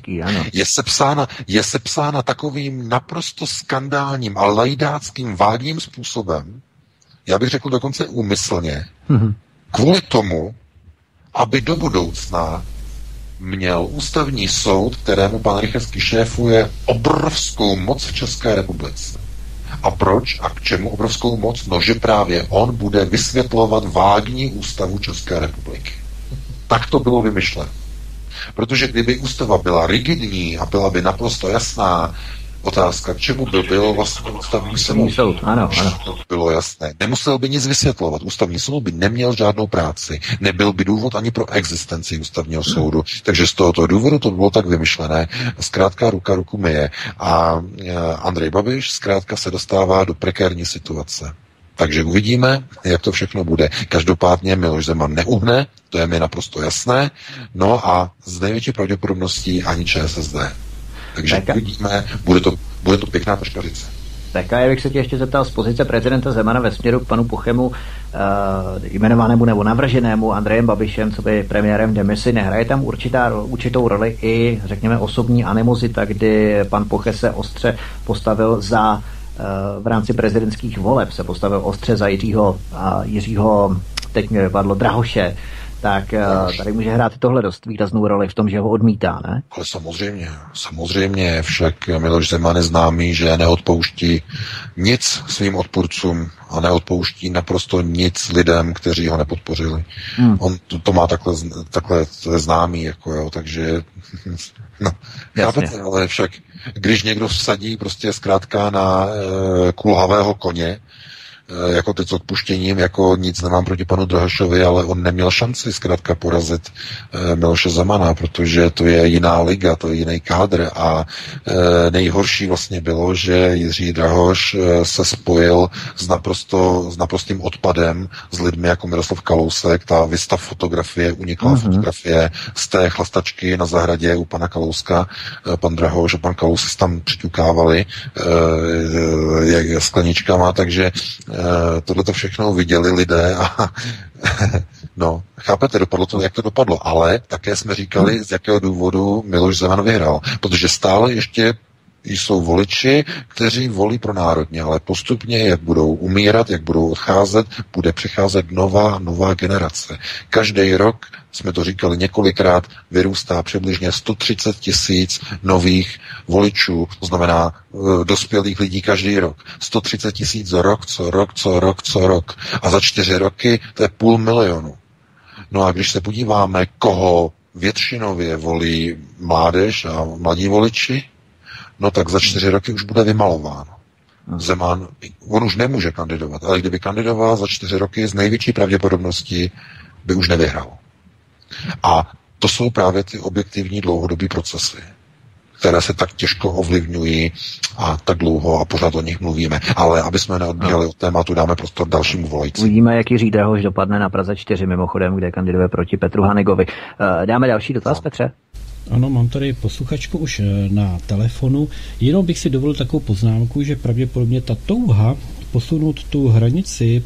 je sepsána takovým naprosto skandálním a lajdáckým vágním způsobem, já bych řekl dokonce úmyslně, kvůli tomu, aby do budoucna měl ústavní soud, kterému pan Rychecký šéfuje, obrovskou moc v České republice. A proč a k čemu obrovskou moc? No, že právě on bude vysvětlovat vágní ústavu České republiky. Tak to bylo vymyšleno. Protože kdyby ústava byla rigidní a byla by naprosto jasná, otázka, k čemu by byl vlastně ústavní soud? Ano. To bylo jasné. Nemusel by nic vysvětlovat. Ústavní soud by neměl žádnou práci. Nebyl by důvod ani pro existenci ústavního soudu. Takže z tohoto důvodu to bylo tak vymyšlené. Zkrátka ruka ruku myje. A Andrej Babiš zkrátka se dostává do prekérní situace. Takže uvidíme, jak to všechno bude. Každopádně Miloš Zeman neuhne, to je mi naprosto jasné. No a z největší pravděpodobností ani ČSSD. Takže uvidíme, bude to pěkná prškařice. Tak a já bych se tě ještě zeptal z pozice prezidenta Zemana ve směru k panu Pochemu, jmenovanému nebo navrženému Andrejem Babišem, co by premiérem v demisi, nehraje tam určitou roli i, řekněme, osobní animozita, kdy pan Poche se ostře postavil v rámci prezidentských voleb, se postavil ostře za Jiřího, teď mě vypadlo, Drahoše, tak tady může hrát tohle dost výraznou roli v tom, že ho odmítá, ne? Ale samozřejmě, však Miloš Zeman je známý, že neodpouští nic svým odpůrcům a neodpouští naprosto nic lidem, kteří ho nepodpořili. On to má takhle to je známý, jako jo, takže no, chápete, ale však když někdo vsadí prostě zkrátka na kulhavého koně, jako teď s odpuštěním, jako nic nemám proti panu Drahošovi, ale on neměl šanci zkrátka porazit Miloše Zemana, protože to je jiná liga, to je jiný kádr a nejhorší vlastně bylo, že Jiří Drahoš se spojil s naprostým odpadem s lidmi jako Miroslav Kalousek, ta vystav fotografie, uniklá fotografie z té chlastačky na zahradě u pana Kalouska, pan Drahoš a pan Kalousek tam přiťukávali skleničkama, takže tohle to všechno viděli lidé a no, chápete, dopadlo to, jak to dopadlo, ale také jsme říkali, z jakého důvodu Miloš Zeman vyhrál, protože stále ještě jsou voliči, kteří volí pro národně, ale postupně, jak budou umírat, jak budou odcházet, bude přicházet nová generace. Každý rok, jsme to říkali několikrát, vyrůstá přibližně 130 000 nových voličů, to znamená dospělých lidí každý rok. 130 000 co rok. A za 4 roky to je 500 000. No a když se podíváme, koho většinově volí mládež a mladí voliči, no tak za 4 roky už bude vymalováno. Zeman, on už nemůže kandidovat, ale kdyby kandidoval za 4 roky, z největší pravděpodobností by už nevyhrál. A to jsou právě ty objektivní dlouhodobý procesy, které se tak těžko ovlivňují a tak dlouho a pořád o nich mluvíme. Ale aby jsme neodbíhali od tématu, dáme prostor dalšímu volajícímu. Uvidíme, jak Jiří Drahoš dopadne na Praze 4 mimochodem, kde kandiduje proti Petru Hanigovi. Dáme další dotaz, Petře? Ano, mám tady posluchačku už na telefonu. Jenom bych si dovolil takovou poznámku, že pravděpodobně ta touha posunout tu hranici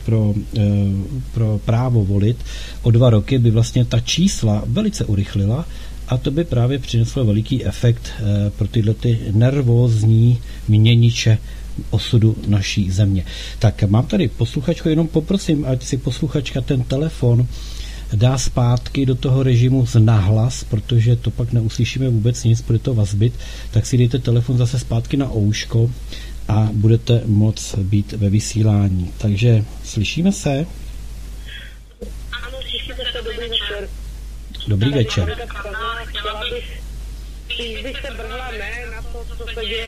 pro právo volit o 2 roky by vlastně ta čísla velice urychlila a to by právě přineslo veliký efekt pro tyhle ty nervózní měniče osudu naší země. Tak mám tady posluchačku, jenom poprosím, ať si posluchačka ten telefon dá zpátky do toho režimu z nahlas, protože to pak neuslyšíme vůbec nic, bude to vazbit, tak si dejte telefon zase zpátky na ouško a budete moct být ve vysílání. Takže slyšíme se? Ano, slyšíme se, dobrý večer. Dobrý večer. Chtěla bych, když bych se vrhla ne na to, co se děje.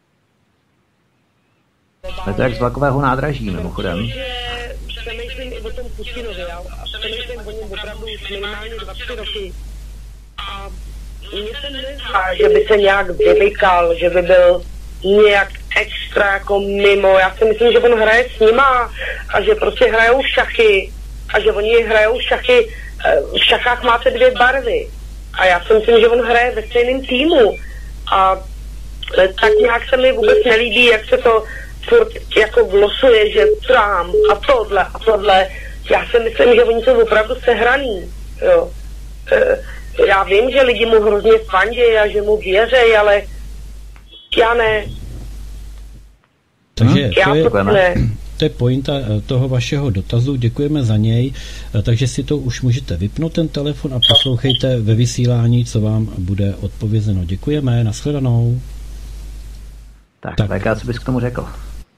To je to jak z vlakového nádraží, mimochodem. Přemýšlím i o tom Putinovi, a přemýšlím o něm opravdu už minimálně 2-3 roky. A mně se nezdá, že by se nějak vymykal, že by byl nějak extra jako mimo. Já si myslím, že on hraje s nima a že prostě hrajou šachy a že oni hrajou šachy, v šachách máte 2 barvy a já si myslím, že on hraje ve stejném týmu a tak nějak se mi vůbec nelíbí, jak se to furt jako glosuje, že Trump a tohle. Já si myslím, že oni jsou opravdu sehraný, jo. Já vím, že lidi mu hrozně fandí a že mu věří, ale já ne. Takže to je pointa toho vašeho dotazu, děkujeme za něj, takže si to už můžete vypnout ten telefon a poslouchejte ve vysílání, co vám bude odpovězeno. Děkujeme, nashledanou. Tak. Co bys k tomu řekl?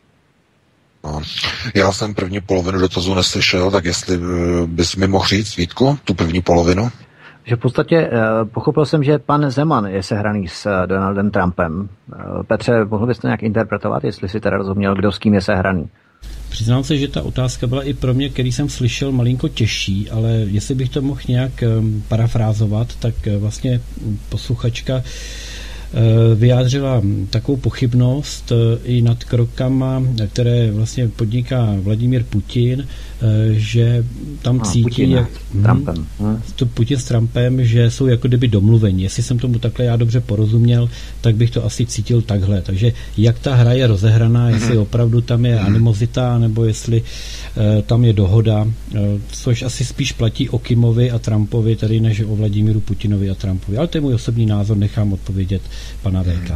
Já jsem první polovinu dotazu neslyšel, tak jestli bys mi mohl říct, Vítku, tu první polovinu? Že v podstatě pochopil jsem, že pan Zeman je sehraný s Donaldem Trumpem. Petře, mohl bys to nějak interpretovat, jestli si teda rozuměl, kdo s kým je sehraný? Přiznám se, že ta otázka byla i pro mě, který jsem slyšel, malinko těžší, ale jestli bych to mohl nějak parafrázovat, tak vlastně posluchačka vyjádřila takovou pochybnost i nad krokama, které vlastně podniká Vladimír Putin, že tam cítí Putin s Trumpem, že jsou jako kdyby domluveni. Jestli jsem tomu takhle já dobře porozuměl, tak bych to asi cítil takhle. Takže jak ta hra je rozehraná, jestli opravdu tam je animozita, nebo jestli tam je dohoda, což asi spíš platí o Kimovi a Trumpovi, tady než o Vladimíru Putinovi a Trumpovi. Ale to je můj osobní názor, nechám odpovědět pana VK.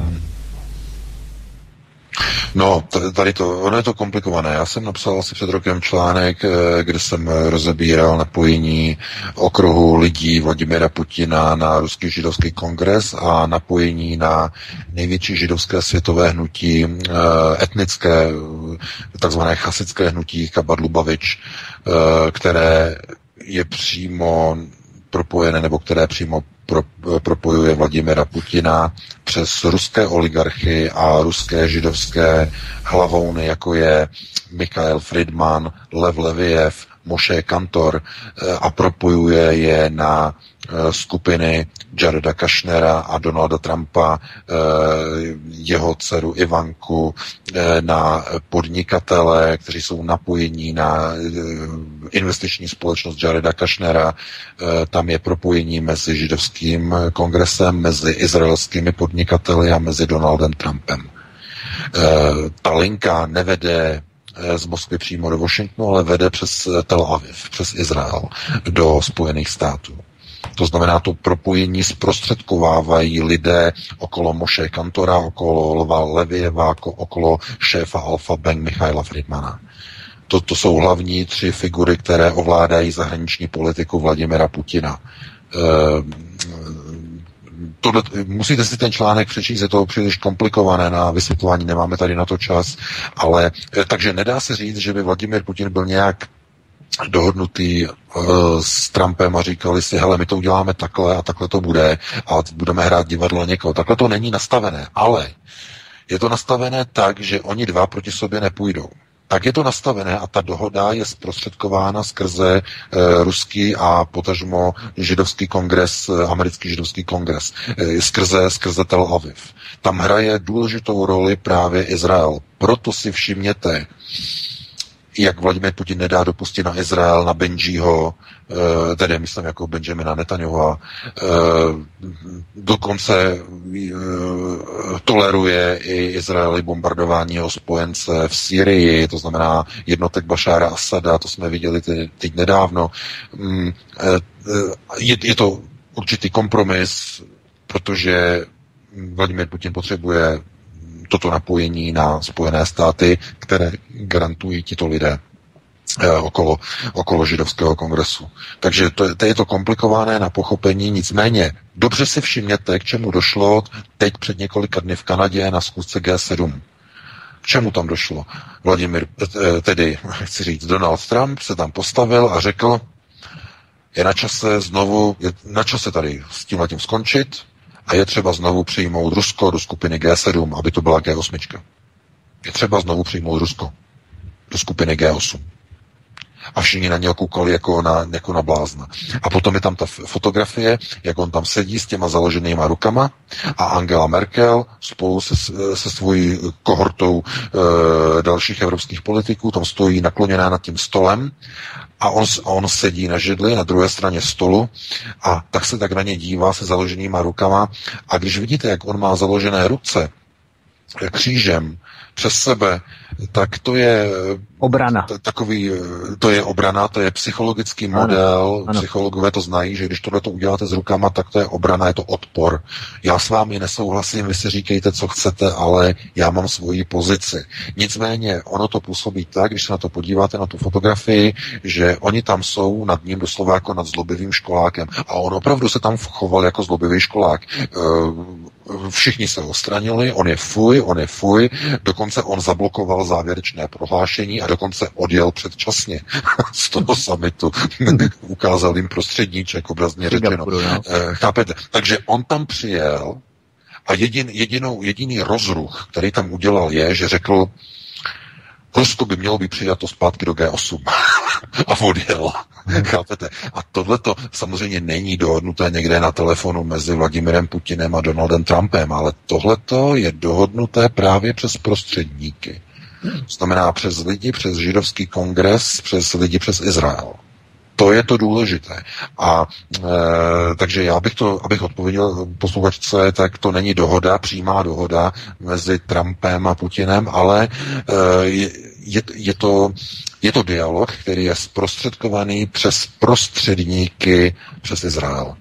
No, tady ono je to komplikované. Já jsem napsal asi před rokem článek, kde jsem rozebíral napojení okruhu lidí Vladimira Putina na ruský židovský kongres a napojení na největší židovské světové hnutí, etnické, takzvané chasické hnutí Chabad Lubavitch, které je přímo propojené, nebo které přímo propojuje Vladimira Putina přes ruské oligarchy a ruské židovské hlavouny, jako je Michail Friedman, Lev Leviev, Moshe Kantor, a propojuje je na skupiny Jareda Kushnera a Donalda Trumpa, jeho dceru Ivanku, na podnikatele, kteří jsou napojení na investiční společnost Jareda Kushnera. Tam je propojení mezi židovským kongresem, mezi izraelskými podnikateli a mezi Donaldem Trumpem. Ta linka nevede z Moskvy přímo do Washingtonu, ale vede přes Tel Aviv, přes Izrael do Spojených států. To znamená, to propojení zprostředkovávají lidé okolo Moshe Kantora, okolo Lva Levieva, okolo šéfa Alfa Bank Michaila Friedmana. To jsou hlavní 3 figury, které ovládají zahraniční politiku Vladimira Putina. Musíte si ten článek přečíst, je to příliš komplikované na vysvětlování, nemáme tady na to čas, ale takže nedá se říct, že by Vladimír Putin byl nějak dohodnutý s Trumpem a říkali si, hele, my to uděláme takhle a takhle to bude a budeme hrát divadlo někoho. Takhle to není nastavené, ale je to nastavené tak, že oni dva proti sobě nepůjdou. Tak je to nastavené a ta dohoda je zprostředkována skrze ruský a potažmo židovský kongres, americký židovský kongres, skrze Tel Aviv. Tam hraje důležitou roli právě Izrael. Proto si všimněte, jak Vladimír Putin nedá dopustit na Izrael, na Benjiho, tedy myslím jako Benjamina Netanyahua, dokonce toleruje i Izraeli bombardování jeho spojence v Syrii, to znamená jednotek Bašára Asada, to jsme viděli teď nedávno. Je to určitý kompromis, protože Vladimír Putin potřebuje toto napojení na Spojené státy, které garantují tito lidé okolo židovského kongresu. Takže to je to komplikované na pochopení, nicméně dobře si všimněte, k čemu došlo teď před několika dny v Kanadě na schůzce G7. K čemu tam došlo? Tedy chci říct, Donald Trump se tam postavil a řekl, je na čase tady s tímhletím skončit a je třeba znovu přijmout Rusko do skupiny G7, aby to byla G8. Je třeba znovu přijmout Rusko do skupiny G8. A všichni na něho koukali jako na blázna. A potom je tam ta fotografie, jak on tam sedí s těma založenýma rukama a Angela Merkel spolu se svojí kohortou dalších evropských politiků tam stojí nakloněná nad tím stolem a on sedí na židli na druhé straně stolu a tak se tak na ně dívá se založenýma rukama a když vidíte, jak on má založené ruce křížem přes sebe, tak to je obrana. To je obrana, to je psychologický model. Ano. Psychologové to znají, že když tohle to uděláte s rukama, tak to je obrana, je to odpor. Já s vámi nesouhlasím, vy si říkejte, co chcete, ale já mám svoji pozici. Nicméně ono to působí tak, když se na to podíváte, na tu fotografii, že oni tam jsou nad ním doslova jako nad zlobivým školákem. A on opravdu se tam choval jako zlobivý školák. Všichni se odstranili, on je fuj, dokonce on zablokoval závěrečné prohlášení a dokonce odjel předčasně z toho summitu. Ukázal jim prostředníček, obrazně řečeno. Chápete? Takže on tam přijel a jediný rozruch, který tam udělal, je, že řekl, Rusko by mělo být přijato zpátky do G8. A odjel. Chápete? A tohleto samozřejmě není dohodnuté někde na telefonu mezi Vladimirem Putinem a Donaldem Trumpem, ale tohleto je dohodnuté právě přes prostředníky. To znamená přes lidi, přes židovský kongres, přes lidi, přes Izrael. To je to důležité. A takže abych odpověděl posluchačce, tak to není dohoda, přímá dohoda mezi Trumpem a Putinem, ale je to dialog, který je zprostředkovaný přes prostředníky, přes Izrael,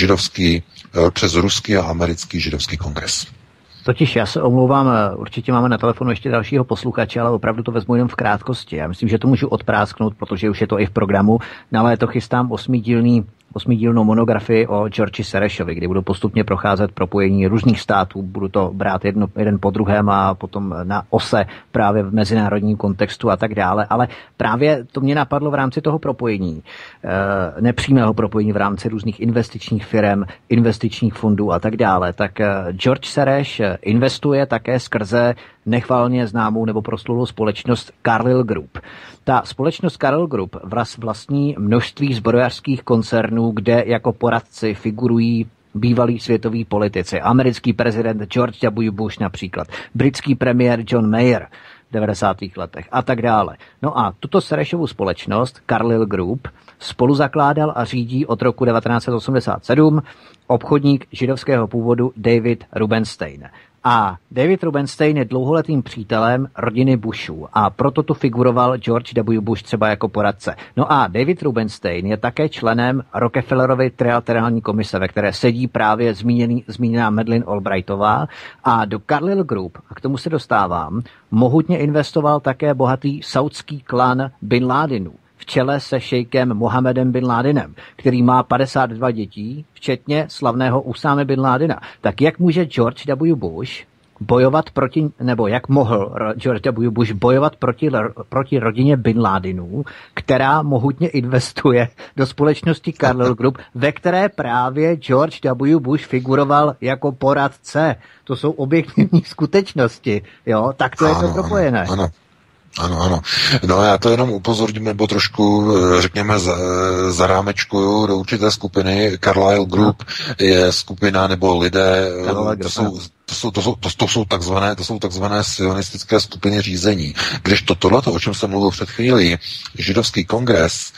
přes ruský a americký židovský kongres. Totiž já se omlouvám, určitě máme na telefonu ještě dalšího posluchače, ale opravdu to vezmu jenom v krátkosti. Já myslím, že to můžu odprásknout, protože už je to i v programu. Na léto chystám 8dílnou monografii o Georgi Serešovi, kdy budu postupně procházet propojení různých států, budu to brát jeden po druhém a potom na ose právě v mezinárodním kontextu a tak dále, ale právě to mě napadlo v rámci toho propojení, nepřímého propojení v rámci různých investičních firm, investičních fondů a tak dále, tak George Sereš investuje také skrze nechvalně známou nebo proslulou společnost Carlyle Group. Ta společnost Carlyle Group vlastní množství zbrojařských koncernů, kde jako poradci figurují bývalí světoví politici. Americký prezident George W. Bush například, britský premiér John Mayer v 90. letech a tak dále. No a tuto Serešovu společnost Carlyle Group spoluzakládal a řídí od roku 1987 obchodník židovského původu David Rubenstein. A David Rubenstein je dlouholetým přítelem rodiny Bushů a proto tu figuroval George W. Bush třeba jako poradce. No a David Rubenstein je také členem Rockefellerovy trilaterální komise, ve které sedí právě zmíněná Madeleine Albrightová a do Carlyle Group, a k tomu se dostávám, mohutně investoval také bohatý saudský klan Bin Ladenů v čele se šejkem Mohamedem Bin Ladenem, který má 52 dětí, včetně slavného Usáme Bin Ladena. Tak jak může George W. Bush bojovat proti, nebo jak mohl George W. Bush bojovat proti rodině Bin Ladenů, která mohutně investuje do společnosti Carlyle Group, ve které právě George W. Bush figuroval jako poradce. To jsou objektivní skutečnosti, jo? Tak to je to propojené. Ano. No já to jenom upozorním, nebo trošku, řekněme, zarámečkuju do určité skupiny. Carlyle Group je skupina, nebo lidé, to jsou takzvané sionistické skupiny řízení. Když tohleto, o čem jsem mluvil před chvílí, židovský kongres,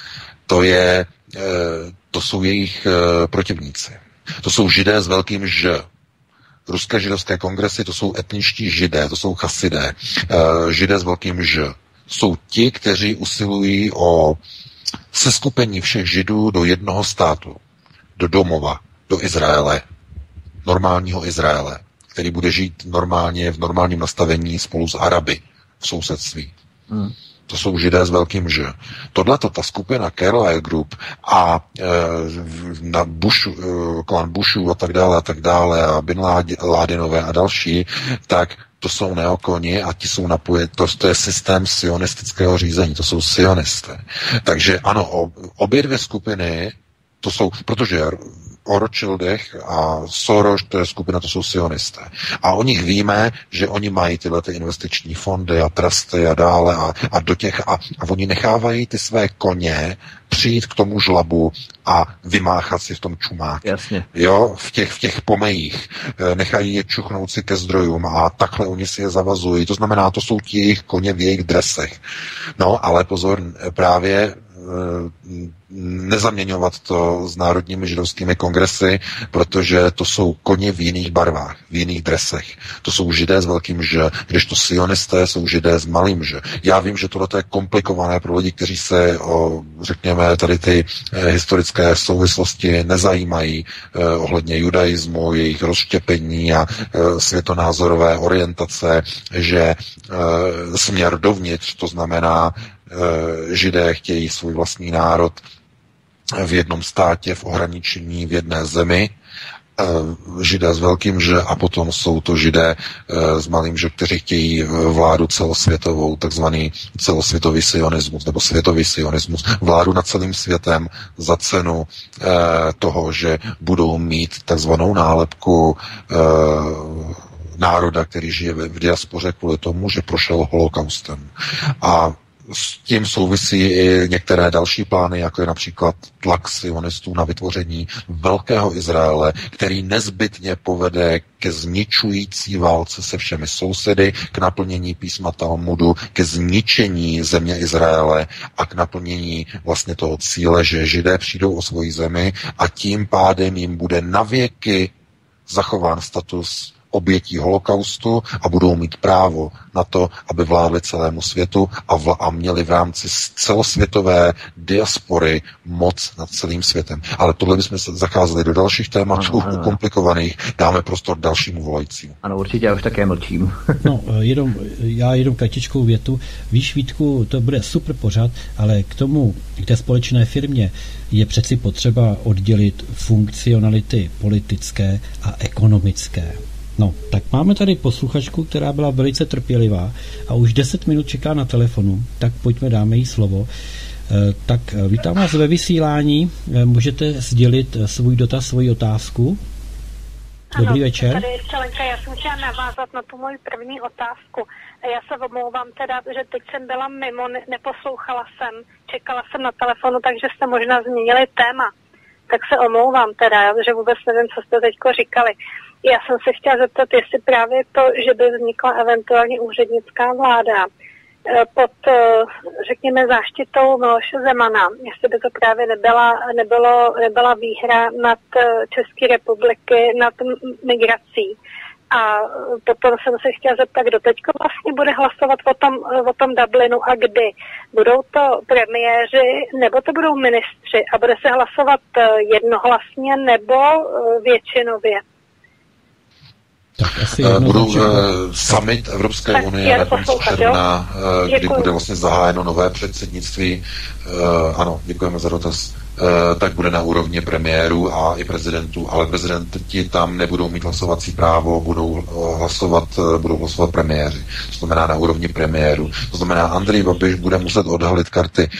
to jsou jejich protivníci. To jsou židé s velkým Ž. Ruské židovské kongresy, to jsou etničtí židé, to jsou chasidé, židé s velkým Ž. Jsou ti, kteří usilují o seskupení všech židů do jednoho státu, do domova, do Izraele, normálního Izraele, který bude žít normálně v normálním nastavení spolu s Araby v sousedství. To jsou židé s velkým Ž. Tohleto, ta skupina Carlyle Group a na klan Bushů a tak dále a Bin Ladenové a další, tak To jsou neokoni a ti jsou napojeni, to je systém sionistického řízení, to jsou sionisté. Takže ano, obě dvě skupiny, to jsou, protože o Rothschildech a Soros, to je skupina, to jsou sionisté. A o nich víme, že oni mají tyhle ty investiční fondy a trusty a dále a do těch a oni nechávají ty své koně přijít k tomu žlabu a vymáchat si v tom čumák. Jasně. Jo, v těch pomejích. Nechají je čuchnout si ke zdrojům a takhle oni si je zavazují. To znamená, to jsou ti jejich koně v jejich dresech. No, ale pozor, právě nezaměňovat to s národními židovskými kongresy, protože to jsou koně v jiných barvách, v jiných dresech. To jsou židé s velkým Ž, kdežto sionisté jsou židé s malým Ž. Já vím, že tohle je komplikované pro lidi, kteří se o, řekněme, tady ty historické souvislosti nezajímají ohledně judaismu, jejich rozštěpení a světonázorové orientace, že směr dovnitř, to znamená Židé chtějí svůj vlastní národ v jednom státě, v ohraničení, v jedné zemi, Židé s velkým Ž a potom jsou to Židé s malým Ž, kteří chtějí vládu celosvětovou, takzvaný celosvětový sionismus nebo světový sionismus, vládu nad celým světem za cenu toho, že budou mít takzvanou nálepku národa, který žije v diaspoře kvůli tomu, že prošel holokaustem. A s tím souvisí i některé další plány, jako je například tlak sionistů na vytvoření velkého Izraele, který nezbytně povede ke zničující válce se všemi sousedy, k naplnění písma Talmudu, ke zničení země Izraele a k naplnění vlastně toho cíle, že Židé přijdou o svoji zemi a tím pádem jim bude navěky zachován status obětí holokaustu a budou mít právo na to, aby vládli celému světu a měli v rámci celosvětové diaspory moc nad celým světem. Ale tohle bychom se zacházeli do dalších tématů komplikovaných. Dáme prostor dalšímu volajícímu. Ano, určitě, já už také mlčím. No, já jenom kratičkou větu. Víš, Vítku, to bude super pořad, ale k té společné firmě je přeci potřeba oddělit funkcionality politické a ekonomické. No, tak máme tady posluchačku, která byla velice trpělivá a už 10 minut čeká na telefonu, tak pojďme, dáme jí slovo. Tak vítám vás ve vysílání, můžete sdělit svůj dotaz, svoji otázku. Dobrý večer. Tady ještě Lenka, já jsem chtěla navázat na tu moji první otázku. Já se omlouvám teda, že teď jsem byla mimo, neposlouchala jsem, čekala jsem na telefonu, takže jste možná změnili téma. Tak se omlouvám teda, že vůbec nevím, co jste teďko říkali. Já jsem se chtěla zeptat, jestli právě to, že by vznikla eventuálně úřednická vláda pod, řekněme, záštitou Miloše Zemana, jestli by to právě nebyla výhra nad České republiky, nad migrací. A potom jsem se chtěla zeptat, kdo teďko vlastně bude hlasovat o tom Dublinu a kdy. Budou to premiéři nebo to budou ministři a bude se hlasovat jednohlasně nebo většinově? Budou summit Evropské unie na konci června, kdy bude vlastně zahájeno nové předsednictví. Ano, děkujeme za dotaz. Tak bude na úrovni premiérů a i prezidentů, ale prezidenti tam nebudou mít hlasovací právo, budou hlasovat premiéři. To znamená na úrovni premiérů. To znamená, Andrej Babiš bude muset odhalit karty.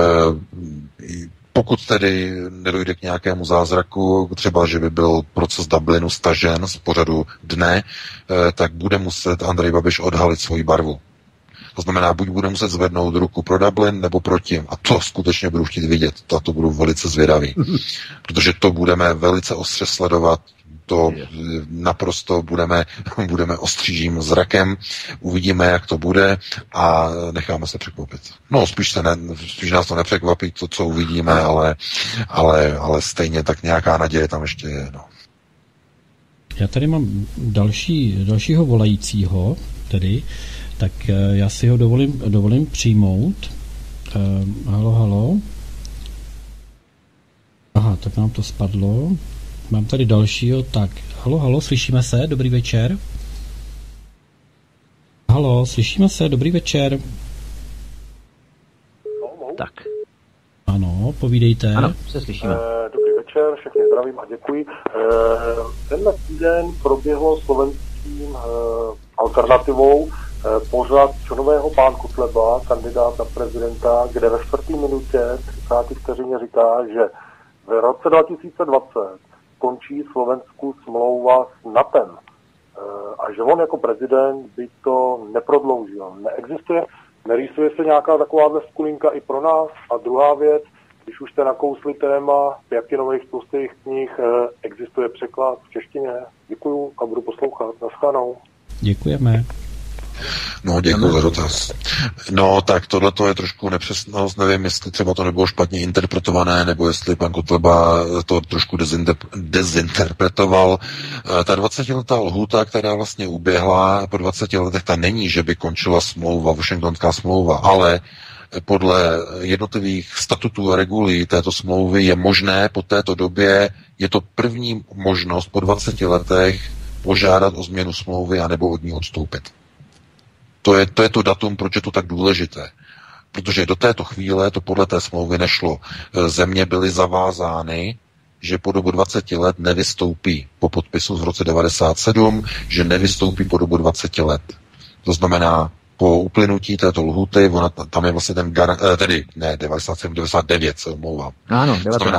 Pokud tedy nedojde k nějakému zázraku, třeba, že by byl proces Dublinu stažen z pořadu dne, tak bude muset Andrej Babiš odhalit svoji barvu. To znamená, buď bude muset zvednout ruku pro Dublin, nebo proti. A to skutečně budu chtít vidět. To budu velice zvědavý. Protože to budeme velice ostře sledovat. To naprosto budeme ostřížím zrakem, uvidíme, jak to bude a necháme se překvapit. No, spíš nás to nepřekvapí, to, co uvidíme, ale stejně tak nějaká naděje tam ještě je. No. Já tady mám dalšího volajícího, tak já si ho dovolím přijmout. Halo. Aha, tak nám to spadlo. Mám tady dalšího, tak halo, slyšíme se, dobrý večer. Halo, slyšíme se, dobrý večer. Tak. Ano, povídejte. Ano, se slyšíme. Dobrý večer, všechny zdravím a děkuji. Tenhle týden proběhlo dalším alternativou pořad čunového pán Kotleba, kandidát na prezidenta, kde ve 4. minutě 30 vteřině říká, že v roce 2020 končí Slovensku smlouva s NATEM a že on jako prezident by to neprodloužil. Nerýsuje se nějaká takováhle skulinka i pro nás? A druhá věc, když už jste nakousli téma 5 nových tlustých knih, existuje překlad v češtině? Děkuju a budu poslouchat. Naschledanou. Děkujeme. No, děkuji za dotaz. No, tak tohle je trošku nepřesnost, nevím, jestli třeba to nebylo špatně interpretované, nebo jestli pan Kotleba to trošku dezinterpretoval. Ta 20letá lhůta, která vlastně uběhla po 20 letech, ta není, že by končila smlouva, Washingtonská smlouva, ale podle jednotlivých statutů a regulí této smlouvy je možné po této době, je to první možnost po 20 letech požádat o změnu smlouvy anebo od ní odstoupit. To je to datum, proč je to tak důležité. Protože do této chvíle to podle té smlouvy nešlo. Země byly zavázány, že po dobu 20 let nevystoupí po podpisu v roce 1997, že nevystoupí po dobu 20 let. To znamená, po uplynutí této lhuty, tam je vlastně ten 99 se omlouvám. Ano, to znamená,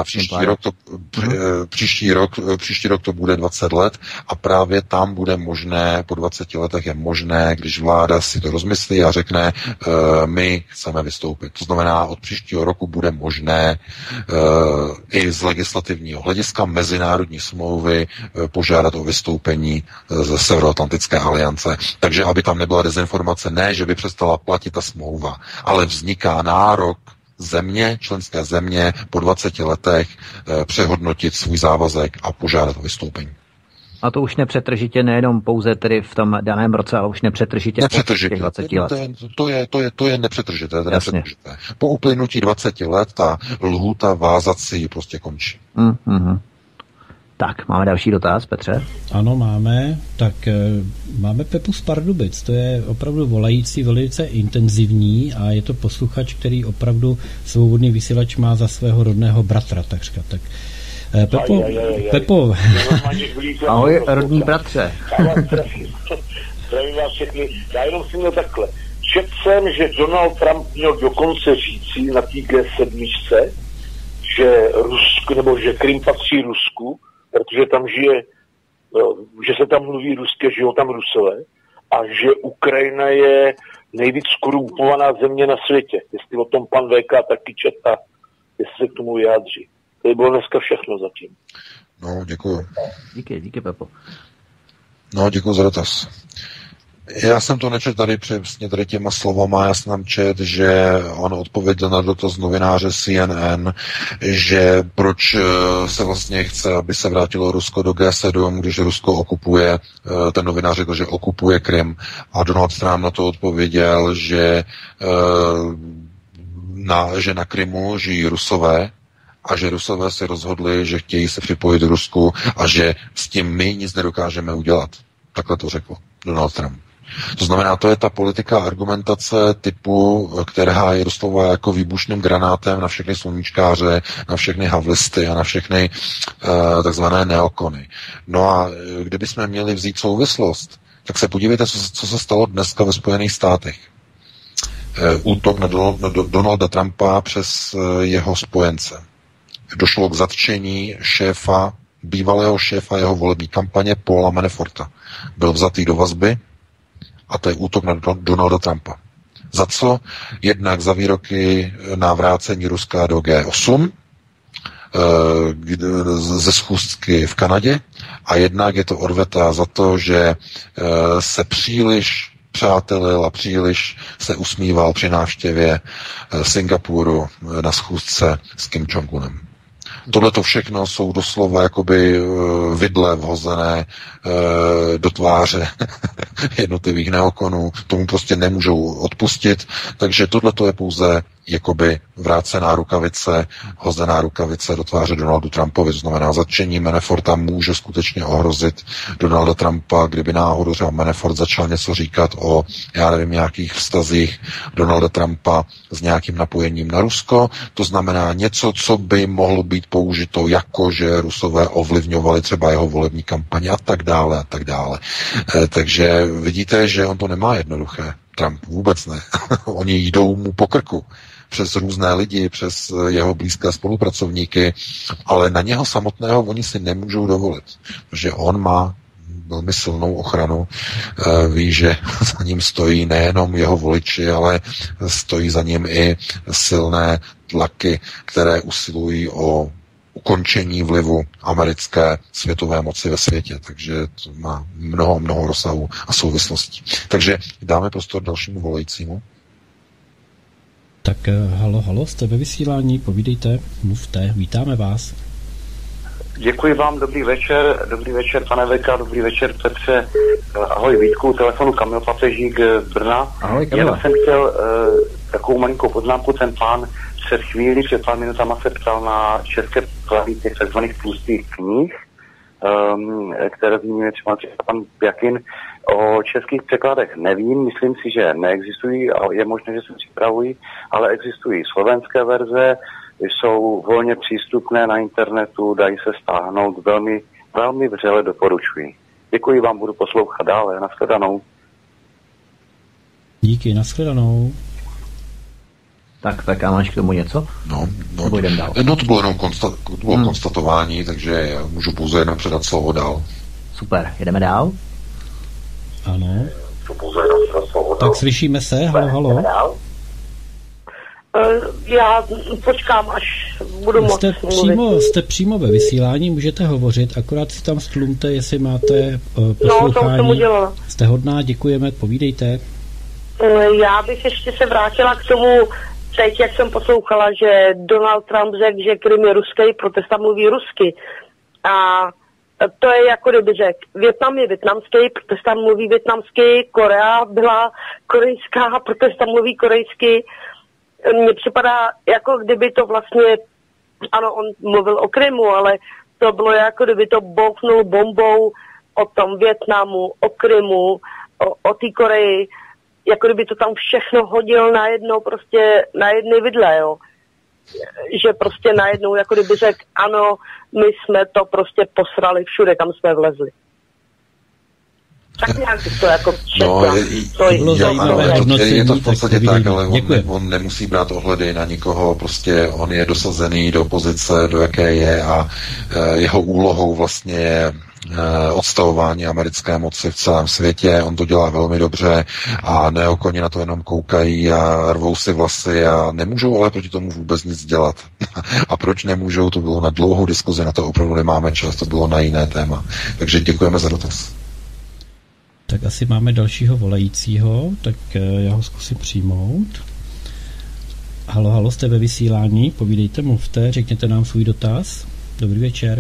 příští rok to bude 20 let a právě tam bude možné, po 20 letech je možné, když vláda si to rozmyslí a řekne, my chceme vystoupit. To znamená, od příštího roku bude možné i z legislativního hlediska mezinárodní smlouvy požádat o vystoupení ze Severoatlantické aliance. Takže aby tam nebyla dezinformace, ne, že by přestala platit ta smlouva, ale vzniká nárok členské země po 20 letech přehodnotit svůj závazek a požádat o vystoupení. A to už nepřetržitě, nejenom pouze tedy v tom daném roce, ale už nepřetržitě po těch 20 let. To je nepřetržité. Po uplynutí 20 let ta lhůta vázací prostě končí. Mm-hmm. Tak, máme další dotaz, Petře? Ano, máme. Tak máme Pepu z Pardubic. To je opravdu volající, velice intenzivní a je to posluchač, který opravdu svobodný vysílač má za svého rodného bratra, takřka. Tak Pepo. Ahoj, rodný bratře. Zdravím vás všechny. Já jenom si měl takhle. Četl jsem, že Donald Trump měl dokonce říci na té G7, že Rusko, nebo že Krym patří Rusku, protože tam žije, že se tam mluví ruské, žijou tam Rusové a že Ukrajina je nejvíc korumpovaná země na světě. Jestli o tom pan VK taky četá, jestli se k tomu vyjádří. To by bylo dneska všechno zatím. No, děkuju. Díky, Pepo. No, děkuju za dotaz. Já jsem to nečetl tady přesně tady těma slovama, já jsem tam četl, že on odpověděl na dotaz novináře CNN, že proč se vlastně chce, aby se vrátilo Rusko do G7, když Rusko okupuje, ten novinář řekl, že okupuje Krym a Donald Trump na to odpověděl, že na Krymu žijí Rusové a že Rusové si rozhodli, že chtějí se připojit do Rusku a že s tím my nic nedokážeme udělat. Takhle to řekl Donald Trump. To znamená, to je ta politika argumentace typu, která je doslova jako výbušným granátem na všechny sluníčkáře, na všechny havlisty a na všechny takzvané neokony. No a kdybychom měli vzít souvislost, tak se podívejte, co se stalo dneska ve Spojených státech. Útok na Donalda Trumpa přes jeho spojence. Došlo k zatčení bývalého šéfa jeho volební kampaně Paula Manaforta. Byl vzatý do vazby a to je útok na Donalda Trumpa. Za co? Jednak za výroky na vrácení Ruska do G8 ze schůzky v Kanadě a jednak je to odveta za to, že se příliš přátelil a příliš se usmíval při návštěvě Singapuru na schůzce s Kim Jong-unem. Tohle to všechno jsou doslova jakoby vidle vhozené do tváře jednotlivých neokonů. Tomu prostě nemůžou odpustit. Takže tohle to je pouze jakoby vrácená rukavice, hozená rukavice do tváře Donaldu Trumpovi. To znamená, zatčení Manaforta může skutečně ohrozit Donalda Trumpa, kdyby náhodou třeba Manafort začal něco říkat o, já nevím, nějakých vztazích Donalda Trumpa s nějakým napojením na Rusko. To znamená něco, co by mohlo být použito jako, že Rusové ovlivňovali třeba jeho volební kampaně a tak dále a tak dále. Takže vidíte, že on to nemá jednoduché. Trump vůbec ne. Oni jdou mu po krku přes různé lidi, přes jeho blízké spolupracovníky, ale na něho samotného oni si nemůžou dovolit, protože on má velmi silnou ochranu. Ví, že za ním stojí nejenom jeho voliči, ale stojí za ním i silné tlaky, které usilují o ukončení vlivu americké světové moci ve světě. Takže to má mnoho rozsahů a souvislostí. Takže dáme prostor dalšímu volajícímu. Tak halo, jste ve vysílání, povídejte, mluvte, vítáme vás. Děkuji vám, dobrý večer, pane Veka, dobrý večer, Petře, ahoj Vítku, telefonu Kamil Papežík z Brna. Ahoj, Kamil. Já jsem chtěl takovou malinkou poznámku, ten pán před pár minutama se ptal na české překlady těch tzv. Tlustých knih, které zmínil třeba pan Pjakin. O českých překladech nevím, myslím si, že neexistují a je možné, že se připravují, ale existují slovenské verze, jsou volně přístupné na internetu, dají se stáhnout, velmi, velmi vřele doporučuji. Děkuji vám, budu poslouchat dále, nashledanou. Díky, nashledanou. Tak a máš k tomu něco? No, jdem dál. To bylo jenom konstatování, takže já můžu pouze jenom předat slovo dál. Super, jedeme dál? Ano. Tak slyšíme se, halo. Já počkám, až budu moct mluvit. Jste přímo ve vysílání, můžete hovořit, akorát si tam stlumte, jestli máte poslouchání. No, to jsem udělala. Jste hodná, děkujeme, povídejte. Já bych ještě se vrátila k tomu, teď, jak jsem poslouchala, že Donald Trump řekl, že Krym je ruský, protesta mluví rusky. A to je jako kdyby řekl, Vietnam je vietnamský, protesta mluví vietnamsky, Korea byla korejská, protesta mluví korejsky. Mně připadá, jako kdyby to vlastně, ano, on mluvil o Krymu, ale to bylo jako kdyby to bouchnul bombou o tom Vietnamu, o Krymu, o té Koreji, jako kdyby to tam všechno hodil najednou prostě na jedny vidle, jo. Že prostě najednou, jako kdyby řekl, ano, my jsme to prostě posrali všude, kam jsme vlezli. Tak nějak bych to jako četla. Je to v podstatě tak, ale on nemusí brát ohledy na nikoho, prostě on je dosazený do pozice, do jaké je a jeho úlohou vlastně je odstavování americké moci v celém světě. On to dělá velmi dobře a neokoni na to jenom koukají a rvou si vlasy a nemůžou ale proti tomu vůbec nic dělat. A proč nemůžou, to bylo na dlouhou diskuzi, na to opravdu nemáme čas, to bylo na jiné téma. Takže děkujeme za dotaz. Tak asi máme dalšího volajícího, tak já ho zkusím přijmout. Halo, jste ve vysílání, povídejte, mluvte, řekněte nám svůj dotaz. Dobrý večer.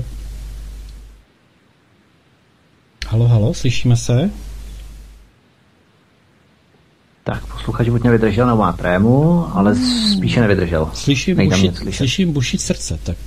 Halo, slyšíme se? Tak, posluchač buď nevydržel, nebo má trému, ale spíše nevydržel. Slyším bušit srdce, tak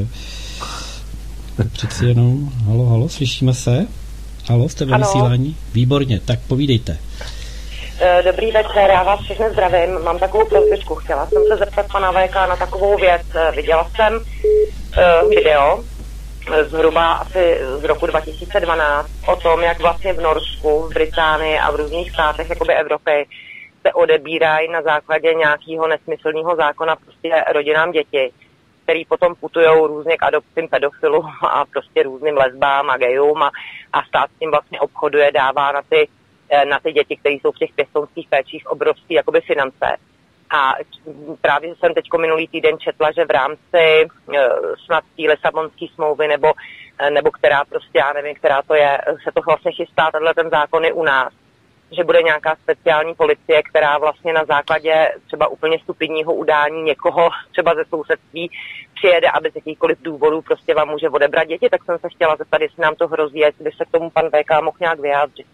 přeci jenom, halo, slyšíme se? Halo, jste ve vysílání? Výborně, tak povídejte. Dobrý večer, já vás všechny zdravím. Mám takovou prosbičku. Chtěla jsem se zeptat pana VK na takovou věc. Viděla jsem video zhruba asi z roku 2012 o tom, jak vlastně v Norsku, v Británii a v různých státech jakoby Evropy se odebírají na základě nějakého nesmyslného zákona prostě rodinám děti, který potom putujou různě k adopcím pedofilům a prostě různým lesbám a gejům a stát s tím vlastně obchoduje, dává na ty děti, které jsou v těch pěstounských péčích obrovský jakoby finance. A právě jsem teďko minulý týden četla, že v rámci snad té Lisabonské smlouvy nebo která prostě, já nevím, která to je, se to vlastně chystá, tenhle ten zákon je u nás, že bude nějaká speciální policie, která vlastně na základě třeba úplně stupidního udání někoho třeba ze sousedství přijede, aby z jakýchkoliv důvodů prostě vám může odebrat děti, tak jsem se chtěla zeptat, jestli nám to hrozí, jestli by se k tomu pan VK mohl nějak vyjádřit.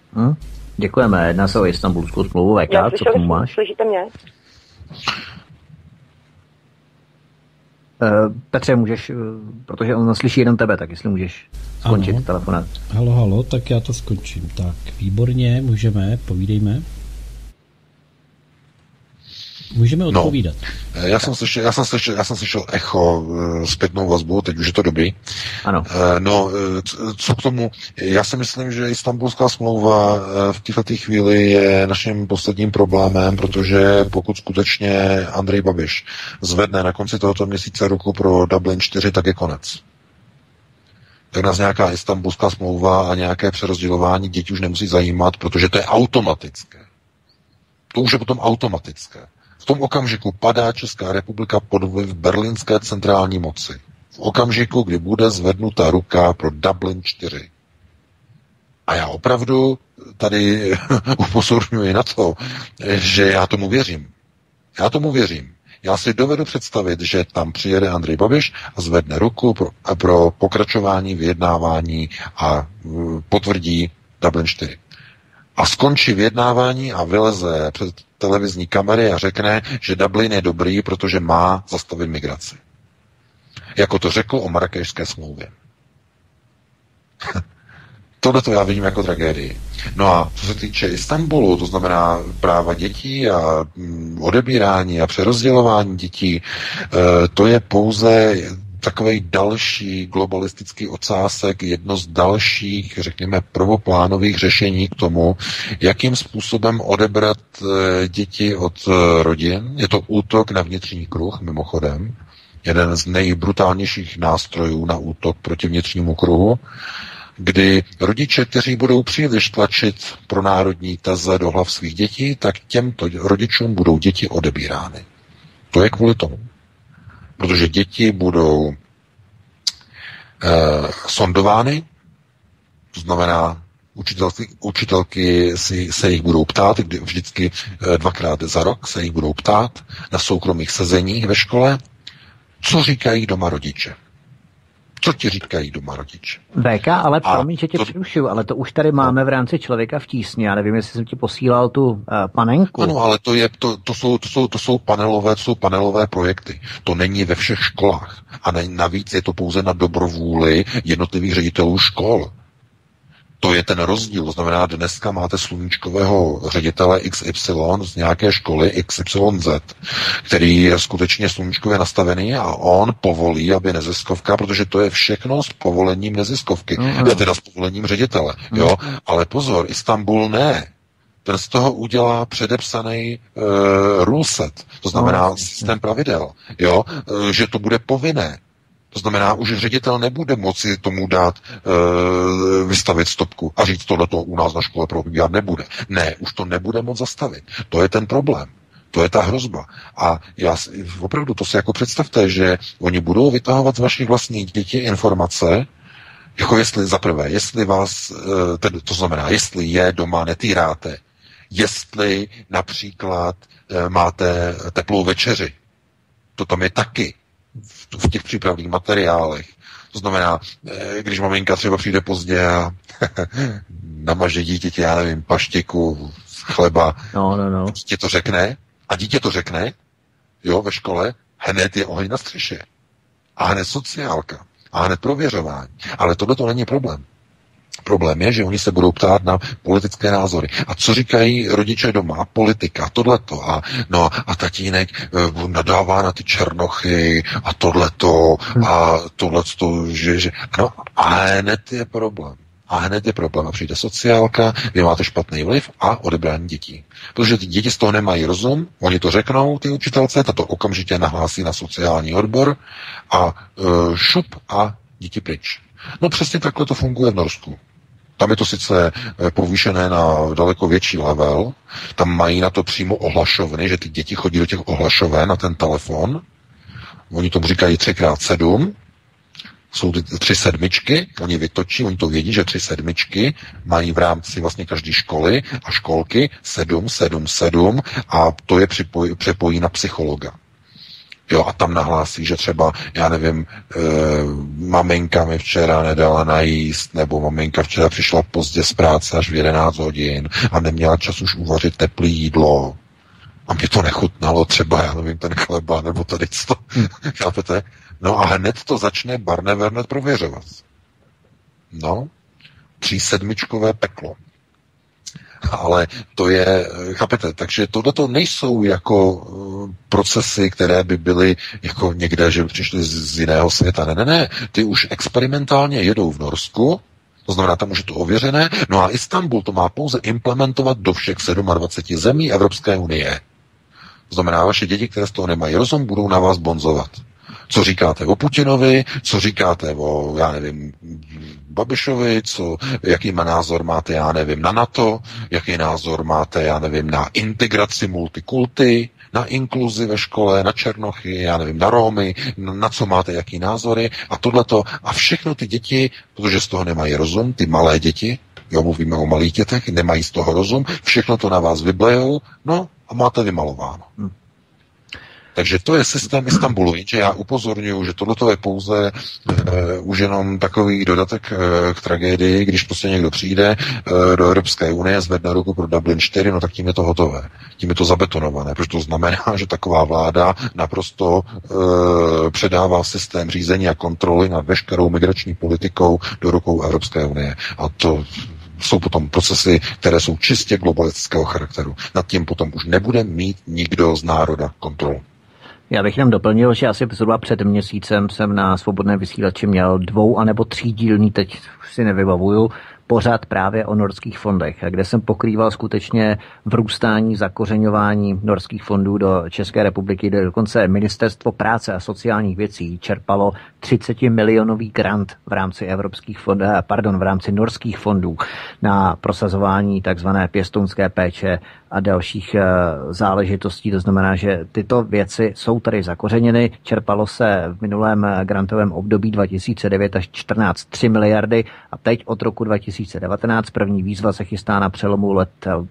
Děkujeme, jedná se o Istanbulskou smlouvu VK, co k tomu máš? Slyšíte mě? Petře, můžeš, protože on slyší jenom tebe, tak jestli můžeš skončit telefonát. Halo, tak já to skončím. Tak, výborně, můžeme, povídejme. Můžeme odpovídat. No, já jsem slyšel echo, zpětnou vazbu, teď už je to dobrý. Ano. Co k tomu? Já si myslím, že Istanbulská smlouva v této chvíli je naším posledním problémem, protože pokud skutečně Andrej Babiš zvedne na konci tohoto měsíce ruku pro Dublin 4, tak je konec. Tak nás nějaká Istanbulská smlouva a nějaké přerozdělování dětí už nemusí zajímat, protože to je automatické. To už je potom automatické. V tom okamžiku padá Česká republika pod vliv berlínské centrální moci. V okamžiku, kdy bude zvednuta ruka pro Dublin 4. A já opravdu tady upozorňuji na to, že já tomu věřím. Já si dovedu představit, že tam přijede Andrej Babiš a zvedne ruku pro pokračování vyjednávání a potvrdí Dublin 4. A skončí vyjednávání a vyleze před televizní kamery a řekne, že Dublin je dobrý, protože má zastavit migraci. Jako to řekl o Marrákešské smlouvě. Tohle to já vidím jako tragédii. No a co se týče Istanbulu, to znamená práva dětí a odebírání a přerozdělování dětí, to je pouze takový další globalistický ocásek, jedno z dalších, řekněme, prvoplánových řešení k tomu, jakým způsobem odebrat děti od rodin. Je to útok na vnitřní kruh, mimochodem. Jeden z nejbrutálnějších nástrojů na útok proti vnitřnímu kruhu, kdy rodiče, kteří budou příliš tlačit pro národní teze do hlav svých dětí, tak těmto rodičům budou děti odebírány. To je kvůli tomu. Protože děti budou sondovány, to znamená, učitelky se jich budou ptát, vždycky 2krát za rok se jich budou ptát na soukromých sezeních ve škole, co říkají doma rodiče. Co ti říkají doma rodiče? VK, ale promiň, že tě přerušuju, ale to už tady máme v rámci Člověka v tísni. Já nevím, jestli jsem ti posílal tu panenku. Ano, ale to jsou panelové projekty. To není ve všech školách. A navíc je to pouze na dobrovůli jednotlivých ředitelů škol. To je ten rozdíl. To znamená, dneska máte sluníčkového ředitele XY z nějaké školy XYZ, který je skutečně sluníčkově nastavený a on povolí, aby neziskovka, protože to je všechno s povolením neziskovky, teda s povolením ředitele. Jo? Ale pozor, Istanbul ne. Ten z toho udělá předepsaný rule set, to znamená systém pravidel, jo? Že to bude povinné. To znamená, už ředitel nebude moci tomu dát vystavit stopku a říct, tohleto u nás na škole probíhat nebude. Ne, už to nebude moc zastavit. To je ten problém. To je ta hrozba. A já opravdu to si jako představte, že oni budou vytahovat z vašich vlastních dětí informace, jako jestli zaprvé, jestli vás, to znamená, jestli je doma netýráte, jestli například máte teplou večeři. To tam je taky v těch přípravných materiálech. To znamená, když maminka třeba přijde pozdě a namaže dítěti, já nevím, paštiku, chleba, dítě to řekne a dítě to řekne, jo, ve škole, hned je oheň na střeše. A hned sociálka. A hned prověřování. Ale tohle to není problém. Problém je, že oni se budou ptát na politické názory. A co říkají rodiče doma? Politika, tohleto. A tatínek nadává na ty černochy a tohleto a tohleto, že... No a hned je problém. A přijde sociálka, vy máte špatný vliv a odebrání dětí. Protože ty děti z toho nemají rozum, oni to řeknou, ty učitelce, tato okamžitě nahlásí na sociální odbor a šup a děti pryč. No přesně takhle to funguje v Norsku. Tam je to sice povýšené na daleko větší level, tam mají na to přímo ohlašovny, že ty děti chodí do těch ohlašoven na ten telefon, oni tomu říkají 3x7, jsou ty 3 sedmičky, oni vytočí, oni to vědí, že 3 sedmičky mají v rámci vlastně každé školy a školky 7 a to je přepojí na psychologa. Jo, a tam nahlásí, že třeba, já nevím, maminka mi včera nedala najíst, nebo maminka včera přišla pozdě z práce až v 11 hodin a neměla čas už uvařit teplé jídlo. A mě to nechutnalo třeba, já nevím, ten chleba, nebo tady co. Chápete? No a hned to začne Barnevern prověřovat. No, 3sedmičkové peklo. Ale to je, chápete, takže tohleto nejsou jako procesy, které by byly jako někde, že by přišly z jiného světa. Ne, ty už experimentálně jedou v Norsku, to znamená, tam už je to ověřené, no a Istanbul to má pouze implementovat do všech 27 zemí Evropské unie. To znamená, vaše děti, které z toho nemají rozum, budou na vás bonzovat. Co říkáte o Putinovi, co říkáte o, já nevím, Babišovi, jaký názor máte, já nevím, na NATO, jaký názor máte, já nevím, na integraci multikulty, na inkluzi ve škole, na černochy, já nevím, na Rómy, na co máte, jaký názory a tohleto. A všechno ty děti, protože z toho nemají rozum, ty malé děti, jo, mluvíme o malých dětech, nemají z toho rozum, všechno to na vás vyblejou, no a máte vymalováno. Takže to je systém Istanbulu, jenže já upozorňuji, že tohleto je pouze už jenom takový dodatek k tragédii, když prostě někdo přijde do Evropské unie, zvedne ruku pro Dublin 4, no tak tím je to hotové, tím je to zabetonované, protože to znamená, že taková vláda naprosto předává systém řízení a kontroly nad veškerou migrační politikou do rukou Evropské unie. A to jsou potom procesy, které jsou čistě globalistického charakteru. Nad tím potom už nebude mít nikdo z národa kontrolu. Já bych jenom doplnil, že asi zhruba před měsícem jsem na Svobodné vysílači měl 2- anebo 3dílný, teď si nevybavuju, pořad právě o norských fondech, kde jsem pokrýval skutečně vrůstání, zakořeňování norských fondů do České republiky, kde dokonce Ministerstvo práce a sociálních věcí čerpalo 30-milionový grant v rámci v rámci norských fondů na prosazování takzvané pěstounské péče a dalších záležitostí. To znamená, že tyto věci jsou tady zakořeněny. Čerpalo se v minulém grantovém období 2009 až 2014 3 miliardy a teď od roku 2019 první výzva se chystá na přelomu let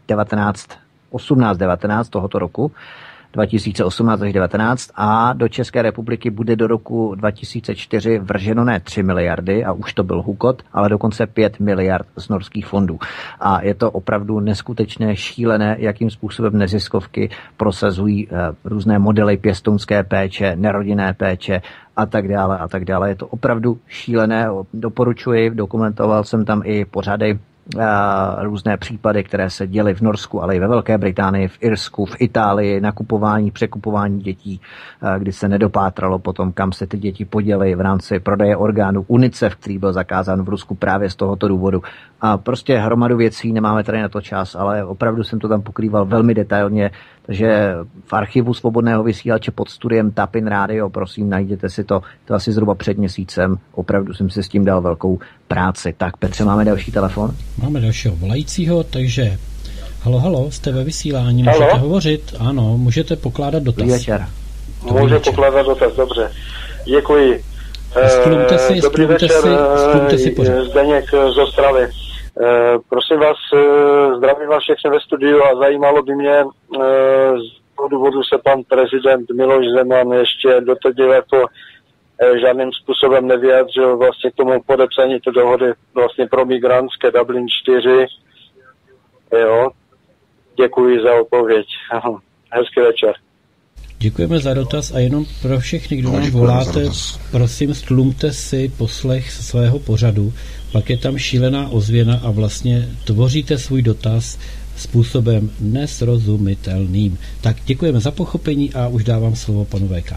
18-19 tohoto roku. 2018 až 2019 a do České republiky bude do roku 2004 vrženo ne 3 miliardy a už to byl hukot, ale dokonce 5 miliard z norských fondů. A je to opravdu neskutečné, šílené, jakým způsobem neziskovky prosazují různé modely pěstounské péče, nerodinné péče a tak dále a tak dále. Je to opravdu šílené, doporučuji, dokumentoval jsem tam i pořady, různé případy, které se děly v Norsku, ale i ve Velké Británii, v Irsku, v Itálii, nakupování, překupování dětí, kdy se nedopátralo potom, kam se ty děti poděly v rámci prodeje orgánů. UNICEF, který byl zakázán v Rusku právě z tohoto důvodu. A prostě hromadu věcí, nemáme tady na to čas, ale opravdu jsem to tam pokrýval velmi detailně, takže v archivu Svobodného vysílače pod studiem Tapin Radio, prosím, najděte si to asi zhruba před měsícem, opravdu jsem si s tím dal velkou práci. Tak, Petře, máme další telefon? Máme dalšího volajícího, takže halo, jste ve vysílání, můžete hovořit, ano, můžete pokládat dotaz. Dobrý večer. Můžu pokládat dotaz, dobře. Děkuji. Dobrý večer, Zdeněk z Ostravy. Prosím vás, zdravím vás všechny ve studiu a zajímalo by mě, z toho důvodu se pan prezident Miloš Zeman ještě doteď jako žádným způsobem nevyjádřil vlastně k tomu podepsání té dohody vlastně pro migrantské Dublin 4. Jo, děkuji za odpověď. Hezký večer. Děkujeme za dotaz a jenom pro všechny, kdo nám voláte, prosím, stlumte si poslech svého pořadu, pak je tam šílená ozvěna a vlastně tvoříte svůj dotaz způsobem nesrozumitelným. Tak děkujeme za pochopení a už dávám slovo panu VK.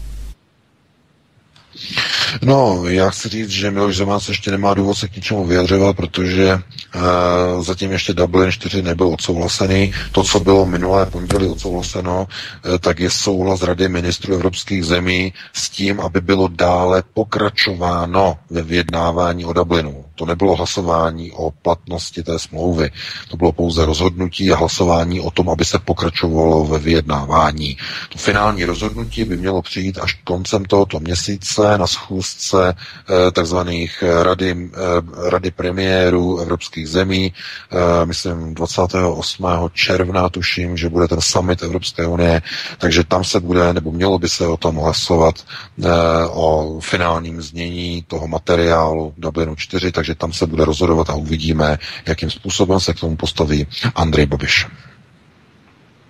No, já chci říct, že Miloš Zeman se ještě nemá důvod se k ničemu vyjadřovat, protože zatím ještě Dublin 4 nebyl odsouhlasený. To, co bylo minulé pondělí odsouhlaseno, tak je souhlas Rady ministrů evropských zemí s tím, aby bylo dále pokračováno ve vyjednávání o Dublinu. To nebylo hlasování o platnosti té smlouvy. To bylo pouze rozhodnutí a hlasování o tom, aby se pokračovalo ve vyjednávání. To finální rozhodnutí by mělo přijít až koncem tohoto měsíce na schůzce takzvaných rady premiérů evropských zemí. Myslím 28. června, tuším, že bude ten summit Evropské unie, takže tam se bude, nebo mělo by se o tom hlasovat o finálním znění toho materiálu Dublinu 4, takže tam se bude rozhodovat a uvidíme, jakým způsobem se k tomu postaví Andrej Babiš.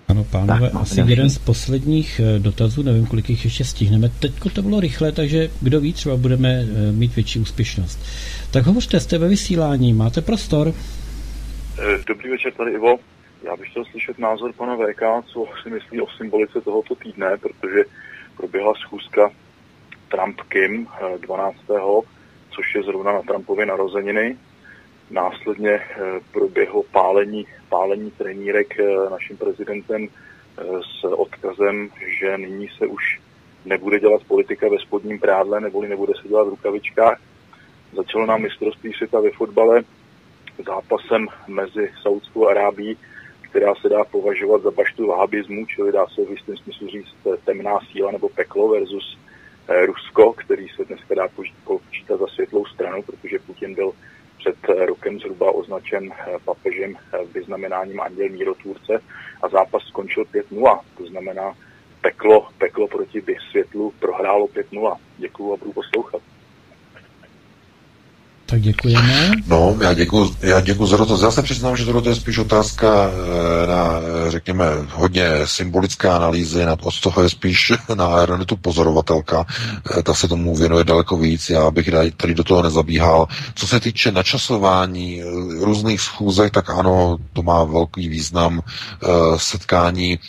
Ano, pánové, asi jeden z posledních dotazů, nevím, kolik jich ještě stihneme. Teďko to bylo rychle, takže kdo ví, třeba budeme mít větší úspěšnost. Tak hovořte, jste ve vysílání, máte prostor. Dobrý večer, tady Ivo. Já bych chtěl slyšet názor pana VK, co si myslí o symbolice tohoto týdne, protože proběhla schůzka Trump-Kim 12., což je zrovna na Trumpově narozeniny. Následně proběhlo pálení trenírek naším prezidentem s odkazem, že nyní se už nebude dělat politika ve spodním prádle, neboli nebude se dělat v rukavičkách. Začalo nám mistrovství světa ve fotbale zápasem mezi Saudskou Arábií, která se dá považovat za baštu vahabismu, čili dá se v jistém smyslu říct temná síla nebo peklo versus Rusko, který se dneska dá počítat za světlou stranu, protože Putin byl před rokem zhruba označen papežem vyznamenáním anděl mírotvůrce a zápas skončil 5-0. To znamená peklo proti světlu prohrálo 5-0. Děkuju a budu poslouchat. Tak děkujeme. No, já děkuju za dotaz. Já se přiznám, že tohle je spíš otázka na, řekněme, hodně symbolické analýzy, od toho je spíš na Aeronetu pozorovatelka, ta se tomu věnuje daleko víc, já bych tady do toho nezabíhal. Co se týče načasování různých schůzek, tak ano, to má velký význam. Setkání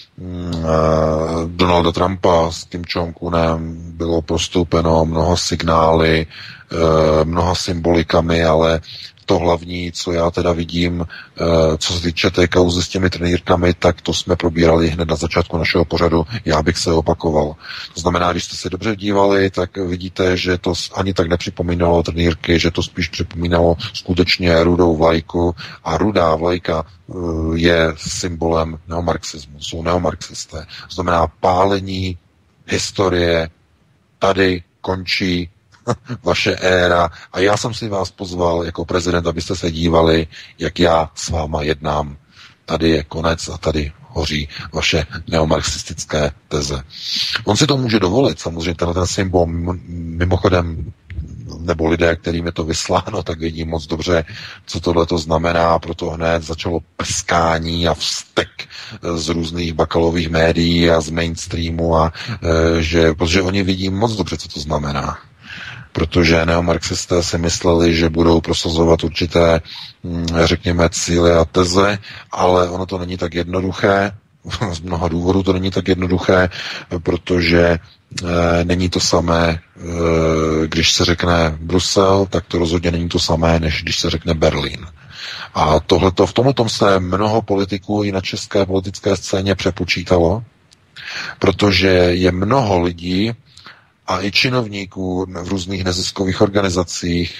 Donalda Trumpa s Kim Jong-unem bylo prostoupeno mnoho signály, mnoha symbolikami, ale to hlavní, co já teda vidím, co se týče té kauzy s těmi trenýrkami, tak to jsme probírali hned na začátku našeho pořadu, já bych se opakoval. To znamená, když jste se dobře dívali, tak vidíte, že to ani tak nepřipomínalo trenýrky, že to spíš připomínalo skutečně rudou vlajku a rudá vlajka je symbolem neomarxismu, jsou neomarxisté. To znamená pálení historie, tady končí vaše éra a já jsem si vás pozval jako prezident, abyste se dívali, jak já s váma jednám. Tady je konec a tady hoří vaše neomarxistické teze. On si to může dovolit, samozřejmě ten symbol, mimochodem, nebo lidé, kterým je to vysláno, tak vidí moc dobře, co tohle to znamená, proto hned začalo prskání a vztek z různých bakalových médií a z mainstreamu, protože oni vidí moc dobře, co to znamená. Protože neomarxisté si mysleli, že budou prosazovat určité, řekněme, cíle a teze, ale ono to není tak jednoduché. Z mnoha důvodů to není tak jednoduché, protože není to samé, když se řekne Brusel, tak to rozhodně není to samé, než když se řekne Berlín. A v tomhletom se mnoho politiků i na české politické scéně přepočítalo, protože je mnoho lidí, a i činovníků v různých neziskových organizacích,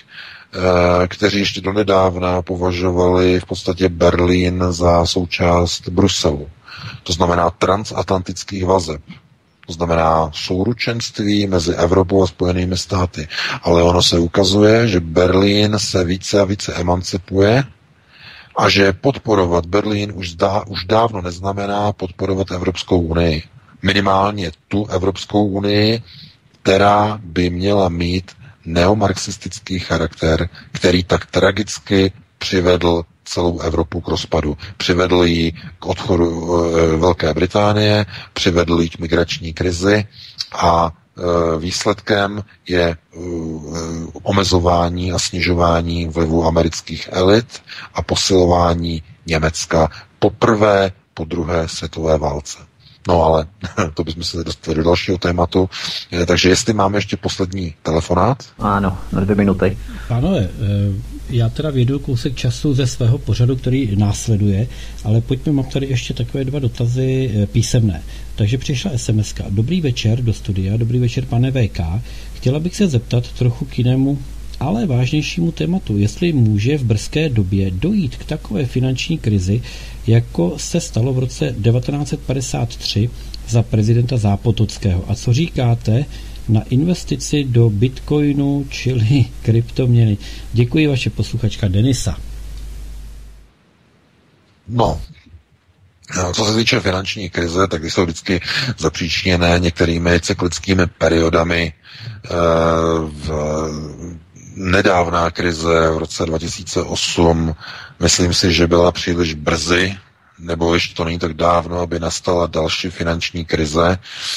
kteří ještě donedávna považovali v podstatě Berlín za součást Bruselu. To znamená transatlantických vazeb. To znamená souručenství mezi Evropou a Spojenými státy. Ale ono se ukazuje, že Berlín se více a více emancipuje a že podporovat Berlín už dávno neznamená podporovat Evropskou unii. Minimálně tu Evropskou unii, která by měla mít neomarxistický charakter, který tak tragicky přivedl celou Evropu k rozpadu. Přivedl ji k odchodu Velké Británie, přivedl ji k migrační krizi a výsledkem je omezování a snižování vlivu amerických elit a posilování Německa poprvé po druhé světové válce. No ale to bychom se dostali do dalšího tématu. Takže jestli máme ještě poslední telefonát? Ano, na 2 minuty. Pánové, já teda vědu kousek času ze svého pořadu, který následuje, ale pojďme, mám tady ještě takové 2 dotazy písemné. Takže přišla SMS-ka. Dobrý večer do studia, dobrý večer, pane VK. Chtěla bych se zeptat trochu k jinému, ale vážnějšímu tématu, jestli může v brzké době dojít k takové finanční krizi, jako se stalo v roce 1953 za prezidenta Zápotockého. A co říkáte na investici do bitcoinu, čili kryptoměny? Děkuji, vaše posluchačka Denisa. No, co se týče finanční krize, tak ty jsou vždycky zapříčiněné některými cyklickými periodami. Nedávná krize v roce 2008, myslím si, že byla příliš brzy nebo ještě to není tak dávno, aby nastala další finanční krize.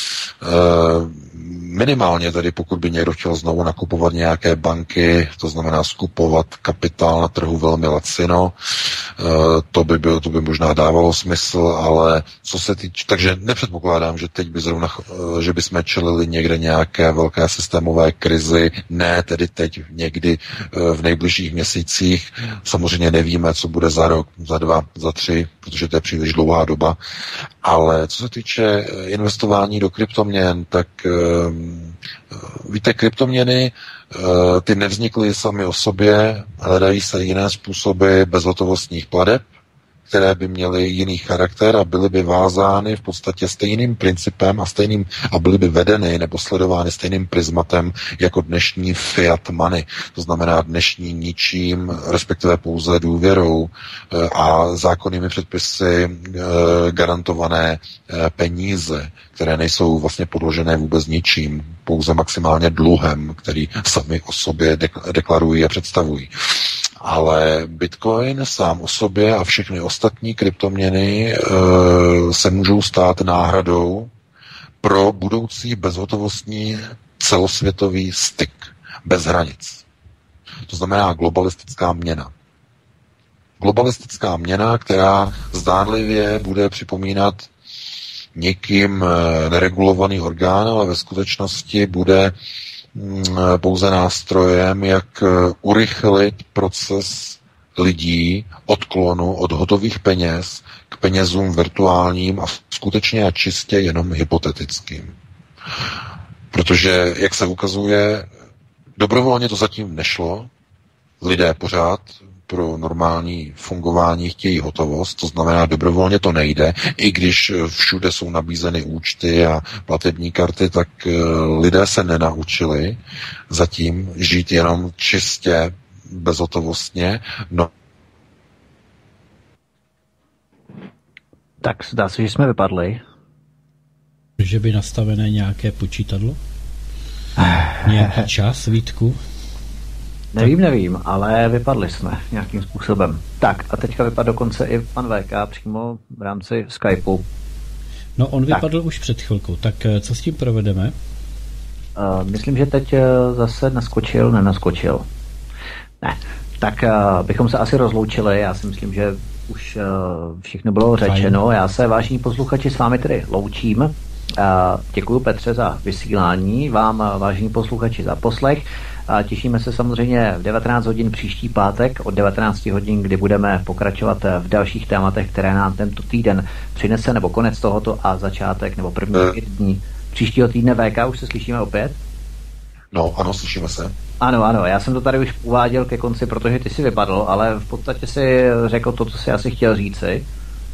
Minimálně tedy, pokud by někdo chtěl znovu nakupovat nějaké banky, to znamená skupovat kapitál na trhu velmi lacino, to by možná dávalo smysl, ale co se týče, takže nepředpokládám, že teď by zrovna, že bychom čelili někde nějaké velké systémové krizi, ne tedy teď, někdy v nejbližších měsících. Samozřejmě nevíme, co bude za rok, za 2, za 3, protože to je příliš dlouhá doba, ale co se týče investování do kryptoměn, tak víte, kryptoměny, ty nevznikly sami o sobě, hledají se jiné způsoby bezhotovostních plateb, které by měly jiný charakter a byly by vázány v podstatě stejným principem a byly by vedeny nebo sledovány stejným prismatem jako dnešní fiat money. To znamená dnešní ničím, respektive pouze důvěrou a zákonnými předpisy garantované peníze, které nejsou vlastně podložené vůbec ničím, pouze maximálně dluhem, který sami o sobě deklarují a představují. Ale Bitcoin sám o sobě a všechny ostatní kryptoměny se můžou stát náhradou pro budoucí bezhotovostní celosvětový styk bez hranic. To znamená globalistická měna. Globalistická měna, která zdánlivě bude připomínat někým neregulovaný orgán, ale ve skutečnosti bude pouze nástrojem, jak urychlit proces lidí odklonu od hotových peněz k penězům virtuálním a skutečně a čistě jenom hypotetickým. Protože, jak se ukazuje, dobrovolně to zatím nešlo. Lidé pořád pro normální fungování chtějí hotovost, to znamená, dobrovolně to nejde. I když všude jsou nabízeny účty a platební karty, tak lidé se nenaučili zatím žít jenom čistě bezhotovostně. No. Tak zdá se, že jsme vypadli. Že by nastavené nějaké počítadlo? Nějaký čas, Vítku? Nevím, ale vypadli jsme nějakým způsobem. Tak a teďka vypadl dokonce i pan VK přímo v rámci Skypeu. No on vypadl už před chvilkou, tak co s tím provedeme? Myslím, že teď zase nenaskočil. Ne, tak bychom se asi rozloučili, já si myslím, že už všechno bylo řečeno. Já se, vážení posluchači, s vámi tedy loučím. Děkuji Petře za vysílání, vám, vážení posluchači, za poslech. A těšíme se samozřejmě v 19 hodin příští pátek od 19 hodin, kdy budeme pokračovat v dalších tématech, které nám tento týden přinese, nebo konec tohoto a začátek, nebo první dní příštího týdne. VK, už se slyšíme opět? No, ano, slyšíme se. Ano, já jsem to tady už uváděl ke konci, protože ty si vypadl, ale v podstatě si řekl to, co si asi chtěl říci.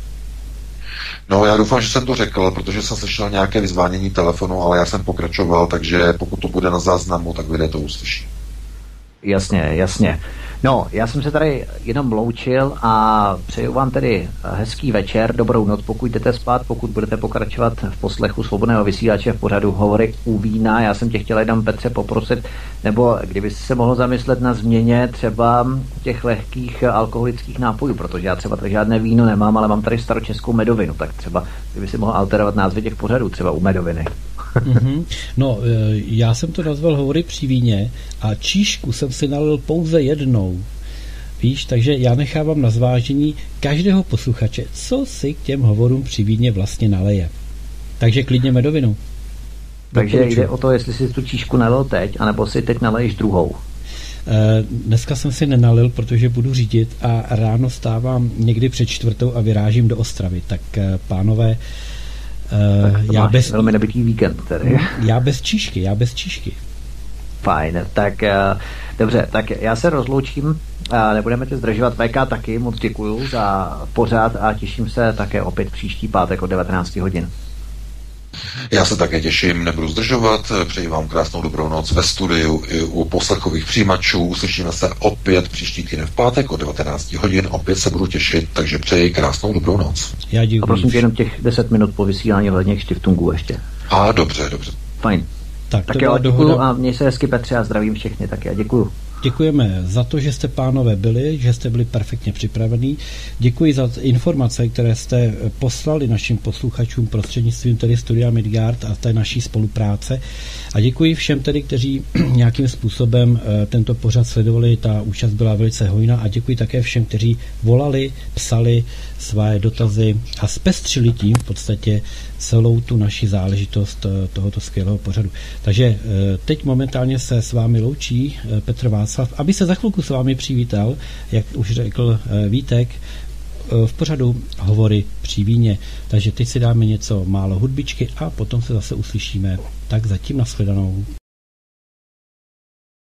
No, já doufám, že jsem to řekl, protože jsem slyšel nějaké vyzvánění telefonu, ale já jsem pokračoval, takže pokud to bude na záznamu, tak lidé to uslyší. Jasně. No, já jsem se tady jenom loučil a přeju vám tedy hezký večer, dobrou noc, pokud jdete spát, pokud budete pokračovat v poslechu Svobodného vysílače v pořadu Hovory u vína. Já jsem tě chtěl jenom, Petře, poprosit, nebo kdyby se mohl zamyslet na změně třeba těch lehkých alkoholických nápojů, protože já třeba tady žádné víno nemám, ale mám tady staročeskou medovinu, tak třeba kdyby si mohl alterovat názvy těch pořadů, třeba u medoviny. No, já jsem to nazval Hovory při víně a číšku jsem si nalil pouze jednou. Víš, takže já nechávám na zvážení každého posluchače, co si k těm hovorům při víně vlastně naleje. Takže klidně medovinu. Takže jde o to, jestli si tu číšku nalil teď, anebo si teď naleješ druhou. Dneska jsem si nenalil, protože budu řídit a ráno stávám někdy před 4:00 a vyrážím do Ostravy. Tak pánové, já bez velmi nabitý víkend tedy. Já bez číšky. Fajn, tak dobře, tak já se rozloučím, nebudeme tě zdržovat. VK taky moc děkuju za pořád a těším se také opět příští pátek od 19 hodin. Já se také těším, nebudu zdržovat, přeji vám krásnou dobrou noc ve studiu i u poslechových přijímačů. Uslyšíme se opět příští týden v pátek od 19 hodin, opět se budu těšit, takže přeji krásnou dobrou noc. Já děkuji. A prosím tě jenom těch 10 minut po vysílání hledně Štiftungu ještě. Dobře. Fajn. Tak jo, děkuju a měj se hezky, Petře, a zdravím všechny, tak já děkuju. Děkujeme za to, že jste, pánové, byli, že jste byli perfektně připravení. Děkuji za informace, které jste poslali našim posluchačům prostřednictvím tedy Studia Midgard a té naší spolupráce. A děkuji všem tedy, kteří nějakým způsobem tento pořad sledovali. Ta účast byla velice hojná a děkuji také všem, kteří volali, psali své dotazy a zpestřili tím v podstatě celou tu naši záležitost tohoto skvělého pořadu. Takže teď momentálně se s vámi loučí Petr Václav, aby se za chvilku s vámi přivítal, jak už řekl Vítek, v pořadu Hovory při víně. Takže teď si dáme něco málo hudbičky a potom se zase uslyšíme. Tak zatím nashledanou.